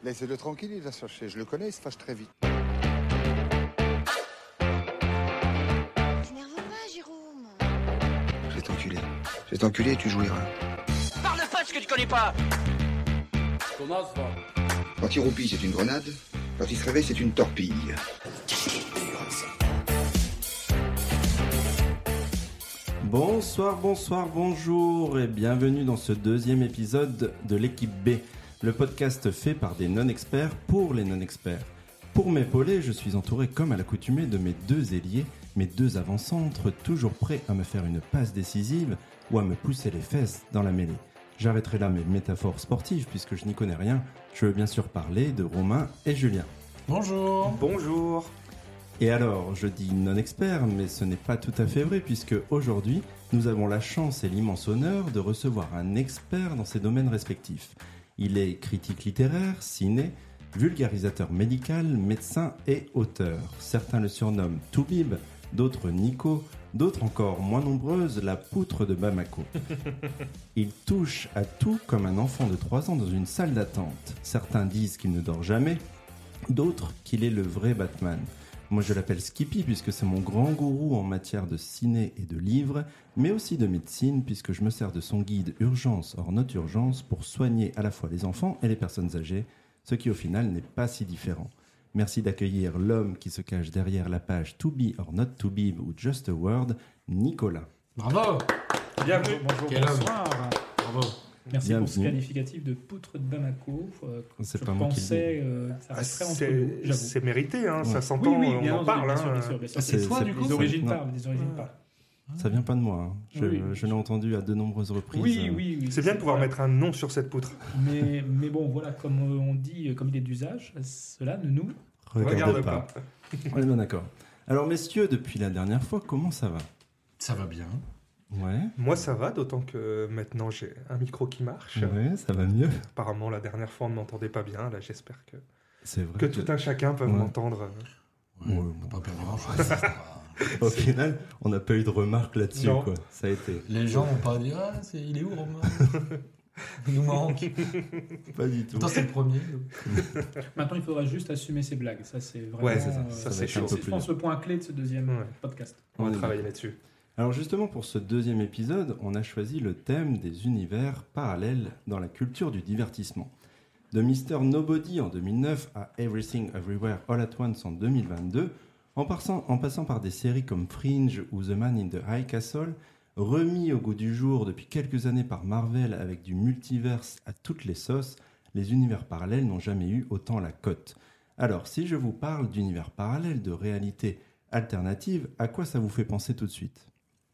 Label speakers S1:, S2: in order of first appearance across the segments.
S1: Laissez-le tranquille, il va se fâcher. Je le connais, il se fâche très vite.
S2: T'énerve pas, Jérôme.
S3: Je vais t'enculer et tu jouiras.
S4: Parle pas de ce que tu connais pas.
S5: Comment ça va?
S3: Quand il roupille, c'est une grenade. Quand il se réveille, c'est une torpille.
S6: Bonsoir, bonjour et bienvenue dans ce deuxième épisode de l'équipe B, le podcast fait par des non-experts pour les non-experts. Pour m'épauler, je suis entouré comme à l'accoutumée de mes deux ailiers, mes deux avant-centres, toujours prêts à me faire une passe décisive ou à me pousser les fesses dans la mêlée. J'arrêterai là mes métaphores sportives puisque je n'y connais rien. Je veux bien sûr parler de Romain et Julien.
S5: Bonjour.
S7: Bonjour.
S6: Et alors, je dis non-expert, mais ce n'est pas tout à fait vrai, puisque aujourd'hui, nous avons la chance et l'immense honneur de recevoir un expert dans ses domaines respectifs. Il est critique littéraire, ciné, vulgarisateur médical, médecin et auteur. Certains le surnomment Toubib, d'autres Nico, d'autres encore moins nombreuses, la poutre de Bamako. Il touche à tout comme un enfant de 3 ans dans une salle d'attente. Certains disent qu'il ne dort jamais, d'autres qu'il est le vrai Batman. Moi je l'appelle Skippy puisque c'est mon grand gourou en matière de ciné et de livres, mais aussi de médecine puisque je me sers de son guide Urgence hors not urgence pour soigner à la fois les enfants et les personnes âgées, ce qui au final n'est pas si différent. Merci d'accueillir l'homme qui se cache derrière la page To Be or Not To Be ou Just a Word, Nicolas.
S5: Bravo.
S7: Bienvenue.
S5: Bonjour,
S7: Quel homme.
S5: bonsoir. Bravo.
S8: Merci
S6: Bienvenue.
S8: pour ce qualificatif de poutre de Bamako.
S6: C'est
S8: Je
S6: pas moi qui le
S8: pensais, ça resterait entre nous, j'avoue.
S7: C'est mérité, hein,
S6: Ouais.
S7: ça s'entend,
S8: Oui,
S7: on
S8: bien
S7: en
S8: entendu,
S7: parle.
S8: bien sûr,
S7: hein.
S8: bien sûr, bien sûr.
S6: C'est toi, du coup
S8: Des origines
S6: Non.
S8: parlent, des origines parlent.
S6: Ça vient pas de moi, hein. Je l'ai entendu à de nombreuses reprises.
S8: Oui.
S7: C'est bien de pouvoir
S8: voilà.
S7: mettre un nom sur cette poutre.
S8: Mais bon, voilà, comme on dit, comme il est d'usage, cela ne nous...
S6: Regarde pas. On est bien d'accord. Alors messieurs, depuis la dernière fois, comment ça va?
S5: Ça va bien.
S6: Ouais,
S7: Moi ça va, d'autant que maintenant j'ai un micro qui marche.
S6: ouais, ça va mieux.
S7: Apparemment la dernière fois on ne m'entendait pas bien, là j'espère
S6: C'est vrai.
S7: que tout un chacun peut
S6: Ouais.
S7: m'entendre.
S5: Ouais,
S6: Ouais,
S5: on n'a pas perdu grand-chose.
S6: Au final, on n'a pas eu de remarques là-dessus,
S7: Non.
S6: quoi. Ça a été.
S5: Les gens n'ont pas dit « Ah, il est où, Romain ?» Il nous manque.
S6: Pas du tout.
S5: Pourtant, c'est le premier.
S8: Maintenant, il faudra juste assumer ses blagues. Ça, c'est vraiment...
S7: Ouais, c'est ça.
S8: ça,
S7: Ça, c'est
S6: va être un
S7: chaud.
S6: peu
S8: je
S6: plus
S8: pense,
S6: dur.
S8: le point clé de ce deuxième
S7: Ouais.
S8: podcast.
S7: On
S6: On
S7: va
S6: est
S7: travailler là-dessus.
S6: Alors justement, pour ce deuxième épisode, on a choisi le thème des univers parallèles dans la culture du divertissement. De Mr. Nobody en 2009 à Everything Everywhere All at Once en 2022, en passant par des séries comme Fringe ou The Man in the High Castle, remis au goût du jour depuis quelques années par Marvel avec du multiverse à toutes les sauces, les univers parallèles n'ont jamais eu autant la cote. Alors, si je vous parle d'univers parallèles, de réalité alternative, à quoi ça vous fait penser tout de suite ?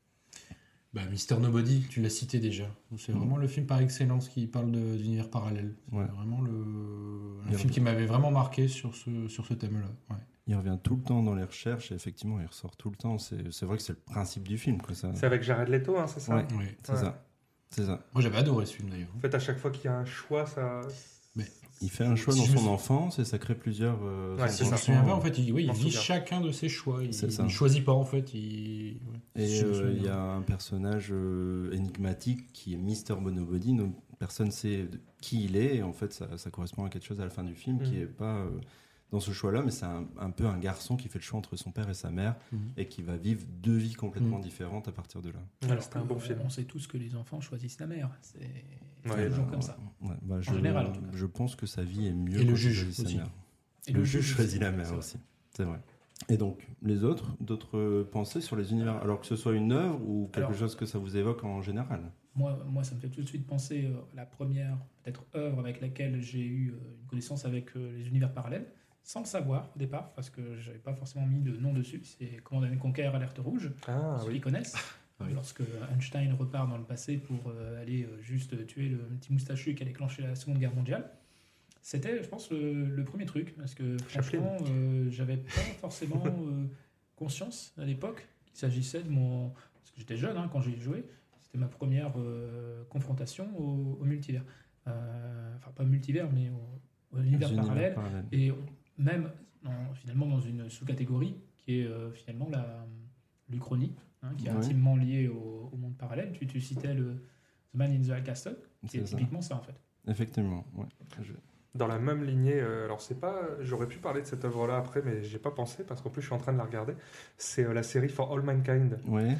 S5: Bah, Mister Nobody, tu l'as cité déjà. C'est vraiment le film par excellence qui parle d'univers parallèle. C'est
S6: Ouais.
S5: vraiment
S6: Il
S5: un film qui m'avait vraiment marqué sur ce thème-là. Ouais.
S6: Il revient tout le temps dans les recherches et effectivement, il ressort tout le temps. C'est vrai que c'est le principe du film, quoi. Ça.
S7: C'est avec Jared Leto, hein, c'est ça?
S6: Ouais.
S5: Ouais.
S6: C'est
S7: Ouais.
S6: ça. C'est ça.
S5: Moi, j'avais adoré ce film d'ailleurs.
S7: En fait, à chaque fois qu'il y a un choix, ça...
S6: Il fait un choix
S5: Si
S6: dans
S5: je me
S6: son
S5: sou-
S6: enfance et ça crée plusieurs.
S7: Ouais, c'est
S5: Je
S7: ça.
S5: me souviens pas, en fait, il
S7: m'en
S5: vit
S7: souviens.
S5: chacun de ses choix.
S6: C'est ça.
S5: Il choisit pas, en fait.
S6: Et
S5: Je me souviens.
S6: il y a un personnage énigmatique qui est Mr. Bonobody. Donc, personne ne sait qui il est. Et en fait, ça correspond à quelque chose à la fin du film qui est pas dans ce choix-là, mais c'est un peu un garçon qui fait le choix entre son père et sa mère et qui va vivre deux vies complètement différentes à partir de là.
S8: Alors
S7: C'était un bon film.
S8: On sait tous que les enfants choisissent la mère. C'est
S7: Ouais,
S8: toujours
S6: bah,
S8: comme ça.
S6: Ouais, bah,
S8: En général, en tout cas.
S6: Je pense que sa vie est mieux
S5: Et le
S6: quand il
S5: juge
S6: choisit sa
S5: aussi.
S6: mère.
S8: Et
S6: Le juge choisit
S8: aussi,
S6: la
S8: c'est
S6: mère
S8: vrai.
S6: aussi, c'est vrai. Et donc, les autres, d'autres pensées sur les univers, alors que ce soit une œuvre ou quelque
S8: Alors-
S6: chose que ça vous évoque en général.
S8: Moi, ça me fait tout de suite penser à la première, peut-être, œuvre avec laquelle j'ai eu une connaissance avec les univers parallèles, sans le savoir au départ, parce que j'avais pas forcément mis de nom dessus. C'est Command and Conquer, Alerte Rouge,
S7: Ah
S8: ceux
S7: oui.
S8: qui connaissent.
S5: Oui.
S8: Lorsque Einstein repart dans le passé pour aller juste tuer le petit moustachu qui a déclenché la Seconde Guerre mondiale. C'était, je pense, le premier truc, parce que franchement, j'avais pas forcément conscience à l'époque qu'il s'agissait de mon... Parce que j'étais jeune quand j'ai joué, c'était ma première confrontation au multivers. Enfin, pas au multivers, mais au univers
S6: Les univers
S8: parallèle.
S6: parallèles.
S8: Et même, finalement, dans une sous-catégorie qui est finalement l'Uchronie, qui est
S6: Ouais.
S8: intimement liée au monde parallèle. Tu citais The Man in the High Castle, qui est
S6: C'est ça.
S8: typiquement ça, en fait.
S6: Effectivement, ouais.
S7: dans la même lignée. Alors c'est pas, j'aurais pu parler de cette œuvre-là après, mais j'ai pas pensé parce qu'en plus je suis en train de la regarder. C'est la série For All Mankind.
S6: Ouais.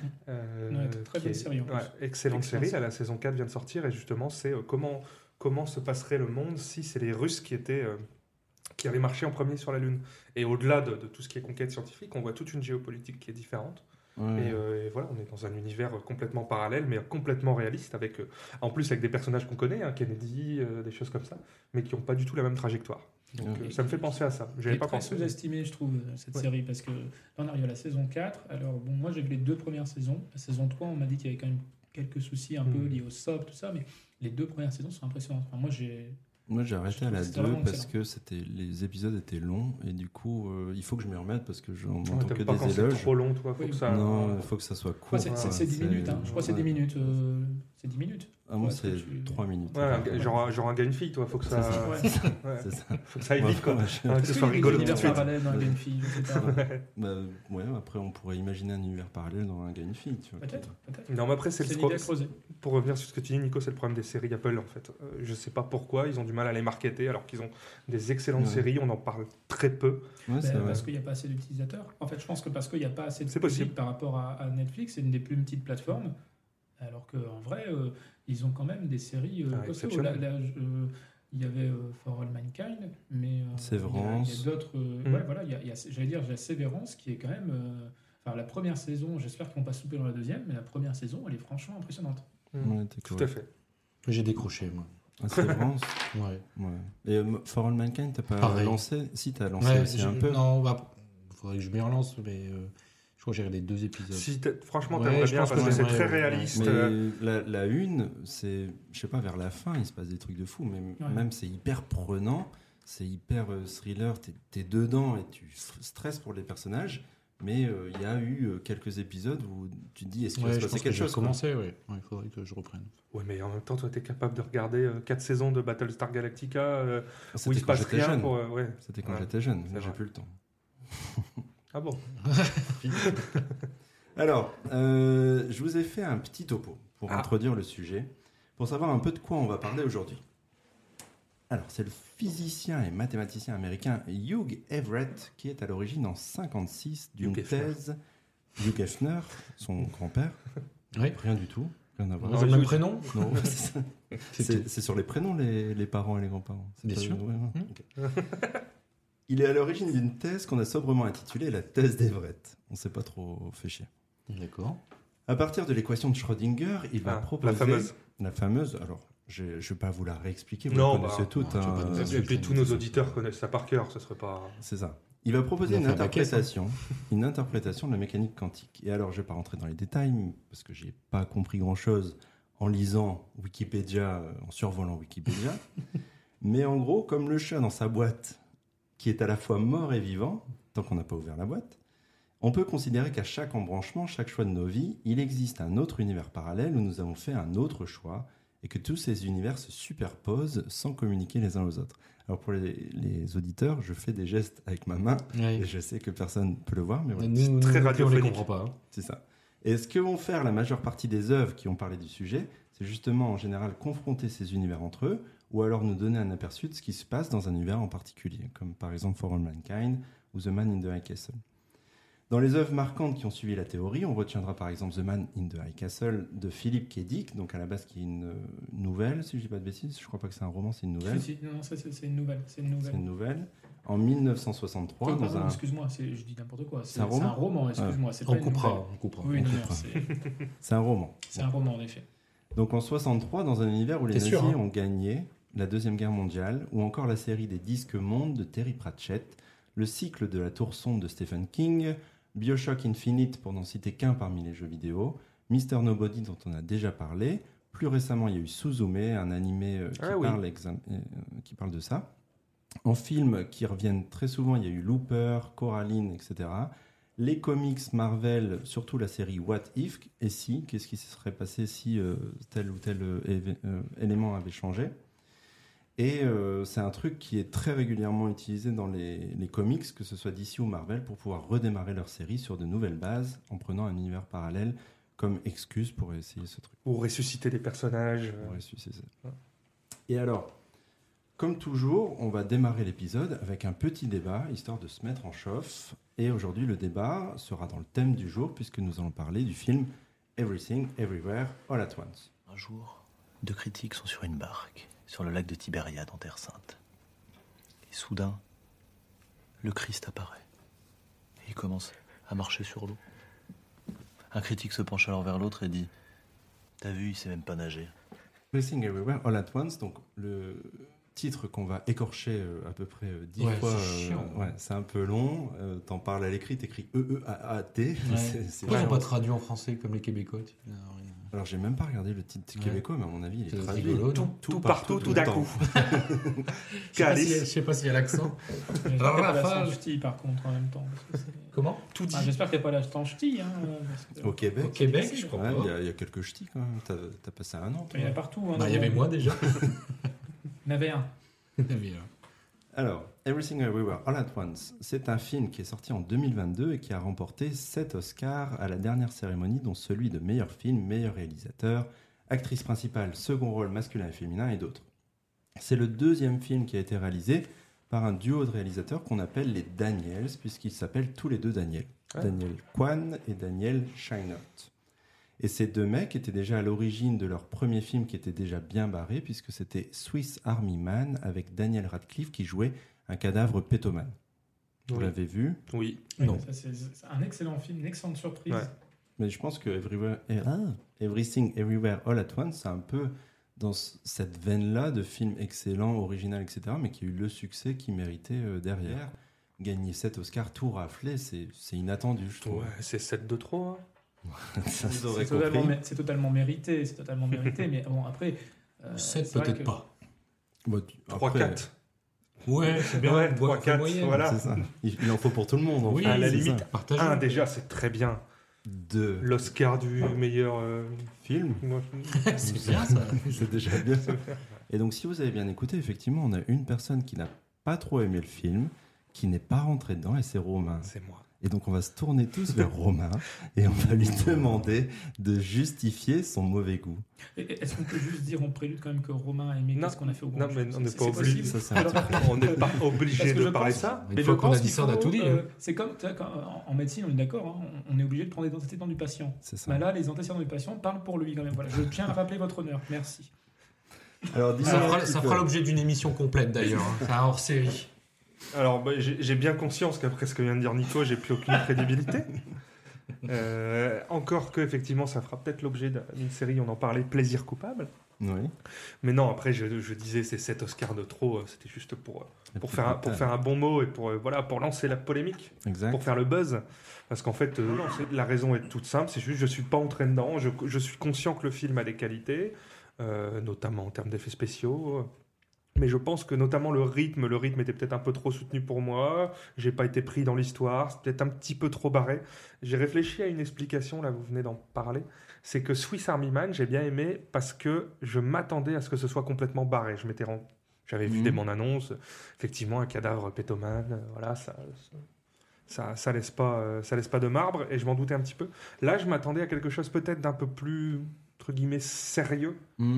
S8: Très bonne série en plus.
S7: Excellente série. Là, la saison 4 vient de sortir et justement c'est comment se passerait le monde si c'est les Russes qui avaient marché en premier sur la Lune. Et au-delà de tout ce qui est conquête scientifique, on voit toute une géopolitique qui est différente.
S6: Ouais.
S7: Et voilà, on est dans un univers complètement parallèle, mais complètement réaliste, en plus avec des personnages qu'on connaît, hein, Kennedy, des choses comme ça, mais qui n'ont pas du tout la même trajectoire. Donc ça me fait penser à ça.
S8: Elle est très sous-estimée, je trouve, cette série, parce que là, on arrive à la saison 4. Alors, bon, moi, j'ai vu les 2 premières saisons. La saison 3, on m'a dit qu'il y avait quand même quelques soucis un peu liés au SOP, tout ça, mais les 2 premières saisons sont impressionnantes. Enfin,
S6: Moi, j'ai arrêté à la 2
S8: vraiment
S6: parce
S8: excellent.
S6: que les épisodes étaient longs et du coup, il faut que je m'y remette parce que je n'entends
S7: T'aimes
S6: que
S7: pas quand
S6: des
S7: c'est
S6: éloges.
S7: trop long, toi, faut que ça...
S6: Non, il faut que ça soit court.
S8: C'est 10 minutes, hein. Je crois que c'est 10 minutes. C'est 10 minutes.
S6: Ah, moi,
S8: Ouais,
S6: c'est
S8: est-ce que tu-
S6: 3 minutes.
S7: Ouais, genre un gars une fille, toi, faut que ça...
S6: C'est ça.
S7: Ouais.
S6: C'est ça.
S7: Faut que ça aille vite, quoi.
S6: Ouais,
S7: Que ce soit
S8: Est-ce qu'il y a des
S7: rigolo tout de
S8: univers
S7: suite.
S8: parallèles dans une fille, je sais pas.
S6: Ouais, après, on pourrait imaginer un univers parallèle dans un gars et une fille. Tu vois.
S8: Peut-être.
S7: Non, mais après, c'est
S8: C'est
S7: le
S8: une idée à creuser.
S7: Pour revenir sur ce que tu dis, Nico, c'est le problème des séries Apple, en fait. Je sais pas pourquoi, ils ont du mal à les marketer, alors qu'ils ont des excellentes
S6: Ouais.
S7: séries, on en parle très peu.
S6: Ouais, c'est vrai.
S8: Parce qu'il n'y a pas assez d'utilisateurs. En fait, je pense que parce qu'il n'y a pas assez de
S7: C'est
S8: public
S7: possible.
S8: par rapport à Netflix, c'est une des plus petites plateformes. Alors qu'en vrai, ils ont quand même des séries costauds.
S7: exceptionnelles.
S8: Là, il y avait For All Mankind, mais
S6: Sévérance.
S8: il y a d'autres. Ouais, voilà, j'allais dire, il y a Sévérance qui est quand même. Enfin, la première saison, j'espère qu'ils vont pas souper dans la deuxième, mais la première saison, elle est franchement impressionnante.
S6: Ouais, t'es
S7: Tout
S6: correct.
S7: à fait.
S5: J'ai décroché, moi.
S6: Ah, c'est vrai.
S5: Ouais.
S6: Ouais. Et For All Mankind, t'as pas
S5: Pareil.
S6: lancé? Si, t'as lancé
S5: Ouais,
S6: aussi un peu.
S5: Non, faudrait que je m'y relance, mais je crois que j'ai regardé 2 épisodes.
S7: Si franchement,
S5: Ouais,
S7: t'aimerais
S5: je
S7: bien,
S5: pense
S7: parce
S5: que
S7: que c'est
S5: j'aimerais,
S7: très
S5: ouais.
S7: réaliste.
S6: Mais la une, c'est, je sais pas, vers la fin, il se passe des trucs de fou, mais même c'est hyper prenant, c'est hyper thriller, t'es dedans et tu stresses pour les personnages, mais il y a eu quelques épisodes où tu te dis, est-ce qu'il va se
S5: je
S6: passer
S5: pense que
S6: quelque
S5: j'ai
S6: chose quoi.
S5: commencé, ouais. Il faudrait que je reprenne.
S7: Ouais, mais en même temps, toi, t'es capable de regarder 4 saisons de Battlestar Galactica où il
S6: C'était
S7: se
S6: quand
S7: passe
S6: j'étais
S7: rien
S6: jeune.
S7: pour... ouais.
S6: C'était quand
S7: Ouais.
S6: j'étais jeune,
S7: C'est
S6: là j'ai
S7: vrai.
S6: plus le temps.
S7: Ah bon.
S6: Alors, je vous ai fait un petit topo pour
S7: Ah.
S6: introduire le sujet, pour savoir un peu de quoi on va parler aujourd'hui. Alors, c'est le physicien et mathématicien américain Hugh Everett qui est à l'origine en 1956 d'une
S7: Hugh Hefner.
S6: thèse. Hugh Hefner, son grand-père.
S5: Oui.
S6: Rien du tout, rien à voir.
S5: Ils ont le même prénom.
S6: Non, c'est ça. C'est sur les prénoms les parents et les grands-parents. C'est
S5: Bien
S6: pas-
S5: sûr.
S6: ouais, ouais, ok. Il est à l'origine d'une thèse qu'on a sobrement intitulée la thèse d'Everett. On s'est pas trop fait chier.
S5: D'accord.
S6: À partir de l'équation de Schrödinger, il va proposer...
S7: la fameuse.
S6: La fameuse, alors, je ne vais pas vous la réexpliquer, vous
S7: Non,
S6: la connaissez
S7: bah,
S6: toutes.
S5: non, tu vas pas
S6: hein,
S5: nous
S7: Et
S5: expliquer.
S7: puis tous nos auditeurs connaissent ça par cœur, ce serait pas...
S6: c'est ça. Il va proposer
S5: On va faire de la caisse,
S6: une interprétation de la mécanique quantique. Et alors, je ne vais pas rentrer dans les détails, parce que je n'ai pas compris grand-chose en lisant Wikipédia, en survolant Wikipédia. Mais en gros, comme le chat dans sa boîte, qui est à la fois mort et vivant, tant qu'on n'a pas ouvert la boîte, on peut considérer qu'à chaque embranchement, chaque choix de nos vies, il existe un autre univers parallèle où nous avons fait un autre choix et que tous ces univers se superposent sans communiquer les uns aux autres. Alors pour les auditeurs, je fais des gestes avec ma main et je sais que personne ne peut le voir, mais voilà,
S5: Nous,
S7: très
S5: on les
S7: radiophonique.
S5: comprend pas. Hein.
S6: c'est ça. Et ce que vont faire la majeure partie des œuvres qui ont parlé du sujet, c'est justement en général confronter ces univers entre eux ou alors nous donner un aperçu de ce qui se passe dans un univers en particulier, comme par exemple For All Mankind ou The Man in the High Castle. Dans les œuvres marquantes qui ont suivi la théorie, on retiendra par exemple The Man in the High Castle de Philip K. Dick, donc à la base qui est une nouvelle, si je ne dis pas de bêtises, je crois pas que c'est un roman, c'est une nouvelle.
S8: Si, non, c'est une nouvelle. C'est une nouvelle.
S6: C'est une nouvelle. En 1963,
S8: Pardon,
S6: dans un...
S8: excuse-moi, je dis n'importe quoi.
S6: C'est un roman
S8: roman, excuse-moi. C'est pas
S5: On
S8: une
S5: coupera.
S8: nouvelle.
S5: On coupera.
S8: Oui,
S5: on
S8: non, non,
S5: coupera.
S6: C'est un roman.
S8: c'est un roman en effet.
S6: Donc en 63, dans un univers où les
S5: T'es
S6: nazis
S5: sûr, hein
S6: ont gagné la Deuxième Guerre mondiale, ou encore la série des disques mondes de Terry Pratchett, le cycle de la tour sombre de Stephen King, BioShock Infinite pour n'en citer qu'un parmi les jeux vidéo, Mr. Nobody dont on a déjà parlé, plus récemment il y a eu Suzume, un animé qui parle de ça. En film qui reviennent très souvent, il y a eu Looper, Coraline, etc. Les comics Marvel, surtout la série What If, et si, qu'est-ce qui se serait passé si tel ou tel élément avait changé. Et c'est un truc qui est très régulièrement utilisé dans les comics, que ce soit DC ou Marvel, pour pouvoir redémarrer leur série sur de nouvelles bases, en prenant un univers parallèle comme excuse pour essayer ce truc.
S7: Ou ressusciter des personnages.
S6: Pour ressusciter ça. Et alors, comme toujours, on va démarrer l'épisode avec un petit débat, histoire de se mettre en chauffe. Et aujourd'hui, le débat sera dans le thème du jour, puisque nous allons parler du film Everything, Everywhere, All at Once.
S2: Un jour, 2 critiques sont sur une barque, sur le lac de Tibériade en Terre Sainte. Et soudain, le Christ apparaît. Et il commence à marcher sur l'eau. Un critique se penche alors vers l'autre et dit « T'as vu, il sait même pas nager. »
S6: Everything, Everywhere, All at Once, donc le titre qu'on va écorcher à peu près 10 fois.
S5: C'est chiant.
S6: C'est un peu long. T'en parles à l'écrit, t'écris E-E-A-A-T. C'est
S5: Pourquoi ils n'ont
S6: chiant.
S5: pas traduit en français comme les Québécois
S6: Alors, j'ai même pas regardé le titre québécois, mais à mon avis, il est
S5: C'est
S6: traduit
S5: rigolo, non
S7: Tout partout, tout
S6: le
S7: d'un
S6: temps.
S7: coup.
S5: Je sais pas s'il y a l'accent.
S8: J'espère qu'il n'y a pas
S5: Rafale.
S8: l'accent ch'ti par contre en même temps. parce que c'est-
S5: Comment
S7: Tout dit.
S8: J'espère qu'il n'y a pas l'accent ch'ti. Hein, parce que-
S6: Au Québec.
S5: Au Québec, je crois
S6: Ouais,
S5: pas.
S6: il y a quelques ch'tis quand même. T'as passé un an. toi.
S8: Il y en a partout. Hein,
S5: Bah, il y avait moi déjà.
S8: Il y en avait un.
S6: Alors, Everything Everywhere All at Once, c'est un film qui est sorti en 2022 et qui a remporté 7 Oscars à la dernière cérémonie, dont celui de meilleur film, meilleur réalisateur, actrice principale, second rôle masculin et féminin et d'autres. C'est le deuxième film qui a été réalisé par un duo de réalisateurs qu'on appelle les Daniels, puisqu'ils s'appellent tous les deux Daniel.
S7: Ouais.
S6: Daniel Kwan et Daniel Scheinert. Et ces deux mecs étaient déjà à l'origine de leur premier film qui était déjà bien barré, puisque c'était Swiss Army Man avec Daniel Radcliffe qui jouait un cadavre pétomane. Vous
S7: Oui.
S6: l'avez vu?
S7: Oui.
S8: Oui,
S5: Non.
S8: ça, c'est un excellent film, une excellente surprise.
S7: Ouais.
S6: Mais je pense que Everything Everywhere All at Once, c'est un peu dans cette veine-là de film excellent, original, etc., mais qui a eu le succès qu'il méritait derrière. Gagner 7 Oscars tout raflé, c'est inattendu, je trouve.
S7: Ouais, c'est 7 de trop. Hein.
S6: Ça, vous aurez
S8: C'est totalement,
S6: compris.
S8: c'est totalement mérité, c'est totalement mérité. Mais bon, après.
S5: 7
S8: c'est vrai
S5: peut-être
S8: que-
S5: pas.
S6: Bon,
S7: 3-4.
S5: Ouais, c'est bien.
S7: Ouais,
S5: Bois-
S7: 3-4,
S5: moyenne.
S7: voilà.
S6: C'est ça. Il en faut pour tout le monde. En
S5: Oui,
S6: fait,
S7: à la
S6: c'est
S7: limite.
S6: ça.
S5: Partagez.
S7: 1 déjà, c'est très bien.
S6: 2
S7: L'Oscar du meilleur...
S6: films.
S5: C'est bien ça.
S6: C'est déjà bien. Et donc, si vous avez bien écouté, effectivement, on a une personne qui n'a pas trop aimé le film, qui n'est pas rentrée dedans, et c'est Romain.
S7: C'est moi.
S6: Et donc, on va se tourner tous vers Romain, et on va lui demander de justifier son mauvais goût.
S8: Est-ce qu'on peut juste dire en prélude quand même que Romain a aimé
S7: Non,
S8: qu'est-ce qu'on a fait au
S7: non,
S8: grand
S7: mais
S8: jeu
S7: on n'est
S8: C'est
S7: pas obligé.
S8: possible.
S6: Ça, c'est un petit peu-
S7: On n'est pas obligé
S8: Parce que
S7: de
S8: je
S7: parler
S8: pense-
S7: ça.
S5: Une
S8: Mais
S5: fois
S8: je
S5: qu'on a
S8: pense
S5: dit
S8: qu'il
S5: ça, on a
S8: faut,
S5: tout dit.
S8: c'est comme tu vois, en médecine, on est d'accord, hein, on est obligé de prendre les antécédents du patient.
S6: C'est ça.
S8: Bah là, les antécédents du patient parlent pour lui quand même. Voilà, je tiens à rappeler votre honneur. Merci.
S6: Alors, dis-moi
S5: Ça
S6: un
S5: fera,
S6: petit
S5: ça
S6: peu.
S5: fera l'objet d'une émission complète d'ailleurs. hein. C'est un hors série.
S7: Alors, bah, j'ai bien conscience qu'après ce que vient de dire Nico, j'ai plus aucune crédibilité. Encore que, effectivement, ça fera peut-être l'objet d'une série, on en parlait, Plaisir coupable.
S6: Oui.
S7: Mais non, après, je disais, c'est 7 Oscars de trop, c'était juste pour faire un bon mot et pour lancer la polémique,
S6: Exact.
S7: pour faire le buzz. Parce qu'en fait, la raison est toute simple, c'est juste je suis pas entré dedans, je suis conscient que le film a des qualités, notamment en termes d'effets spéciaux. Mais je pense que notamment le rythme était peut-être un peu trop soutenu pour moi. J'ai pas été pris dans l'histoire, c'est peut-être un petit peu trop barré. J'ai réfléchi à une explication, là vous venez d'en parler. C'est que Swiss Army Man, j'ai bien aimé parce que je m'attendais à ce que ce soit complètement barré. J'avais vu des bandes annonces, effectivement un cadavre pétomane, voilà, ça laisse pas de marbre et je m'en doutais un petit peu. Là, je m'attendais à quelque chose peut-être d'un peu plus entre guillemets sérieux.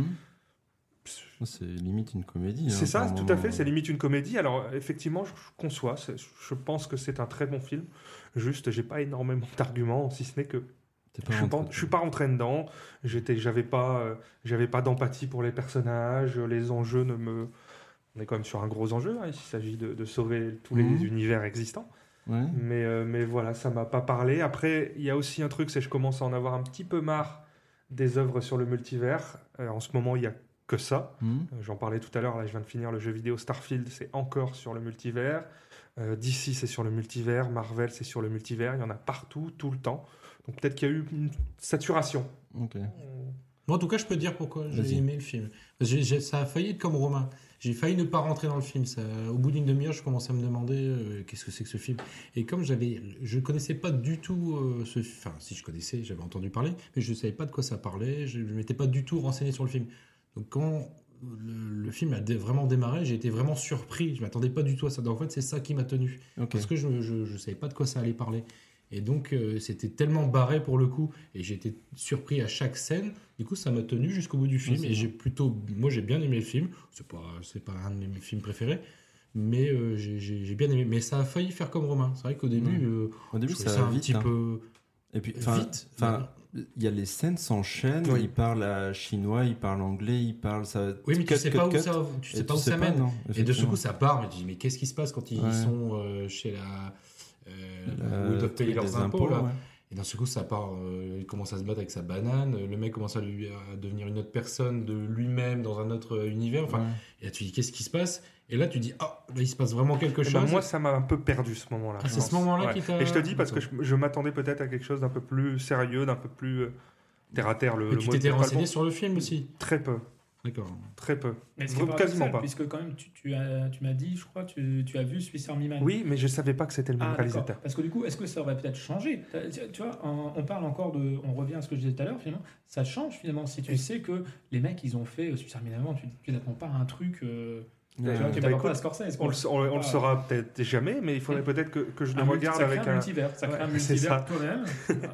S6: C'est limite une comédie.
S7: C'est
S6: hein,
S7: ça,
S6: par
S7: tout à
S6: moment.
S7: fait, c'est limite une comédie. Alors, effectivement, je conçois, je pense que c'est un très bon film. Juste, j'ai pas énormément d'arguments, si ce n'est que
S6: T'es pas
S7: je
S6: rentré
S7: suis pas rentré dedans. J'avais pas d'empathie pour les personnages, les enjeux On est quand même sur un gros enjeu, hein, il s'agit de sauver tous les univers existants.
S6: Ouais.
S7: Mais voilà, ça m'a pas parlé. Après, il y a aussi un truc, c'est que je commence à en avoir un petit peu marre des œuvres sur le multivers. En ce moment, il y a que ça. J'en parlais tout à l'heure, là je viens de finir le jeu vidéo Starfield, c'est encore sur le multivers. DC c'est sur le multivers, Marvel c'est sur le multivers, il y en a partout, tout le temps. Donc peut-être qu'il y a eu une saturation.
S6: Ok.
S5: Bon, en tout cas, je peux dire pourquoi j'ai
S6: Vas-y.
S5: aimé le film. Ça a failli être comme Romain. J'ai failli ne pas rentrer dans le film. Au bout d'une demi-heure, je commençais à me demander qu'est-ce que c'est que ce film. Et comme je ne connaissais pas du tout enfin, si je connaissais, j'avais entendu parler, mais je ne savais pas de quoi ça parlait. Je ne m'étais pas du tout renseigné sur le film. Donc quand le film a vraiment démarré, j'ai été vraiment surpris. Je ne m'attendais pas du tout à ça. Donc en fait, c'est ça qui m'a tenu.
S6: Ok.
S5: Parce que je ne savais pas de quoi ça allait parler. Et donc, c'était tellement barré pour le coup, et j'étais surpris à chaque scène. Du coup, ça m'a tenu jusqu'au bout du film.
S6: Ouais,
S5: Et moi, j'ai bien aimé le film. C'est pas un de mes films préférés, mais j'ai bien aimé. Mais ça a failli faire comme Romain. C'est vrai qu'au début,
S6: Au début,
S5: je trouvais
S6: ça
S5: ça
S6: va
S5: un
S6: vite,
S5: petit
S6: hein.
S5: peu
S6: Et puis,
S5: vite.
S6: il y a les scènes s'enchaînent.
S7: Oui.
S6: Il parle chinois, il parle anglais, il parle ça.
S5: Oui, mais tu sais pas où ça,
S6: Et
S5: sais pas où ça mène.
S6: non,
S5: Et de ce
S6: effectivement.
S5: coup, ça part. Mais tu dis, mais qu'est-ce qui se passe quand ils
S6: Ouais.
S5: sont chez où ils doivent payer
S6: truc
S5: leurs
S6: des
S5: impôts là.
S6: ouais.
S5: Et d'un seul coup, ça part. Il commence à se battre avec sa banane. Le mec commence à devenir une autre personne de lui-même dans un autre univers. Enfin,
S6: Ouais.
S5: et là, tu dis, qu'est-ce qui se passe? Et là, tu dis, ah, là, il se passe vraiment quelque
S7: Eh
S5: chose.
S7: ben, moi, ça m'a un peu perdu ce moment-là.
S5: Ah,
S7: je
S5: c'est ce
S7: pense.
S5: moment-là qui t'a-
S7: Et je te dis parce que je m'attendais peut-être à quelque chose d'un peu plus sérieux, d'un peu plus terre à terre.
S5: Mais
S7: Le
S5: tu
S7: mot
S5: t'étais
S7: était pas le
S5: renseigné
S7: bon.
S5: sur le film aussi.
S7: Très peu,
S5: D'accord.
S7: très peu.
S8: Mais ce qui est
S7: Quasiment
S8: paradoxal,
S7: pas.
S8: puisque quand même, tu m'as dit, je crois, tu as vu Swiss Army Man.
S7: Oui, mais je savais pas que c'était le même
S8: Ah,
S7: réalisateur.
S8: d'accord. Parce que du coup, est-ce que ça aurait peut-être changé? Tu vois, on parle encore de. On revient à ce que je disais tout à l'heure, finalement. Ça change, finalement, si tu sais que les mecs, ils ont fait Swiss Army Man, tu n'attends pas un truc. Tu vois, tu
S7: bah,
S8: t'attends
S7: écoute,
S8: pas à Scorsese. quoi.
S7: On le saura peut-être jamais, mais il faudrait peut-être que je le regarde
S8: ça crée
S7: avec
S8: un multivers. Ça crée un
S7: Ouais, c'est
S8: multivers
S7: ça.
S8: toi-même.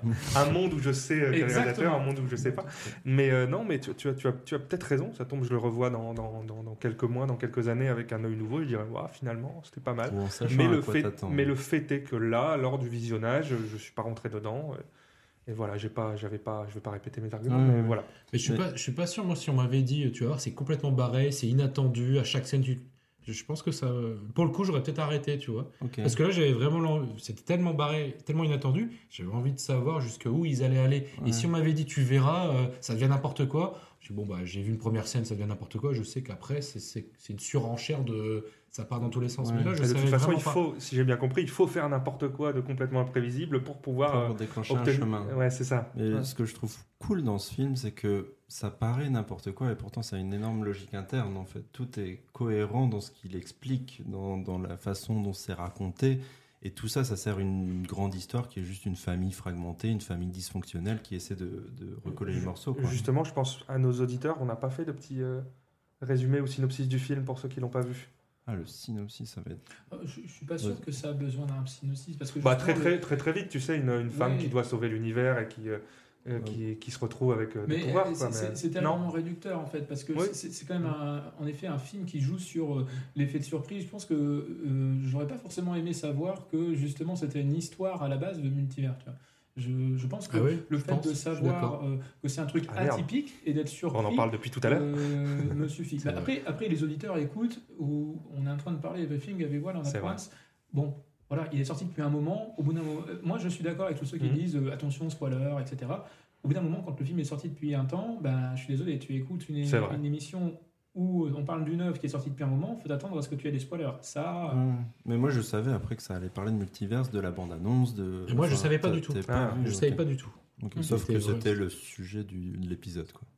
S7: un monde où je sais quel
S8: Exactement.
S7: réalisateur, un monde où je sais pas. Mais non, mais tu as peut-être raison. Ça tombe, je le revois dans quelques mois, dans quelques années avec un œil nouveau. Je dirais, waouh, finalement, c'était pas mal.
S6: Ou en sachant
S7: Mais
S6: à
S7: le,
S6: quoi
S7: fait,
S6: t'attendre.
S7: mais le fait est que là, lors du visionnage, je suis pas rentré dedans. Et voilà, je vais pas répéter mes arguments, mais voilà.
S5: Mais je suis pas sûr, moi, si on m'avait dit, tu vois, c'est complètement barré, c'est inattendu, à chaque scène, je pense que ça. Pour le coup, j'aurais peut-être arrêté, tu vois.
S6: Ok.
S5: Parce que là, j'avais vraiment c'était tellement barré, tellement inattendu, j'avais envie de savoir jusqu'où ils allaient aller.
S6: Ouais.
S5: Et si on m'avait dit, tu verras, ça devient n'importe quoi, je dis, bon, bah, j'ai vu une première scène, ça devient n'importe quoi, je sais qu'après, c'est une surenchère de. Ça part dans tous les sens.
S6: Ouais.
S5: Mais là, je
S7: De
S5: savais
S7: toute façon,
S5: vraiment
S7: il
S5: pas.
S7: faut, si j'ai bien compris, il faut faire n'importe quoi de complètement imprévisible pour pouvoir
S6: Pour déclencher un
S7: obtenir.
S6: chemin.
S7: Ouais, c'est ça.
S6: Et
S7: Ouais.
S6: ce que je trouve cool dans ce film, c'est que ça paraît n'importe quoi et pourtant ça a une énorme logique interne en fait. Tout est cohérent dans ce qu'il explique, dans la façon dont c'est raconté. Et tout ça, ça sert une grande histoire qui est juste une famille fragmentée, une famille dysfonctionnelle qui essaie de recoller les morceaux. Quoi.
S7: Justement, je pense à nos auditeurs, on n'a pas fait de petits résumés ou synopsis du film pour ceux qui l'ont pas vu.
S6: Ah, le synopsis, ça va être...
S8: Je suis pas sûr que ça a besoin d'un synopsis. Parce que
S7: Bah,
S8: justement,
S7: très vite, tu sais, une femme
S8: Oui.
S7: qui doit sauver l'univers et qui se retrouve avec des
S8: Mais
S7: pouvoirs. Quoi,
S8: c'est tellement réducteur en fait, parce que
S7: Oui.
S8: c'est quand même en effet un film qui joue sur l'effet de surprise. Je pense que j'aurais pas forcément aimé savoir que justement c'était une histoire à la base de multivers. Tu vois. Je pense que
S5: Ah oui,
S8: le
S5: je
S8: fait
S5: pense,
S8: de
S5: je suis
S8: savoir
S5: d'accord.
S8: que c'est un truc
S7: Ah, merde.
S8: atypique et d'être surpris
S7: On en parle depuis tout à l'heure.
S8: me suffit.
S5: C'est
S8: Bah, après, les auditeurs écoutent, où on est en train de parler de film Gavévoile en
S7: C'est
S8: France. Bon, voilà, il est sorti depuis un moment. Au bout d'un moment, moi je suis d'accord avec tous ceux qui disent attention, spoiler, etc. Au bout d'un moment, quand le film est sorti depuis un temps, ben, je suis désolé, tu écoutes
S7: C'est vrai.
S8: une émission où on parle d'une œuvre qui est sortie depuis un moment, il faut attendre à ce que tu aies des spoilers. Ça,
S6: Mais moi, je savais après que ça allait parler de multiverse, de la bande-annonce, de...
S5: Et moi, je savais pas du tout.
S6: t'avais pas vu,
S5: Je
S6: ok.
S5: savais pas du tout.
S6: Ok,
S8: Mhm.
S6: sauf que
S5: C'était
S6: c'était le sujet de l'épisode, quoi.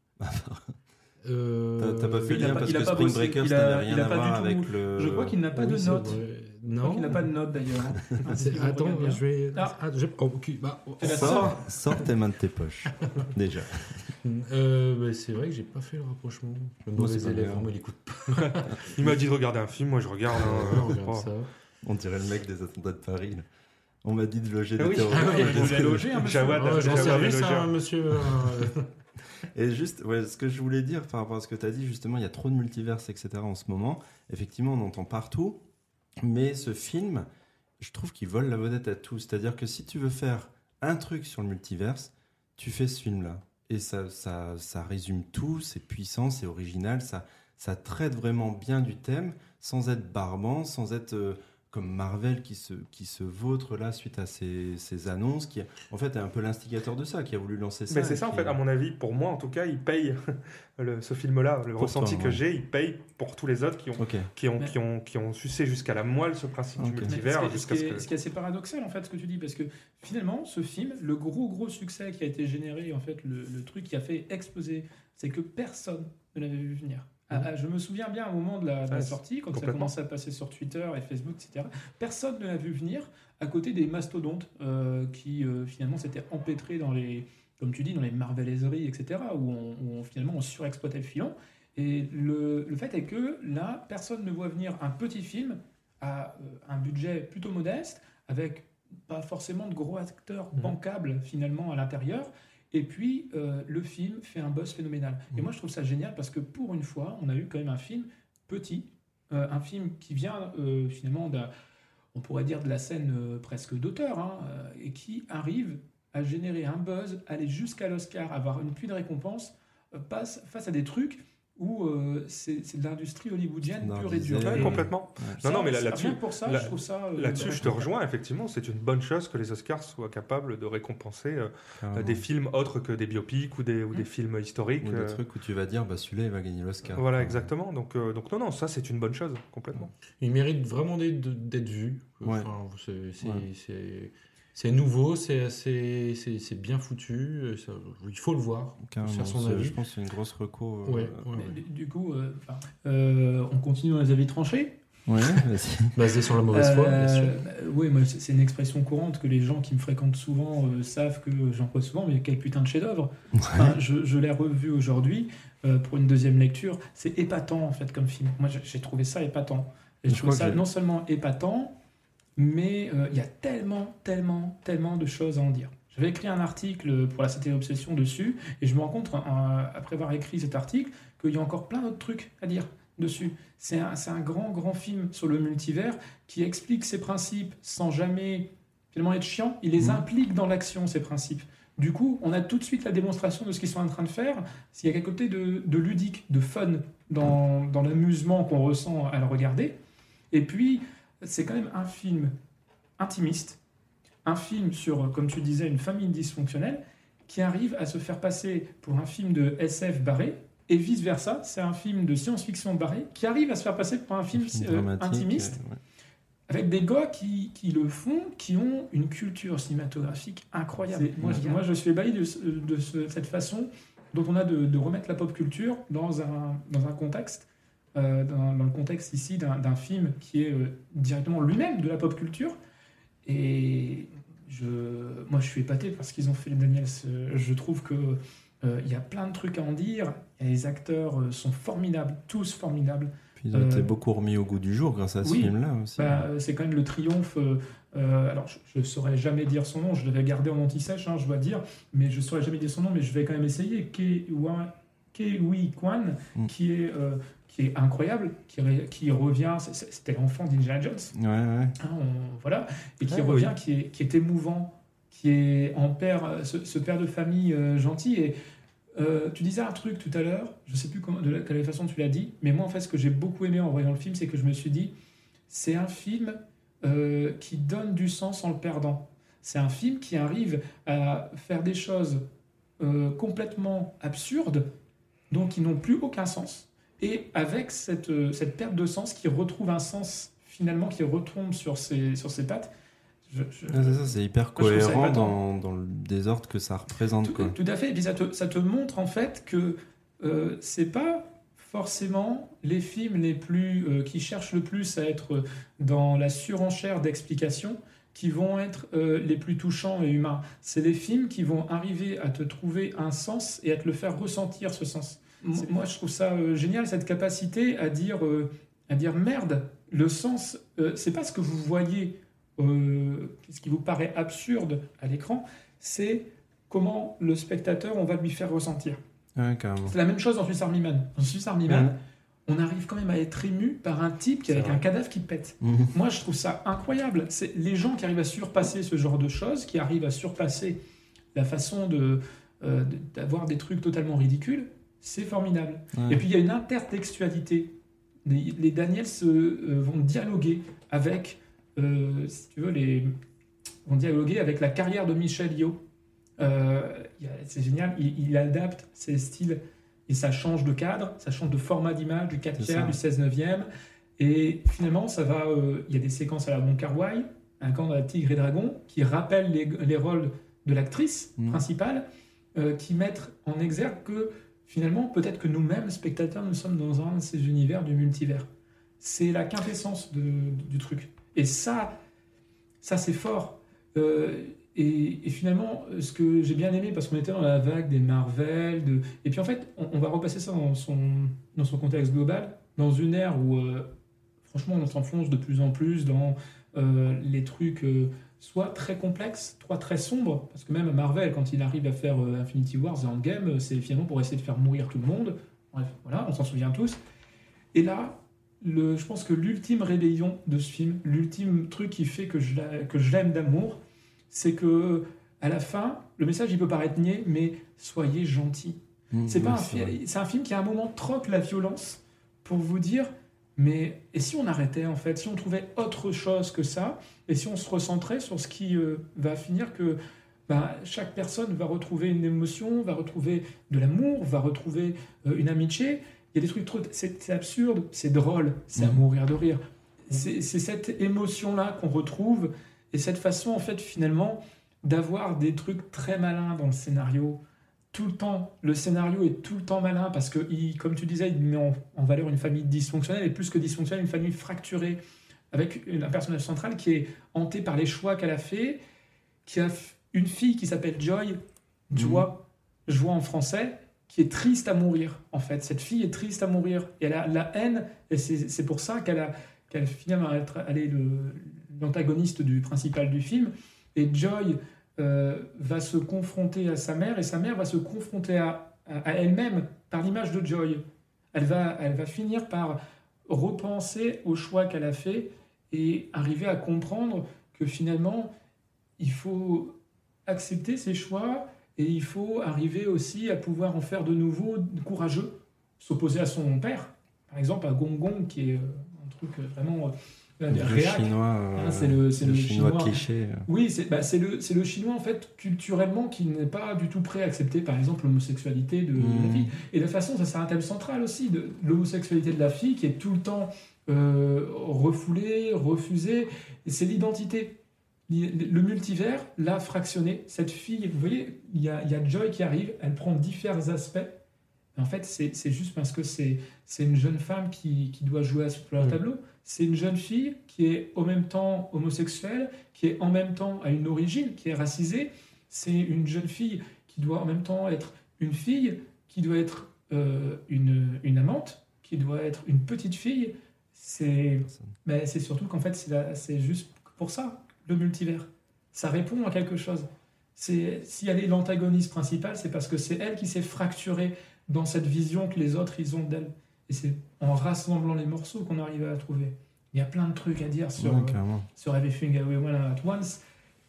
S5: Euh,
S6: T'as pas fait le
S8: il a
S6: lien
S8: pas-
S6: parce
S8: il a
S6: que
S8: pas
S6: Spring
S8: bossé,
S6: Breakers
S8: il a-
S6: n'avait rien
S8: il a
S6: à
S8: pas
S6: voir
S8: du tout-
S6: avec le...
S8: je crois qu'il n'a pas
S5: oui,
S8: de
S5: c'est
S8: notes.
S5: vrai.
S8: Je crois
S5: Non.
S8: qu'il n'a pas de notes d'ailleurs. Si vous
S5: Attends,
S8: regardez bien.
S5: je vais.
S8: Ah.
S5: Ok, bah,
S8: C'est la
S6: Sors tes mains de tes poches, déjà.
S5: bah, c'est vrai que j'ai pas fait le rapprochement. Le
S6: Non,
S5: mauvais
S6: c'est pas
S5: élève,
S6: grave.
S5: vraiment, il écoute pas.
S7: Il m'a dit de regarder un film, moi je regarde.
S5: On regarde ça.
S6: On dirait le mec des attentats de Paris, là. On m'a dit de loger
S7: Ah
S6: des
S7: oui.
S6: terroristes.
S8: Ah oui, vous voulez loger, hein, monsieur
S7: Jawad,
S5: Oh, j'en sais
S7: Jawad,
S5: rien,
S7: le
S5: ça,
S7: logeur.
S5: monsieur.
S6: Et juste, ouais, ce que je voulais dire par rapport à ce que tu as dit, justement, il y a trop de multiverses, etc. en ce moment. Effectivement, on entend partout. Mais ce film, je trouve qu'il vole la vedette à tout. C'est-à-dire que si tu veux faire un truc sur le multiverse, tu fais ce film-là. Et ça résume tout, c'est puissant, c'est original, ça traite vraiment bien du thème, sans être barbant, sans être comme Marvel qui se vautre là suite à ces annonces, qui en fait est un peu l'instigateur de ça, qui a voulu lancer ça.
S7: Mais c'est
S6: et
S7: ça, en
S6: qui-
S7: fait, à mon avis, pour moi en tout cas, il paye ce film-là, le
S6: Pour
S7: ressenti
S6: toi,
S7: que
S6: ouais.
S7: j'ai, il paye pour tous les autres
S6: Ok.
S7: qui ont sucé jusqu'à la moelle ce principe
S6: Ok.
S7: du
S8: Mais
S7: multivers.
S8: ce
S7: Jusqu'à
S8: qui
S7: ce
S8: est-
S7: que...
S8: ce qui est assez paradoxal en fait ce que tu dis, parce que finalement ce film, le gros succès qui a été généré, en fait le truc qui a fait exploser, c'est que personne ne l'avait vu venir. Je me souviens bien au moment de la
S7: Ouais,
S8: sortie, quand ça
S7: complètement.
S8: commençait à passer sur Twitter et Facebook, etc. Personne ne l'a vu venir, à côté des mastodontes qui finalement s'étaient empêtrés dans les, comme tu dis, dans les marvelaiseries, etc. Où finalement on surexploitait le filon. Et le fait est que là, personne ne voit venir un petit film à un budget plutôt modeste, avec pas forcément de gros acteurs bancables finalement à l'intérieur. Et puis, le film fait un buzz phénoménal. Et moi, je trouve ça génial parce que pour une fois, on a eu quand même un film petit, un film qui vient finalement, on pourrait dire de la scène presque d'auteur, hein, et qui arrive à générer un buzz, aller jusqu'à l'Oscar, avoir une pluie de récompenses, face à des trucs où c'est de l'industrie hollywoodienne pure et dure.
S7: Ouais, complètement.
S8: Ça,
S7: Non, mais
S8: là-dessus, rien pour ça, je trouve ça...
S7: là-dessus, je te rejoins, effectivement. C'est une bonne chose que les Oscars soient capables de récompenser des films autres que des biopics ou des films historiques.
S6: Ou des trucs où tu vas dire, celui-là, il va gagner l'Oscar.
S7: Voilà, exactement. Donc non, ça, c'est une bonne chose, complètement.
S5: Il mérite vraiment d'être vu.
S6: Ouais.
S5: Enfin, c'est nouveau, c'est bien foutu. Il faut le voir. Faire son avis.
S6: Je pense que c'est une grosse reco.
S8: Du coup, on continue dans les avis tranchés.
S6: Ouais,
S5: basé sur la mauvaise foi, bien sûr.
S8: Oui, moi, c'est une expression courante que les gens qui me fréquentent souvent savent que j'emploie souvent, mais quel putain de chef-d'œuvre. Enfin, je l'ai revu aujourd'hui pour une deuxième lecture. C'est épatant, en fait, comme film. Moi, j'ai trouvé ça épatant. Et je trouve ça non seulement épatant, mais il y a tellement de choses à en dire. J'avais écrit un article pour la Saturday Obsession dessus, et je me rends compte, après avoir écrit cet article, qu'il y a encore plein d'autres trucs à dire dessus. C'est un grand film sur le multivers qui explique ses principes sans jamais finalement être chiant. Il les implique dans l'action, ces principes. Du coup, on a tout de suite la démonstration de ce qu'ils sont en train de faire. Il y a quelque côté de ludique, de fun dans l'amusement qu'on ressent à le regarder. Et puis, c'est quand même un film intimiste, un film sur, comme tu disais, une famille dysfonctionnelle qui arrive à se faire passer pour un film de SF barré, et vice-versa, c'est un film de science-fiction barré qui arrive à se faire passer pour un film intimiste, avec des gars qui le font, qui ont une culture cinématographique incroyable. Moi, je suis ébahi de cette façon dont on a de remettre la pop culture dans un contexte, dans le contexte ici d'un film qui est directement lui-même de la pop culture. Et moi, je suis épaté par ce qu'ils ont fait, les Daniels. Je trouve que il y a plein de trucs à en dire. Et les acteurs sont formidables, tous formidables.
S6: Puis ils ont été beaucoup remis au goût du jour grâce à ce film-là aussi.
S8: C'est quand même le triomphe. Alors, je ne saurais jamais dire son nom. Je l'avais gardé en anti-sèche, je dois dire. Mais je ne saurais jamais dire son nom, mais je vais quand même essayer. Ke-Huy Quan, qui est incroyable, qui revient. C'était l'enfant d'Indiana Jones. Voilà. Et qui revient, qui est émouvant, qui est ce père de famille gentil. Et tu disais un truc tout à l'heure, je ne sais plus de quelle façon tu l'as dit, mais moi, en fait, ce que j'ai beaucoup aimé en voyant le film, c'est que je me suis dit, c'est un film qui donne du sens en le perdant. C'est un film qui arrive à faire des choses complètement absurdes, donc qui n'ont plus aucun sens. Et avec cette perte de sens, qui retrouve un sens, finalement, qui retombe sur ses pattes.
S6: C'est hyper cohérent dans le désordre que ça représente.
S8: Tout à fait. Et puis ça te montre en fait que c'est pas forcément les films les plus qui cherchent le plus à être dans la surenchère d'explications qui vont être les plus touchants et humains. C'est les films qui vont arriver à te trouver un sens et à te le faire ressentir, ce sens. Moi, je trouve ça génial, cette capacité à dire merde, le sens, c'est pas ce que vous voyez, ce qui vous paraît absurde à l'écran, c'est comment le spectateur, on va lui faire ressentir. C'est la même chose dans Swiss Army Man. Dans Swiss Army Man, on arrive quand même à être ému par un type qui avec un cadavre qui pète. Moi, je trouve ça incroyable. C'est les gens qui arrivent à surpasser ce genre de choses, qui arrivent à surpasser la façon d'avoir des trucs totalement ridicules, c'est formidable. Et puis, il y a une intertextualité. Les Daniels vont dialoguer avec, si tu veux, vont dialoguer avec la carrière de Michel Yeoh. C'est génial, il adapte ses styles et ça change de cadre, ça change de format d'image, du 4/3, du 16/9. Et finalement, il y a des séquences à la Wong Kar-wai, un camp de la Tigre et Dragon, qui rappellent les rôles de l'actrice principale, qui mettent en exergue que finalement, peut-être que nous-mêmes, spectateurs, nous sommes dans un de ces univers du multivers. C'est la quintessence du truc. Et ça c'est fort. Et finalement, ce que j'ai bien aimé, parce qu'on était dans la vague des Marvel, et puis en fait, on va repasser ça dans son contexte global, dans une ère où, franchement, on s'enfonce de plus en plus dans les trucs soit très complexe, soit très sombre, parce que même Marvel, quand il arrive à faire Infinity Wars et Endgame, c'est finalement pour essayer de faire mourir tout le monde. Bref, voilà, on s'en souvient tous. Et là, je pense que l'ultime rébellion de ce film, l'ultime truc qui fait que je l'aime d'amour, c'est que à la fin, le message il peut paraître niais, mais soyez gentils. C'est un film qui à un moment troque la violence pour vous dire, mais et si on arrêtait en fait, si on trouvait autre chose que ça, et si on se recentrait sur ce qui va finir que chaque personne va retrouver une émotion, va retrouver de l'amour, va retrouver une amitié. Il y a des trucs c'est absurde, c'est drôle, c'est à mourir de rire. C'est cette émotion-là qu'on retrouve et cette façon, en fait, finalement, d'avoir des trucs très malins dans le scénario. Tout le temps, le scénario est tout le temps malin parce que, comme tu disais, il met en valeur une famille dysfonctionnelle et plus que dysfonctionnelle, une famille fracturée avec un personnage central qui est hanté par les choix qu'elle a fait, qui a une fille qui s'appelle Joy en français, qui est triste à mourir, en fait. Cette fille est triste à mourir. Et elle a la haine, et c'est pour ça qu'elle finalement elle est l'antagoniste principal du film. Et Joy va se confronter à sa mère, et sa mère va se confronter à elle-même par l'image de Joy. Elle va finir par repenser aux choix qu'elle a fait et arriver à comprendre que finalement, il faut accepter ses choix et il faut arriver aussi à pouvoir en faire de nouveau courageux, s'opposer à son père, par exemple à Gong Gong, qui est un truc vraiment
S6: chinois,
S8: c'est le chinois
S6: cliché.
S8: Oui, c'est le chinois en fait culturellement qui n'est pas du tout prêt à accepter par exemple l'homosexualité de la fille. Et de toute façon, ça c'est un thème central aussi de l'homosexualité de la fille qui est tout le temps refoulée, refusée. Et c'est l'identité. Le multivers l'a fractionné. Cette fille, vous voyez, il y a Joy qui arrive, elle prend différents aspects. En fait, c'est juste parce que c'est une jeune femme qui doit jouer sur leur tableau. C'est une jeune fille qui est en même temps homosexuelle, qui est en même temps à une origine, qui est racisée. C'est une jeune fille qui doit en même temps être une fille, qui doit être une amante, qui doit être une petite fille. C'est surtout qu'en fait, c'est juste pour ça, le multivers. Ça répond à quelque chose. Si elle est l'antagoniste principale, c'est parce que c'est elle qui s'est fracturée dans cette vision que les autres ils ont d'elle. Et c'est en rassemblant les morceaux qu'on arrive à la trouver. Il y a plein de trucs à dire sur Everything Everywhere At Once,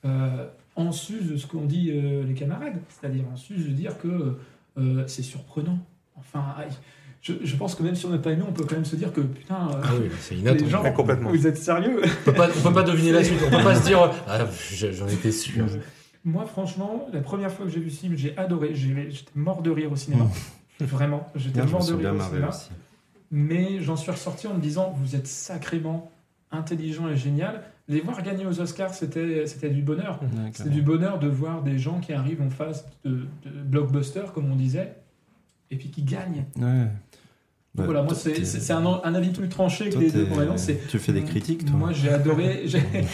S8: en sus de ce qu'ont dit les camarades. C'est-à-dire en sus de dire que c'est surprenant. Enfin, je pense que même si on n'a pas aimé, on peut quand même se dire que putain,
S5: c'est inattendu.
S8: Les gens,
S7: complètement.
S8: Vous êtes sérieux?
S5: On peut pas deviner la suite. On peut pas se dire j'en étais sûr.
S8: Moi, franchement, la première fois que j'ai vu ce film, j'ai adoré. J'étais mort de rire au cinéma. Vraiment, j'étais mort de rire au cinéma. Aussi. Mais j'en suis ressorti en me disant, vous êtes sacrément intelligent et génial. Les voir gagner aux Oscars, c'était du bonheur. C'était du bonheur de voir des gens qui arrivent en face de blockbuster, comme on disait, et puis qui gagnent.
S6: Ouais.
S8: Donc voilà, moi c'est un avis plus tranché que les deux précédents.
S6: Tu fais des critiques, toi?
S8: Moi j'ai adoré.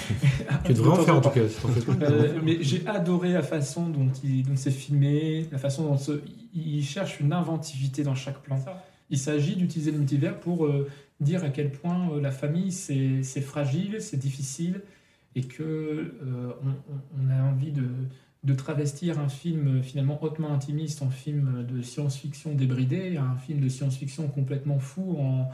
S5: Tu devrais en faire en tout cas.
S8: Mais j'ai adoré la façon dont c'est filmé, la façon dont il cherche une inventivité dans chaque plan. Il s'agit d'utiliser le multivers pour dire à quel point la famille c'est fragile, c'est difficile, et que on a envie de travestir un film finalement hautement intimiste en film de science-fiction débridé à un film de science-fiction complètement fou en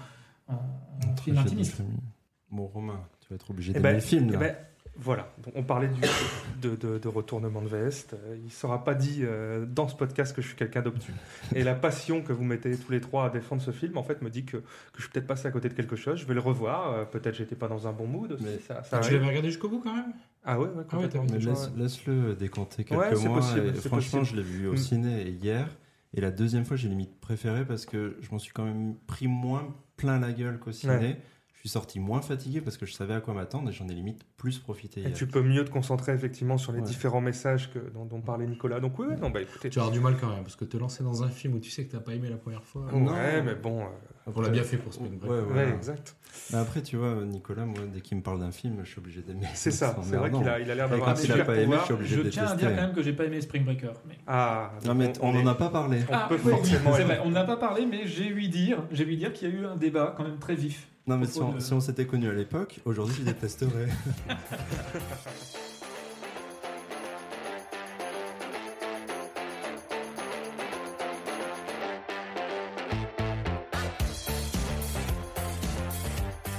S8: film intimiste.
S6: Bon, Romain, tu vas être obligé d'aimer le film là.
S7: Voilà, donc on parlait de retournement de veste. Il ne sera pas dit dans ce podcast que je suis quelqu'un d'obtus. Et la passion que vous mettez tous les trois à défendre ce film, en fait, me dit que je suis peut-être passé à côté de quelque chose. Je vais le revoir. Peut-être j'étais pas dans un bon mood. Mais
S5: tu l'avais regardé jusqu'au bout quand même?
S7: Ah ouais, complètement.
S6: Mais laisse-le décompter quelques mois. Franchement, je l'ai vu au ciné hier. Et la deuxième fois, j'ai limite préféré parce que je m'en suis quand même pris moins plein la gueule qu'au ciné. Ouais. Je suis sorti moins fatigué parce que je savais à quoi m'attendre et j'en ai limite plus profité.
S7: Et tu peux mieux te concentrer effectivement sur les différents messages dont parlait Nicolas. Donc écoutez.
S5: Tu vas avoir du mal quand même parce que te lancer dans un film où tu sais que t'as pas aimé la première fois.
S7: Mais bon.
S5: On l'a bien fait pour Spring Break.
S7: Ouais, exact.
S6: Mais après, tu vois, Nicolas, moi, dès qu'il me parle d'un film, je suis obligé d'aimer.
S7: C'est ça. C'est vrai qu'il a l'air d'avoir
S6: un super pouvoir. Aimé, je suis obligé de détester.
S8: Je tiens à dire quand même que j'ai pas aimé Spring Breaker. Mais...
S6: Non, mais on n'en a pas parlé.
S8: C'est vrai, on n'a pas parlé, mais j'ai ouï dire qu'il y a eu un débat quand même très vif.
S6: Non, mais si on s'était connus à l'époque, aujourd'hui, je détesterais.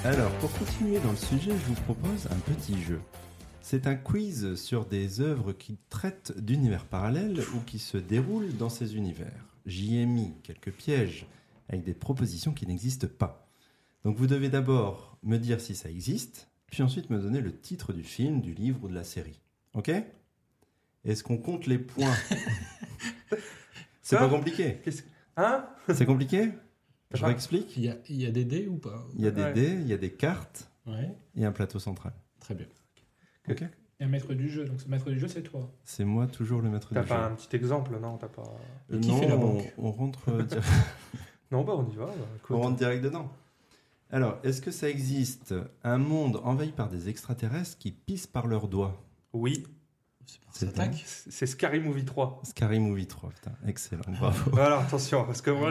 S6: Alors, pour continuer dans le sujet, je vous propose un petit jeu. C'est un quiz sur des œuvres qui traitent d'univers parallèles ou qui se déroulent dans ces univers. J'y ai mis quelques pièges avec des propositions qui n'existent pas. Donc vous devez d'abord me dire si ça existe, puis ensuite me donner le titre du film, du livre ou de la série. Ok ? Est-ce qu'on compte les points ? C'est pas compliqué.
S7: Hein ?
S6: C'est compliqué ? Je
S7: pas.
S6: réexplique.
S5: Il y a des dés ou pas?
S6: Il y a des dés, il y a des cartes
S5: Ouais,
S6: et un plateau central.
S5: très bien.
S6: Ok ?
S8: Il y a un maître du jeu, donc ce maître du jeu, c'est toi.
S6: C'est moi toujours le maître
S7: T'as
S6: du
S7: pas
S6: jeu.
S7: un petit exemple, non? T'as pas...
S5: Et qui
S6: Non,
S5: fait la banque
S6: on rentre,
S7: Non, bah on y va.
S6: on rentre direct dedans. Alors, est-ce que ça existe un monde envahi par des extraterrestres qui pissent par leurs doigts?
S7: Oui,
S6: C'est
S5: attaque.
S7: c'est Scary Movie 3.
S6: Scary Movie 3, putain, excellent, bravo.
S7: Alors attention, parce que moi,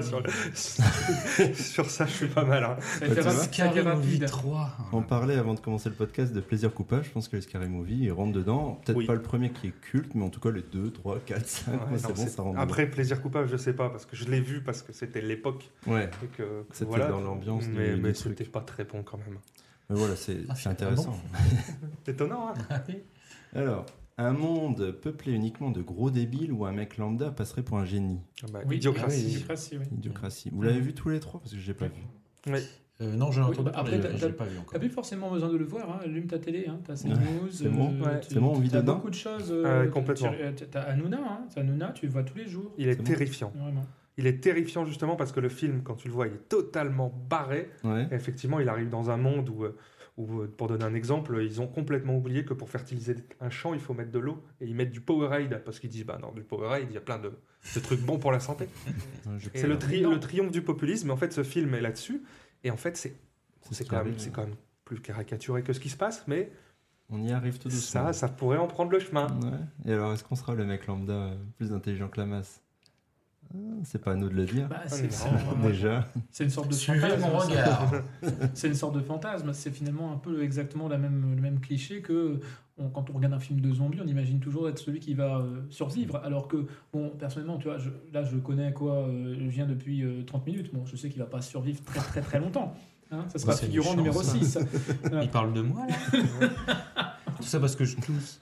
S7: sur ça, je suis pas mal. Hein.
S8: Ça a été
S6: tu vois,
S8: rapide, ça a été rapide.
S5: 3.
S6: On parlait avant de commencer le podcast de plaisir coupable. Je pense que les Scary Movie, ils rentrent dedans. Peut-être
S7: Oui.
S6: pas le premier qui est culte, mais en tout cas les 2, 3, 4, 5,
S7: Ouais,
S6: c'est
S7: non,
S6: bon, ça rentre
S7: Après, plaisir coupable, je sais pas, parce que je l'ai vu, parce que c'était l'époque.
S6: dedans. Ouais,
S7: Et que
S6: c'était
S7: voilà,
S6: dans l'ambiance
S7: mais
S6: du
S7: c'était
S6: truc.
S7: pas très bon quand même.
S6: Mais voilà, c'est intéressant.
S7: Étonnant, hein?
S6: Alors, un monde peuplé uniquement de gros débiles où un mec lambda passerait pour un génie.
S7: Bah,
S8: Oui,
S7: Idiocratie.
S8: Idiocratie, oui.
S6: Idiocratie. Vous l'avez vu tous les trois? Parce que je l'ai pas vu.
S7: Oui.
S5: Non, j'ai entendu
S8: bah,
S5: parler,
S8: après,
S5: je l'ai pas vu encore.
S8: T'as plus forcément besoin de le voir, hein. Allume ta télé, hein. T'as
S6: Ouais,
S8: CNews.
S6: c'est bon.
S7: Ouais.
S6: C'est bon, on vit
S8: t'as
S6: dedans.
S8: beaucoup de choses.
S7: Complètement.
S8: T'as Hanouna, hein. T'as Hanouna, tu le vois tous les jours.
S7: Il est
S6: C'est bon.
S7: terrifiant.
S8: Vraiment.
S7: Il est terrifiant justement parce que le film, quand tu le vois, il est totalement barré.
S6: Ouais.
S7: Et effectivement, il arrive dans un monde où, pour donner un exemple, ils ont complètement oublié que pour fertiliser un champ, il faut mettre de l'eau. Et ils mettent du Powerade parce qu'ils disent, bah non, du Powerade, il y a plein de trucs bons pour la santé.
S6: Ouais, je-
S7: C'est le triomphe du populisme. Mais en fait, ce film est là-dessus. Et en fait, c'est quand même plus caricaturé que ce qui se passe, mais
S6: On y arrive tout doucement.
S7: ça pourrait en prendre le chemin.
S6: Ouais. Et alors, est-ce qu'on sera le mec lambda plus intelligent que la masse? C'est pas à nous de le dire.
S8: Bah,
S6: Déjà.
S8: c'est une sorte de
S5: Suivez
S8: fantasme.
S5: mon regard.
S8: C'est une sorte de fantasme. C'est finalement un peu exactement le même cliché que quand on regarde un film de zombies, on imagine toujours être celui qui va survivre. Alors que, bon, personnellement, tu vois, je connais quoi, je viens depuis 30 minutes. Bon, je sais qu'il va pas survivre très très très longtemps. Hein, ça sera
S5: C'est une
S8: figurant
S5: chance,
S8: numéro
S5: hein.
S8: 6.
S5: Il parle de moi, là? Tout ça parce que je tousse.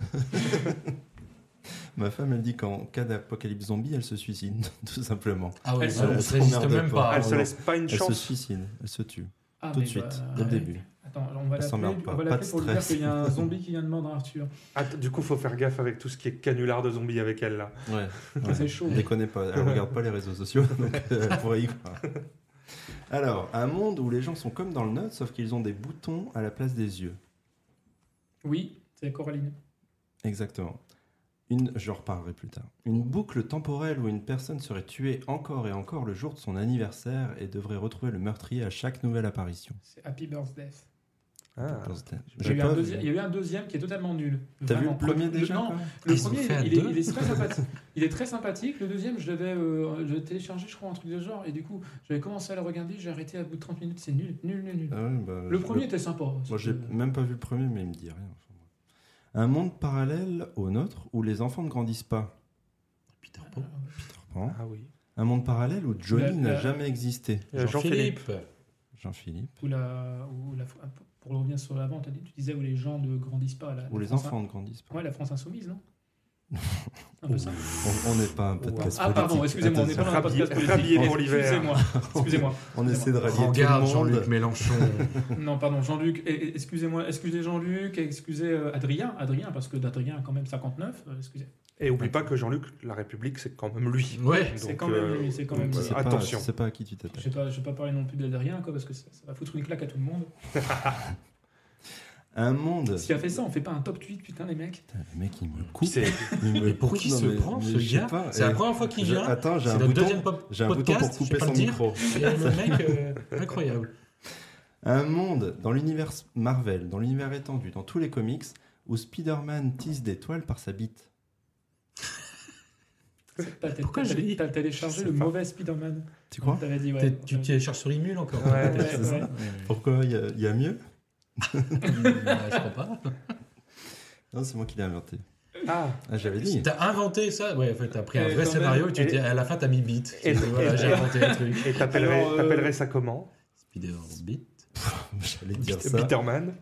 S6: Ma femme, elle dit qu'en cas d'apocalypse zombie, elle se suicide, tout simplement.
S5: Ah ouais,
S8: Elle
S5: ça
S6: se
S5: ne résiste
S6: emmerde
S5: même
S6: pas.
S5: pas.
S7: Elle
S6: Ah,
S7: se
S6: non.
S7: laisse pas une
S6: Elle se
S7: chance.
S6: suicide, elle se tue.
S8: Ah,
S6: Tout de
S8: mais
S6: suite,
S8: bah,
S6: dès le
S8: ouais.
S6: début.
S8: Attends, on va
S6: Elle s'emmerde
S8: l'appeler
S6: pas,
S8: on va
S6: pas
S8: l'appeler
S6: de
S8: pour lui dire
S6: stress.
S8: qu'il y a un zombie qui vient de mordre Arthur.
S7: Du coup, faut faire gaffe avec tout ce qui est canular de zombies avec elle là.
S6: Ouais.
S8: C'est chaud.
S6: Déconnez pas, elle regarde pas les réseaux sociaux, donc elle pourrait y croire. Alors, un monde où les gens sont comme dans le Note, sauf qu'ils ont des boutons à la place des yeux.
S8: Oui, c'est Coraline.
S6: Exactement. Je reparlerai plus tard. Une boucle temporelle où une personne serait tuée encore et encore le jour de son anniversaire et devrait retrouver le meurtrier à chaque nouvelle apparition.
S8: C'est Happy Birthday.
S7: Ah.
S8: Il y a eu un deuxième qui est totalement nul.
S6: T'as vu
S8: Vraiment.
S6: le premier déjà
S8: Non,
S6: quoi
S8: le
S5: Ils ont
S8: premier,
S5: fait un
S8: il est
S5: deux.
S8: très sympathique. Il est très sympathique. Le deuxième, je l'ai téléchargé, je crois, un truc de genre. Et du coup, j'avais commencé à le regarder, j'ai arrêté à bout de 30 minutes. C'est nul, nul, nul, nul.
S6: Ah ouais, bah,
S8: Le premier était sympa.
S6: Moi, j'ai même pas vu le premier, mais il me dit rien. Enfin, bref. Un monde parallèle au nôtre où les enfants ne grandissent pas.
S5: Peter Pan.
S6: Peter Pan.
S7: Ah oui.
S6: Un monde parallèle où Johnny n'a jamais existé.
S7: Jean-Philippe.
S6: Jean-Philippe.
S8: Pour revenir sur l'avant, tu disais où les gens ne grandissent pas.
S6: Où les enfants ne grandissent pas.
S8: Ouais, la France insoumise, non? Un peu ça.
S6: On n'est pas un podcast
S8: Ah, pardon,
S6: politique.
S8: excusez-moi, on n'est pas dans un podcast politique.
S7: Rhabillé pour l'hiver.
S8: Excusez-moi.
S6: On essaie de rallier tout le
S5: Regarde
S6: monde.
S5: Jean-Luc Mélenchon.
S8: Non, pardon, Jean-Luc, excusez-moi, excusez Jean-Luc, excusez Adrien, parce que d'Adrien a quand même 59, excusez.
S7: Et oublie pas que Jean-Luc, la République, c'est quand même lui.
S5: Ouais.
S8: C'est quand même lui, c'est quand même lui.
S6: C'est pas-
S7: Attention.
S6: C'est pas à qui tu t'attaques.
S8: Je vais pas parler non plus d'Adrien, quoi, parce que ça va foutre une claque à tout le monde.
S6: Un monde.
S8: S'il a fait ça, on fait pas un top 8, putain, les mecs.
S6: Putain, le mec, il me coupe.
S7: C'est-
S6: Il me
S5: Mais pour
S6: coupe,
S5: qui
S6: non,
S5: se
S6: mais-
S5: prend
S6: mais
S5: ce
S6: je sais
S5: gars?
S6: pas.
S5: C'est la première fois qu'il vient.
S6: Attends, j'ai
S5: C'est
S6: un
S5: notre
S6: bouton.
S5: deuxième
S6: J'ai un bouton pour
S5: podcast,
S6: couper
S5: je vais pas
S6: son
S5: le dire.
S6: micro.
S5: Et le mec, incroyable.
S6: Un monde dans l'univers Marvel, dans l'univers étendu, dans tous les comics, où Spider-Man tisse des toiles par sa bite.
S5: Pourquoi je l'ai-
S8: T'as téléchargé le mauvais Spider-Man.
S6: Tu crois?
S8: T'avais dit, ouais.
S5: Tu télécharges sur Emule encore.
S7: Ouais,
S5: peut-être,
S8: ouais,
S5: c'est ça.
S8: ouais.
S6: Pourquoi? Il y a mieux?
S5: Je crois pas.
S6: Non, c'est moi qui l'ai inventé.
S7: Ah.
S6: Ah, j'avais dit.
S5: T'as inventé ça? Ouais, en fait, t'as pris un
S8: Et
S5: vrai
S8: quand
S5: scénario
S8: même-
S5: et tu t'es, à la fin, t'as mis beat.
S7: Et-
S5: Voilà, j'ai inventé un truc.
S7: Et
S8: Alors,
S7: t'appellerais ça comment?
S5: Spider-Beat.
S6: J'allais dire ça.
S7: Bitterman.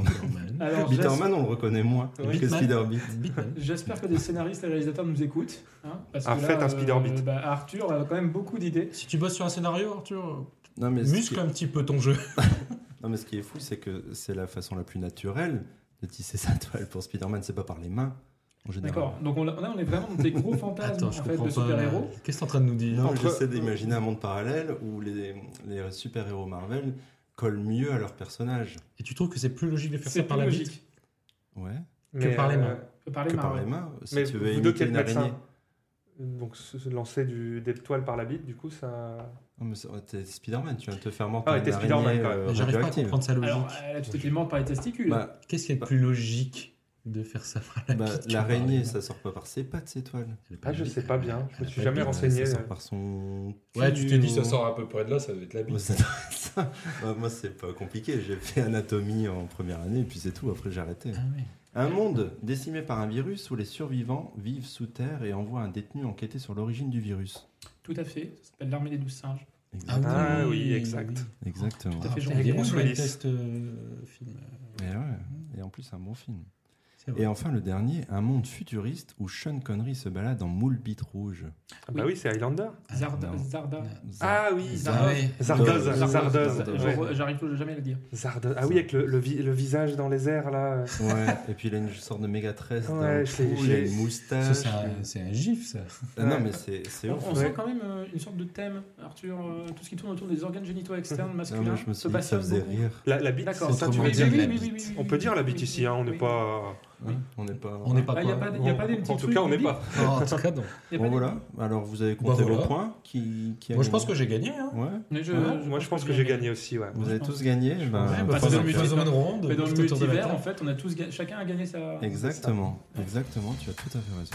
S8: Alors,
S6: Bitterman, on le reconnaît moins
S7: Oui.
S6: que Spider-Bit.
S8: j'espère que des scénaristes et réalisateurs nous écoutent. Parce que
S7: Faites un Spider-Bit.
S8: Arthur a quand même beaucoup d'idées.
S5: Si tu bosses sur un scénario, Arthur,
S6: Non, mais
S5: muscle un petit peu ton jeu.
S6: Non, mais ce qui est fou, c'est que c'est la façon la plus naturelle de tisser sa toile pour Spider-Man, c'est pas par les mains, en général.
S8: D'accord, donc on est vraiment dans des gros fantasmes
S5: Attends,
S8: en
S5: je
S8: fait,
S5: comprends
S8: de
S5: pas.
S8: super-héros.
S5: Qu'est-ce que t'es en train de nous dire?
S6: Non,
S7: Entre-
S6: j'essaie d'imaginer un monde parallèle où les super-héros Marvel collent mieux à leurs personnages.
S5: Et tu trouves que c'est plus logique de faire
S8: C'est
S5: ça par
S8: plus
S5: la
S8: logique.
S5: bite
S6: Ouais.
S7: Mais,
S5: par les mains.
S8: Par les
S6: Que
S8: mains,
S6: par
S8: ouais.
S6: les mains. Si
S7: Mais
S6: tu veux
S7: vous deux
S6: imiter
S7: qui êtes
S6: une araignée.
S7: médecin, donc se lancer des toiles par la bite, du coup, ça.
S6: Non, mais t'es Spider-Man, tu viens de te faire mordre
S7: Ah
S6: par
S7: ouais,
S6: une
S7: t'es Spider-Man,
S6: araignée
S7: quand même.
S5: Mais j'arrive pas à
S6: radioactive.
S5: comprendre sa logique.
S8: Alors là, tu t'es mort par les testicules.
S6: Bah,
S5: Qu'est-ce qui est plus logique de faire ça par la bite que
S6: l'araignée,
S5: par les mains?
S6: ça sort pas par ses pattes, ces toiles.
S5: Elle est pas
S7: Ah, je
S5: bite.
S7: sais pas bien. Je me
S5: Elle a
S7: suis
S5: pas
S7: jamais
S5: de bite.
S7: renseigné.
S6: Ça sort par son...
S5: Ouais, tu t'es dit, ça
S6: cul,
S5: sort à peu près de là, ça doit être la
S6: ou-
S5: bite.
S6: Ça doit être ça. Moi, c'est pas compliqué. J'ai fait anatomie en première année, et puis c'est tout. Après, j'ai arrêté.
S5: Ah oui.
S6: Un monde décimé par un virus où les survivants vivent sous terre et envoient un détenu enquêter sur l'origine du virus.
S8: Tout à fait, ça s'appelle l'armée des 12 singes.
S7: Ah oui, exact.
S6: Exactement.
S8: Tout à fait,
S5: Ah,
S8: Jean
S5: il y a
S8: Bruce
S5: beaucoup de
S7: Willis.
S5: test film.
S6: Et, ouais. Et en plus, un bon film.
S5: C'est vrai.
S6: Et enfin, le dernier, un monde futuriste où Sean Connery se balade en moule bite rouge.
S7: Ah bah oui, c'est Highlander.
S8: Zarda.
S6: Non.
S7: Ah oui,
S8: Zardoz.
S7: Zardoz.
S6: Zardoz.
S7: Zardoz.
S6: Zardoz.
S7: Ouais.
S8: J'arrive jamais à le dire.
S7: Zardoz. Ah oui, avec le visage dans les airs, là.
S6: Ouais, et puis il a une sorte de méga tresse dans
S7: Ouais,
S6: le
S7: je l'ai-
S6: cou, il a une moustache.
S5: Ça, c'est un gif, ça.
S6: Ah non, mais c'est ouf.
S8: On
S7: Ouais.
S8: sent quand même une sorte de thème, Arthur. Tout ce qui tourne autour des organes génitaux externes
S6: Non,
S8: masculins
S6: mais je me
S8: se
S6: suis dit que ça
S8: passionne
S6: faisait
S8: beaucoup.
S6: rire.
S7: La bite,
S8: D'accord,
S7: c'est ça, tu
S5: autrement
S7: veux
S5: dit,
S7: dire
S5: la bite.
S7: On peut dire la bite ici, hein, on n'est pas.
S6: Hein, on n'est pas.
S5: On n'est pas
S8: Il n'y a
S5: quoi.
S8: pas des petits
S7: En tout
S8: trucs
S7: cas, on
S8: qui
S7: n'est
S8: disent-
S7: pas.
S5: Oh, en tout cas, non.
S8: y a
S6: Bon
S8: pas des-
S6: voilà, alors vous avez compté
S5: voilà.
S6: vos points. Qui a
S5: Moi, je
S6: gagné
S5: pense que j'ai gagné. Hein.
S6: Ouais,
S8: Mais
S7: Moi, je pense que j'ai gagné aussi, ouais.
S6: vous
S8: je
S6: avez
S8: pense.
S6: tous gagné.
S8: Je
S6: ben,
S8: pense.
S5: Ouais,
S8: bah,
S5: faisons
S8: dans le
S5: faisons une ronde.
S8: Mais dans le
S5: juste autour de la
S8: multivers,
S5: table.
S8: en fait, on a tous chacun a gagné sa.
S6: Exactement, exactement, tu as tout à fait raison.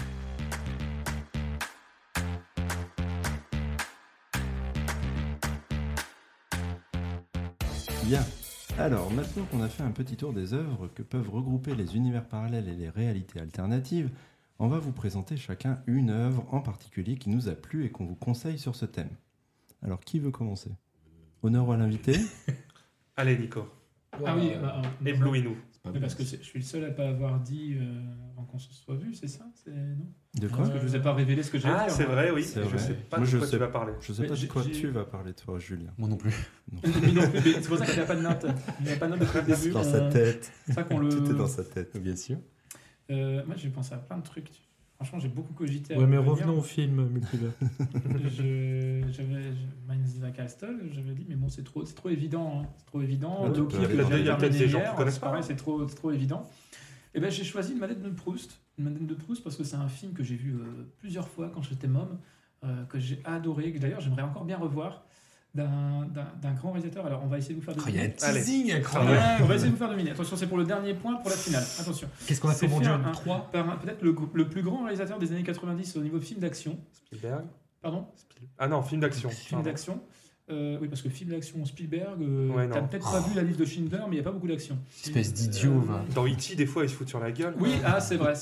S6: Bien. Alors, maintenant qu'on a fait un petit tour des œuvres que peuvent regrouper les univers parallèles et les réalités alternatives, on va vous présenter chacun une œuvre en particulier qui nous a plu et qu'on vous conseille sur ce thème. Alors, qui veut commencer? Honneur à l'invité.
S7: Allez, Nico.
S8: Ah oui,
S7: Éblouis-nous.
S8: Mais parce que je suis le seul à pas avoir dit avant qu'on se soit vu, c'est ça? Non.
S6: De quoi?
S8: Parce que je vous ai pas révélé ce que j'ai à
S7: Ah,
S8: dire.
S7: c'est vrai, oui.
S6: C'est
S7: Je
S6: vrai.
S7: sais pas
S6: Moi,
S7: de
S6: je
S7: quoi
S6: sais-
S7: tu vas parler.
S6: Je sais
S8: Mais
S6: pas de quoi
S8: j'ai-
S6: tu vas parler, toi, Julien.
S5: Moi non plus.
S8: Lui non plus, mais c'est pour ça qu'il n'y a pas de note. Il n'y a pas de note depuis le début.
S6: Dans sa tête.
S8: C'est ça qu'on le.
S6: Tout est dans sa tête.
S5: Bien sûr.
S8: Moi, j'ai pensé à plein de trucs. Franchement, j'ai beaucoup cogité. à
S5: Ouais, mais
S8: venir.
S5: revenons au film multivers.
S8: Minds the Castle, j'avais dit, mais bon, c'est trop évident. Hein. C'est trop évident.
S6: Là, tu
S8: Loki
S6: peux aller
S8: avait
S6: dans
S8: déjà
S6: des-
S7: il y a peut-être
S8: terminé
S7: des gens qui
S8: hier,
S7: connaissent
S8: c'est
S7: pas.
S8: pareil, c'est trop évident. Et ben, j'ai choisi une Madeleine de Proust. Une Madeleine de Proust parce que c'est un film que j'ai vu plusieurs fois quand j'étais môme, que j'ai adoré, que d'ailleurs j'aimerais encore bien revoir, d'un grand réalisateur. Alors, on va essayer de vous faire
S5: Il y a un
S8: deviner.
S5: teasing
S8: Ouais,
S5: incroyable.
S8: on va essayer de vous faire deviner. Attention, c'est pour le dernier point pour la finale. Attention.
S5: Qu'est-ce qu'on a
S8: C'est
S5: fait, mon
S8: fait
S5: Dieu?
S8: un-
S5: 3
S8: Par peut-être le plus grand réalisateur des années 90 au niveau film d'action.
S7: Spielberg.
S8: Pardon?
S7: Ah non, film d'action.
S8: Film
S7: Pardon.
S8: d'action. Oui, parce que film d'action Spielberg,
S7: Ouais,
S8: t'as
S7: non.
S8: peut-être pas vu la liste de Schindler, mais il n'y a pas beaucoup d'action.
S5: Espèce d'idiot, va.
S7: Dans E.T., des fois, ils se foutent sur la gueule.
S8: Oui, ah, c'est vrai.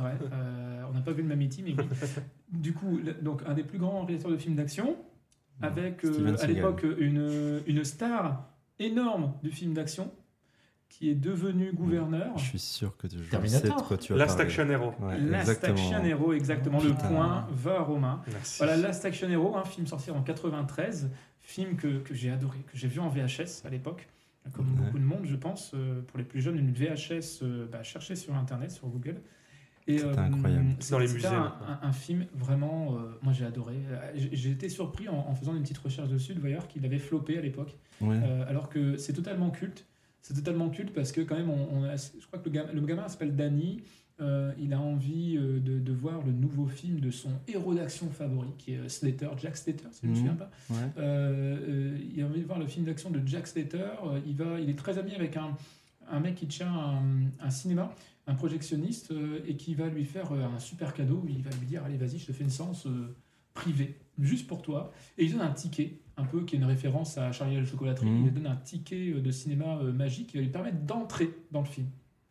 S8: On n'a pas vu le même E.T., mais oui. Du coup, donc, un des plus grands réalisateurs de films d'action, avec
S6: Steven
S8: à
S6: Seagal.
S8: l'époque une star énorme du film d'action, qui est devenu gouverneur.
S6: Je suis sûr que je sais
S5: Terminator.
S6: de quoi tu vas
S7: Last
S6: parler.
S7: Action Hero.
S6: Ouais,
S8: Last
S6: exactement.
S8: Action Hero, exactement. Le
S6: Putain.
S8: point va à Romain.
S7: Merci.
S8: Voilà, Last Action Hero, un film sorti en 93, film que j'ai adoré, que j'ai vu en VHS à l'époque, comme
S6: Ouais.
S8: beaucoup de monde, je pense. Pour les plus jeunes, une VHS, cherchez sur Internet, sur Google. Et,
S6: C'était incroyable.
S7: Dans les
S8: c'était
S7: musées,
S8: un film vraiment, moi j'ai adoré. J'ai été surpris en faisant une petite recherche dessus de voir qu'il avait floppé à l'époque,
S6: Ouais.
S8: alors que c'est totalement culte. C'est totalement culte parce que quand même, je crois que le gamin s'appelle Danny. Il a envie de voir le nouveau film de son héros d'action favori, qui est Slater, Jack Slater, si je ne me souviens pas.
S6: Ouais.
S8: Il a envie de voir le film d'action de Jack Slater. Il est très ami avec un mec qui tient un cinéma, un projectionniste, et qui va lui faire un super cadeau. Il va lui dire, allez, vas-y, je te fais une séance privée, juste pour toi. Et il donne un ticket, un peu qui est une référence à Charlie et la chocolaterie. Il lui donne un ticket de cinéma magique qui va lui permettre d'entrer dans le film.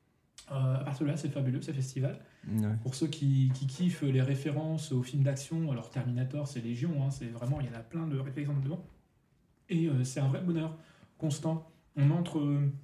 S8: À partir de là, c'est fabuleux, ce festival.
S6: Ouais.
S8: Pour ceux qui kiffent les références aux films d'action, alors Terminator, c'est légion, hein, c'est vraiment, il y en a plein de références dedans. Et c'est un vrai bonheur constant on entre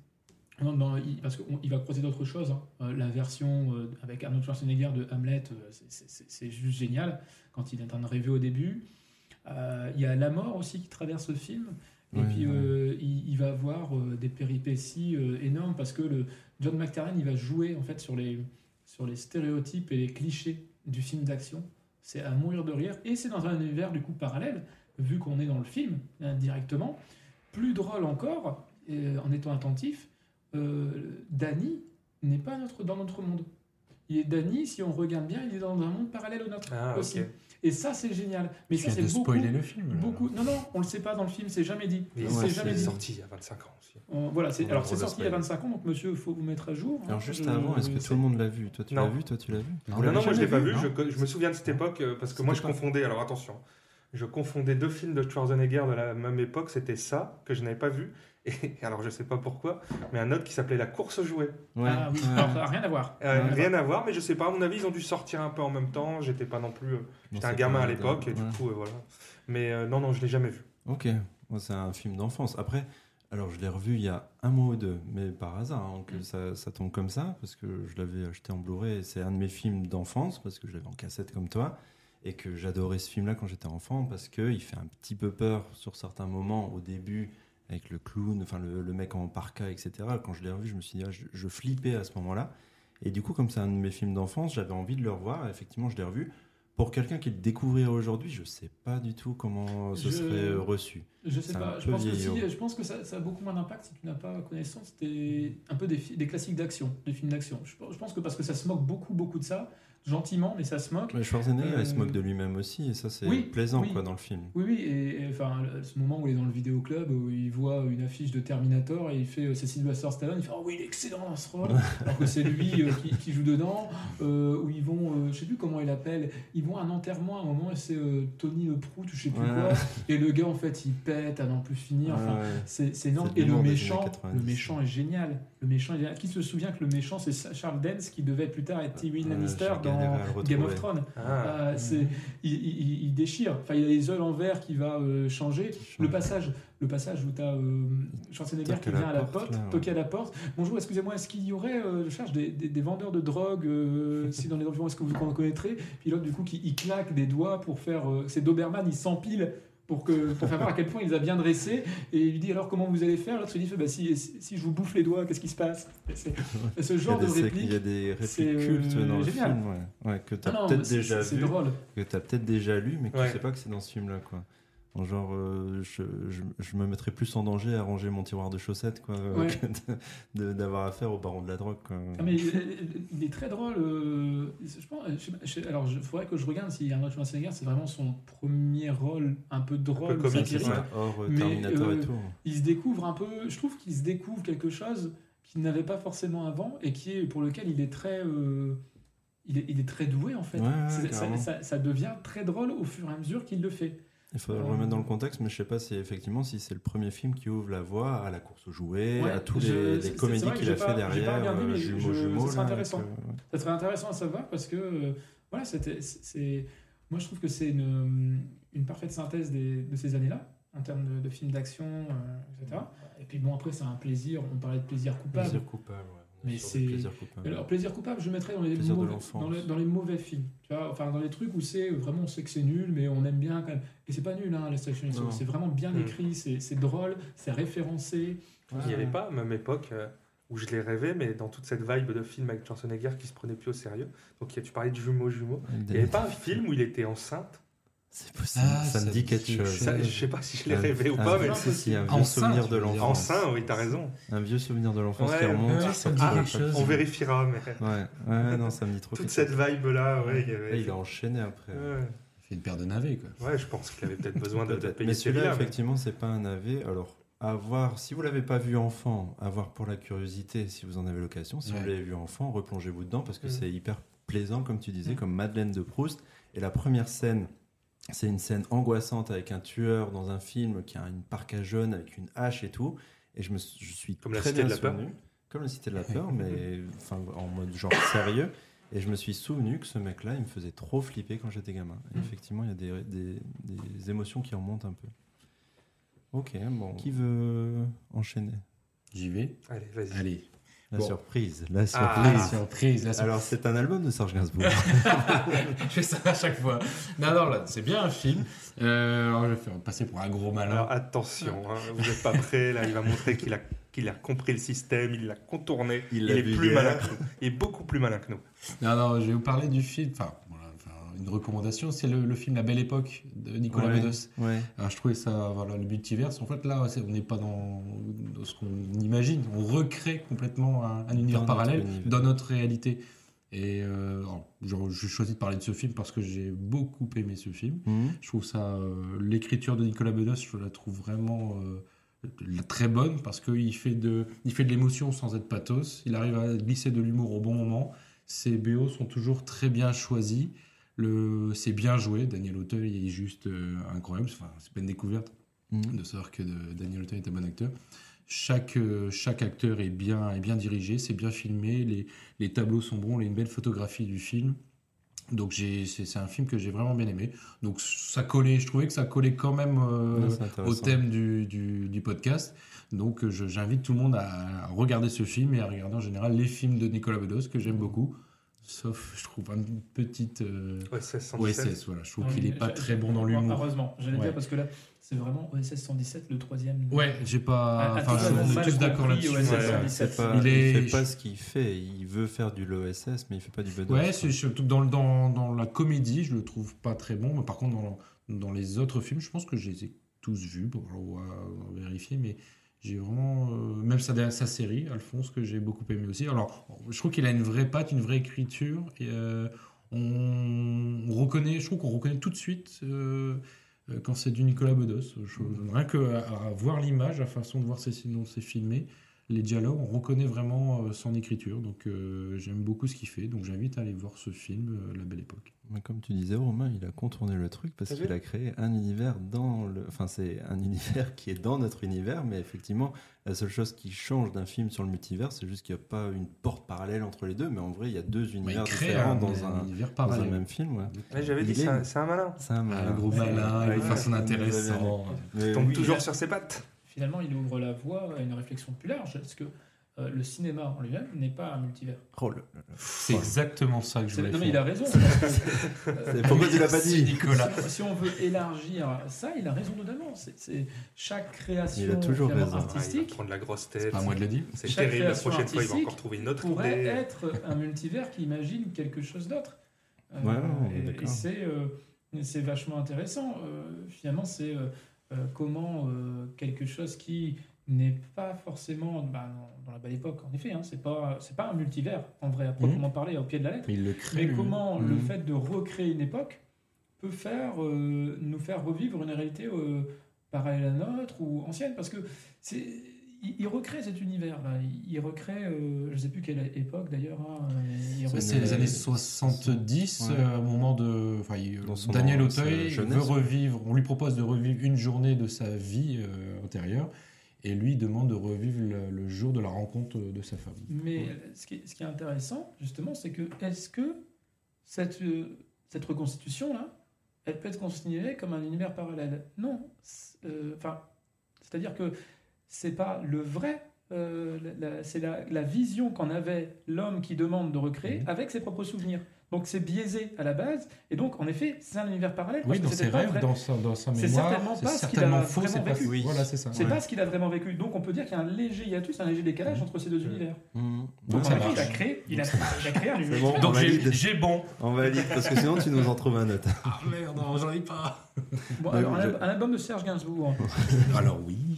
S8: parce qu'il va croiser d'autres choses. Hein. La version avec Arnold Schwarzenegger de Hamlet, c'est juste génial quand il est en train de rêver au début. Il y a la mort aussi qui traverse le film. Et puis il va avoir des péripéties énormes parce que John McTiernan il va jouer en fait sur les stéréotypes et les clichés du film d'action. C'est à mourir de rire et c'est dans un univers du coup parallèle vu qu'on est dans le film directement. Plus drôle encore, en étant attentif, Danny n'est pas dans notre monde. Danny, si on regarde bien, il est dans un monde parallèle au nôtre aussi. Okay. Et ça, c'est génial. Mais ça, c'est beaucoup.
S5: Spoiler le film.
S8: Non, on le sait pas dans le film, c'est jamais dit.
S7: C'est sorti il y a 25 ans aussi.
S8: Voilà, c'est sorti il y a 25 ans, donc monsieur, il faut vous mettre à jour.
S6: Alors juste avant, est-ce que tout le monde l'a vu ? Toi, tu l'as vu ? Toi, tu l'as vu ?
S7: Non, moi je l'ai pas vu. Je me souviens de cette époque parce que moi je confondais. Alors attention, je confondais deux films de Schwarzenegger de la même époque. C'était ça que je n'avais pas vu. Et alors je sais pas pourquoi, mais un autre qui s'appelait La course aux jouets.
S8: Ouais. Ah oui, alors rien à voir.
S7: Rien à voir, mais je sais pas, à mon avis ils ont dû sortir un peu en même temps, j'étais pas non plus... J'étais un gamin à l'époque, et du coup voilà. Mais non, je l'ai jamais vu.
S6: Ok, moi c'est un film d'enfance. Après, alors je l'ai revu il y a un mois ou deux, mais par hasard, que ça tombe comme ça, parce que je l'avais acheté en Blu-ray, et c'est un de mes films d'enfance, parce que je l'avais en cassette comme toi, et que j'adorais ce film-là quand j'étais enfant, parce qu'il fait un petit peu peur sur certains moments au début, avec le clown, enfin le mec en parka, etc. Quand je l'ai revu, je me suis dit, je flippais à ce moment-là. Et du coup, comme c'est un de mes films d'enfance, j'avais envie de le revoir. Et effectivement, je l'ai revu. Pour quelqu'un qui le découvrirait aujourd'hui, je ne sais pas du tout comment ce serait reçu.
S8: Je ne sais pas. Je pense que ça a beaucoup moins d'impact si tu n'as pas connaissance. C'était un peu des classiques d'action, des films d'action. Je pense que parce que ça se moque beaucoup de ça. Gentiment, mais ça se moque.
S6: Mais Schwarzenegger, il se moque de lui-même aussi, et ça, c'est plaisant quoi, dans le film.
S8: Oui, et enfin, ce moment où il est dans le vidéoclub, où il voit une affiche de Terminator, et il fait c'est Sylvester Stallone, il fait « Oh oui, il est excellent dans ce rôle !» Alors que c'est lui qui joue dedans, où ils vont, je sais plus comment il appelle, ils vont à un enterrement à un moment, et c'est Tony le Prout, ou je sais plus quoi, et le gars, en fait, il pète à n'en plus finir, enfin, c'est énorme. Et le méchant est génial. Le méchant est génial. Qui se souvient que le méchant, c'est Charles Dance, qui devait plus tard être Tywin Lannister dans Game of Thrones. Il déchire. Enfin, il y a les œufs en verre qui va changer. Le passage où tu as Schwarzenegger qui vient à la porte, toquer à la porte. Bonjour, excusez-moi, est-ce qu'il y aurait, je cherche des vendeurs de drogue si dans les environs, est-ce que vous en connaîtrez ? Puis l'autre, du coup, il claque des doigts pour faire. C'est Doberman, il s'empile. Pour faire voir à quel point il les a bien dressés, et il lui dit alors comment vous allez faire, l'autre il dit si je vous bouffe les doigts, qu'est-ce qui se passe ? C'est ce genre de réplique.
S6: Il y a des répliques cultes dans le film que tu as peut-être déjà vu, que tu as peut-être déjà lu, mais que tu sais pas que c'est dans ce film là quoi. Genre je me mettrais plus en danger à ranger mon tiroir de chaussettes quoi, que d'avoir affaire au baron de la drogue quoi.
S8: Mais il est très drôle, je pense, alors il faudrait que je regarde si Arnold Schwarzenegger c'est vraiment son premier rôle un peu drôle,
S7: un peu comique,
S6: hors Terminator et tout.
S8: Il se découvre un peu, je trouve qu'il se découvre quelque chose qu'il n'avait pas forcément avant et pour lequel il est très il est très doué en fait. Ça devient très drôle au fur et à mesure qu'il le fait.
S6: Il faudrait le remettre dans le contexte, mais je sais pas si c'est le premier film qui ouvre la voie à la course aux jouets, à tous les comédies qu'il a fait derrière.
S8: J'ai pas regardé, mais
S6: jumeaux,
S8: ça serait intéressant. Ça serait intéressant à savoir parce que voilà, moi je trouve que c'est une parfaite synthèse de ces années-là en termes de films d'action, etc. Et puis bon, après c'est un plaisir. On parlait de plaisir coupable.
S6: Plaisir coupable, ouais.
S8: Mais alors plaisir coupable, je mettrais dans les mauvais films, tu vois, enfin dans les trucs où c'est vraiment on sait que c'est nul mais on aime bien quand même, et c'est pas nul la Station Issue, c'est vraiment bien écrit, c'est drôle, c'est référencé.
S7: Il n'y avait pas à la même époque où je l'ai rêvé, mais dans toute cette vibe de film avec Schwarzenegger qui se prenait plus au sérieux, donc tu parlais de jumeaux, il n'y avait pas un film où il était enceinte?
S6: C'est possible, ça me dit quelque chose.
S7: Je sais pas si je l'ai rêvé ou pas, mais
S6: c'est un vieux souvenir de l'enfance.
S7: Enceinte, oui, t'as raison.
S6: Un vieux souvenir de l'enfance qui remonte.
S5: Ça me dit quelque chose.
S7: On vérifiera, mais.
S6: Ouais, non, ça me dit trop.
S7: Toute cette vibe-là,
S6: il a enchaîné après.
S5: Il fait une paire de navets, quoi.
S7: Ouais, je pense qu'il avait peut-être besoin de payer.
S6: Mais celui-là, effectivement, c'est pas un navet. Alors, à voir, si vous l'avez pas vu enfant, à voir pour la curiosité, si vous en avez l'occasion. Si vous l'avez vu enfant, replongez-vous dedans parce que c'est hyper plaisant, comme tu disais, comme Madeleine de Proust. Et la première scène. C'est une scène angoissante avec un tueur dans un film qui a une parka jaune avec une hache et tout. Et je suis
S7: comme très bien souvenu.
S6: Comme la Cité de la Peur, mais en mode genre sérieux. Et je me suis souvenu que ce mec-là, il me faisait trop flipper quand j'étais gamin. Et effectivement, il y a des émotions qui remontent un peu. Ok, bon. Qui veut enchaîner ?
S5: J'y vais.
S7: Allez, vas-y.
S5: Allez.
S6: La
S5: Bon.
S6: surprise.
S5: La surprise.
S6: Alors, c'est un album de Serge Gainsbourg.
S5: Je fais ça à chaque fois. Non, là, c'est bien un film. Alors, je vais faire passer pour un gros malin.
S7: Alors attention, hein, vous n'êtes pas prêts, là il va montrer qu'il a compris le système, il l'a contourné, il est plus malin que nous. Il est beaucoup plus malin que nous.
S5: Non, je vais vous parler du film, une recommandation, c'est le film La Belle Époque de Nicolas Bedos.
S6: Ouais.
S5: Alors, je trouvais ça, le multiverse, en fait là, on n'est pas dans ce qu'on imagine, on recrée complètement un univers parallèle dans notre réalité. Et j'ai choisi de parler de ce film parce que j'ai beaucoup aimé ce film. Je trouve ça, l'écriture de Nicolas Bedos, je la trouve vraiment très bonne parce qu'il fait de l'émotion sans être pathos. Il arrive à glisser de l'humour au bon moment. Ses BO sont toujours très bien choisis. C'est bien joué. Daniel Auteuil est juste incroyable. Enfin, c'est pas une découverte de savoir que Daniel Auteuil est un bon acteur. Chaque acteur est bien dirigé, c'est bien filmé, les tableaux sont bons, il y a une belle photographie du film. Donc c'est un film que j'ai vraiment bien aimé. Donc je trouvais que ça collait quand même au thème du podcast. Donc j'invite tout le monde à regarder ce film et à regarder en général les films de Nicolas Bedos que j'aime beaucoup. Sauf, je trouve, une petite
S7: OSS 117.
S5: OSS, voilà. Je trouve qu'il n'est pas très bon dans l'humour.
S8: Heureusement, j'allais dire parce que là, c'est vraiment OSS 117, le troisième.
S5: Ouais, j'ai pas. On est tous d'accord là-dessus.
S6: Il fait pas ce qu'il fait. Il veut faire du l'OSS, mais il fait pas du Bedos.
S5: Ouais, c'est surtout dans la comédie, je le trouve pas très bon. Mais par contre, dans les autres films, je pense que je les ai tous vus. Bon, on va vérifier, mais. J'ai vraiment, même sa série, Alphonse, que j'ai beaucoup aimé aussi. Alors, je trouve qu'il a une vraie patte, une vraie écriture. Et, je trouve qu'on reconnaît tout de suite quand c'est du Nicolas Bedos. Rien qu'à voir l'image, la façon de voir dont c'est filmé, les dialogues, on reconnaît vraiment son écriture. Donc, j'aime beaucoup ce qu'il fait. Donc, j'invite à aller voir ce film, La Belle Époque.
S6: Mais comme tu disais, Romain, il a contourné le truc parce qu'il a créé un univers c'est un univers qui est dans notre univers, mais effectivement, la seule chose qui change d'un film sur le multivers, c'est juste qu'il n'y a pas une porte parallèle entre les deux, mais en vrai, il y a deux univers différents dans un même film. Ouais.
S7: J'avais dit, c'est un malin.
S6: C'est un
S5: gros malin, il fait son intéressant.
S7: Il tombe toujours sur ses pattes.
S8: Finalement, il ouvre la voie à une réflexion plus large. Est-ce que le cinéma en lui-même n'est pas un multivers?
S5: C'est exactement ça que je voulais faire.
S8: Non, mais il a raison.
S6: Pourquoi tu l'as pas dit,
S5: Nicolas?
S8: Si on veut élargir ça, il a raison totalement. C'est chaque création artistique.
S7: Il va prendre la grosse tête.
S5: C'est pas à moi de le dire.
S7: C'est terrible. La prochaine fois, il va encore trouver une autre idée.
S8: Pourrait être un multivers qui imagine quelque chose d'autre. Et c'est vachement intéressant. Finalement, c'est comment quelque chose qui n'est pas forcément dans la Belle Époque, en effet, c'est pas un multivers en vrai, à proprement parler, au pied de la lettre.
S5: Il le crée.
S8: Mais comment le fait de recréer une époque peut nous faire revivre une réalité parallèle à la nôtre ou ancienne, parce que il recrée cet univers-là. Il recrée, je ne sais plus quelle époque d'ailleurs.
S5: C'est les années 70, au moment de. Daniel Auteuil veut revivre. On lui propose de revivre une journée de sa vie antérieure, et lui demande de revivre le jour de la rencontre de sa femme.
S8: Mais ce qui est intéressant, justement, c'est que est-ce que cette reconstitution-là, elle peut être considérée comme un univers parallèle? Non. C'est-à-dire que c'est pas le vrai, c'est la vision qu'en avait l'homme qui demande de recréer avec ses propres souvenirs. Donc c'est biaisé à la base, et donc en effet c'est un univers parallèle.
S5: Oui, dans ses rêves, dans sa mémoire,
S8: c'est certainement pas ce qu'il a
S5: faux,
S8: vraiment vécu.
S5: Oui. Voilà, c'est ça.
S8: C'est pas ce qu'il a vraiment vécu. Donc on peut dire qu'il y a un léger hiatus, un léger décalage entre ces deux univers. Donc
S5: ça
S8: en effet, il a créé un univers.
S6: Bon,
S5: donc j'ai bon.
S6: On valide, parce que sinon tu nous en trouves un autre.
S5: Ah merde, non, j'en ai pas.
S8: Bon, alors un album de Serge Gainsbourg.
S5: Alors oui.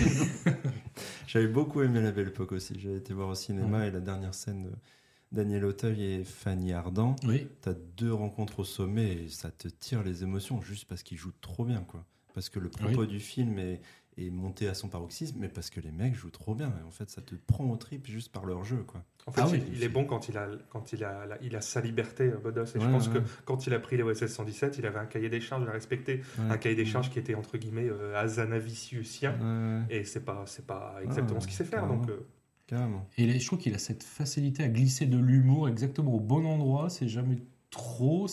S6: J'avais beaucoup aimé La Belle Époque aussi. J'avais été voir au cinéma et la dernière scène de Daniel Auteuil et Fanny Ardant.
S5: Oui.
S6: T'as deux rencontres au sommet et ça te tire les émotions juste parce qu'ils jouent trop bien, quoi. Parce que le propos du film est monté à son paroxysme, mais parce que les mecs jouent trop bien. Et en fait, ça te prend au trip juste par leur jeu, quoi.
S7: En fait, il est bon quand il a sa liberté, Bedos. Et je pense que quand il a pris les OSS 117, il avait un cahier des charges à respecter, un cahier des charges qui était entre guillemets azanaviciusien. Et c'est pas exactement ce qu'il sait faire. Donc
S6: carrément.
S5: Et je trouve qu'il a cette facilité à glisser de l'humour exactement au bon endroit. C'est jamais trop.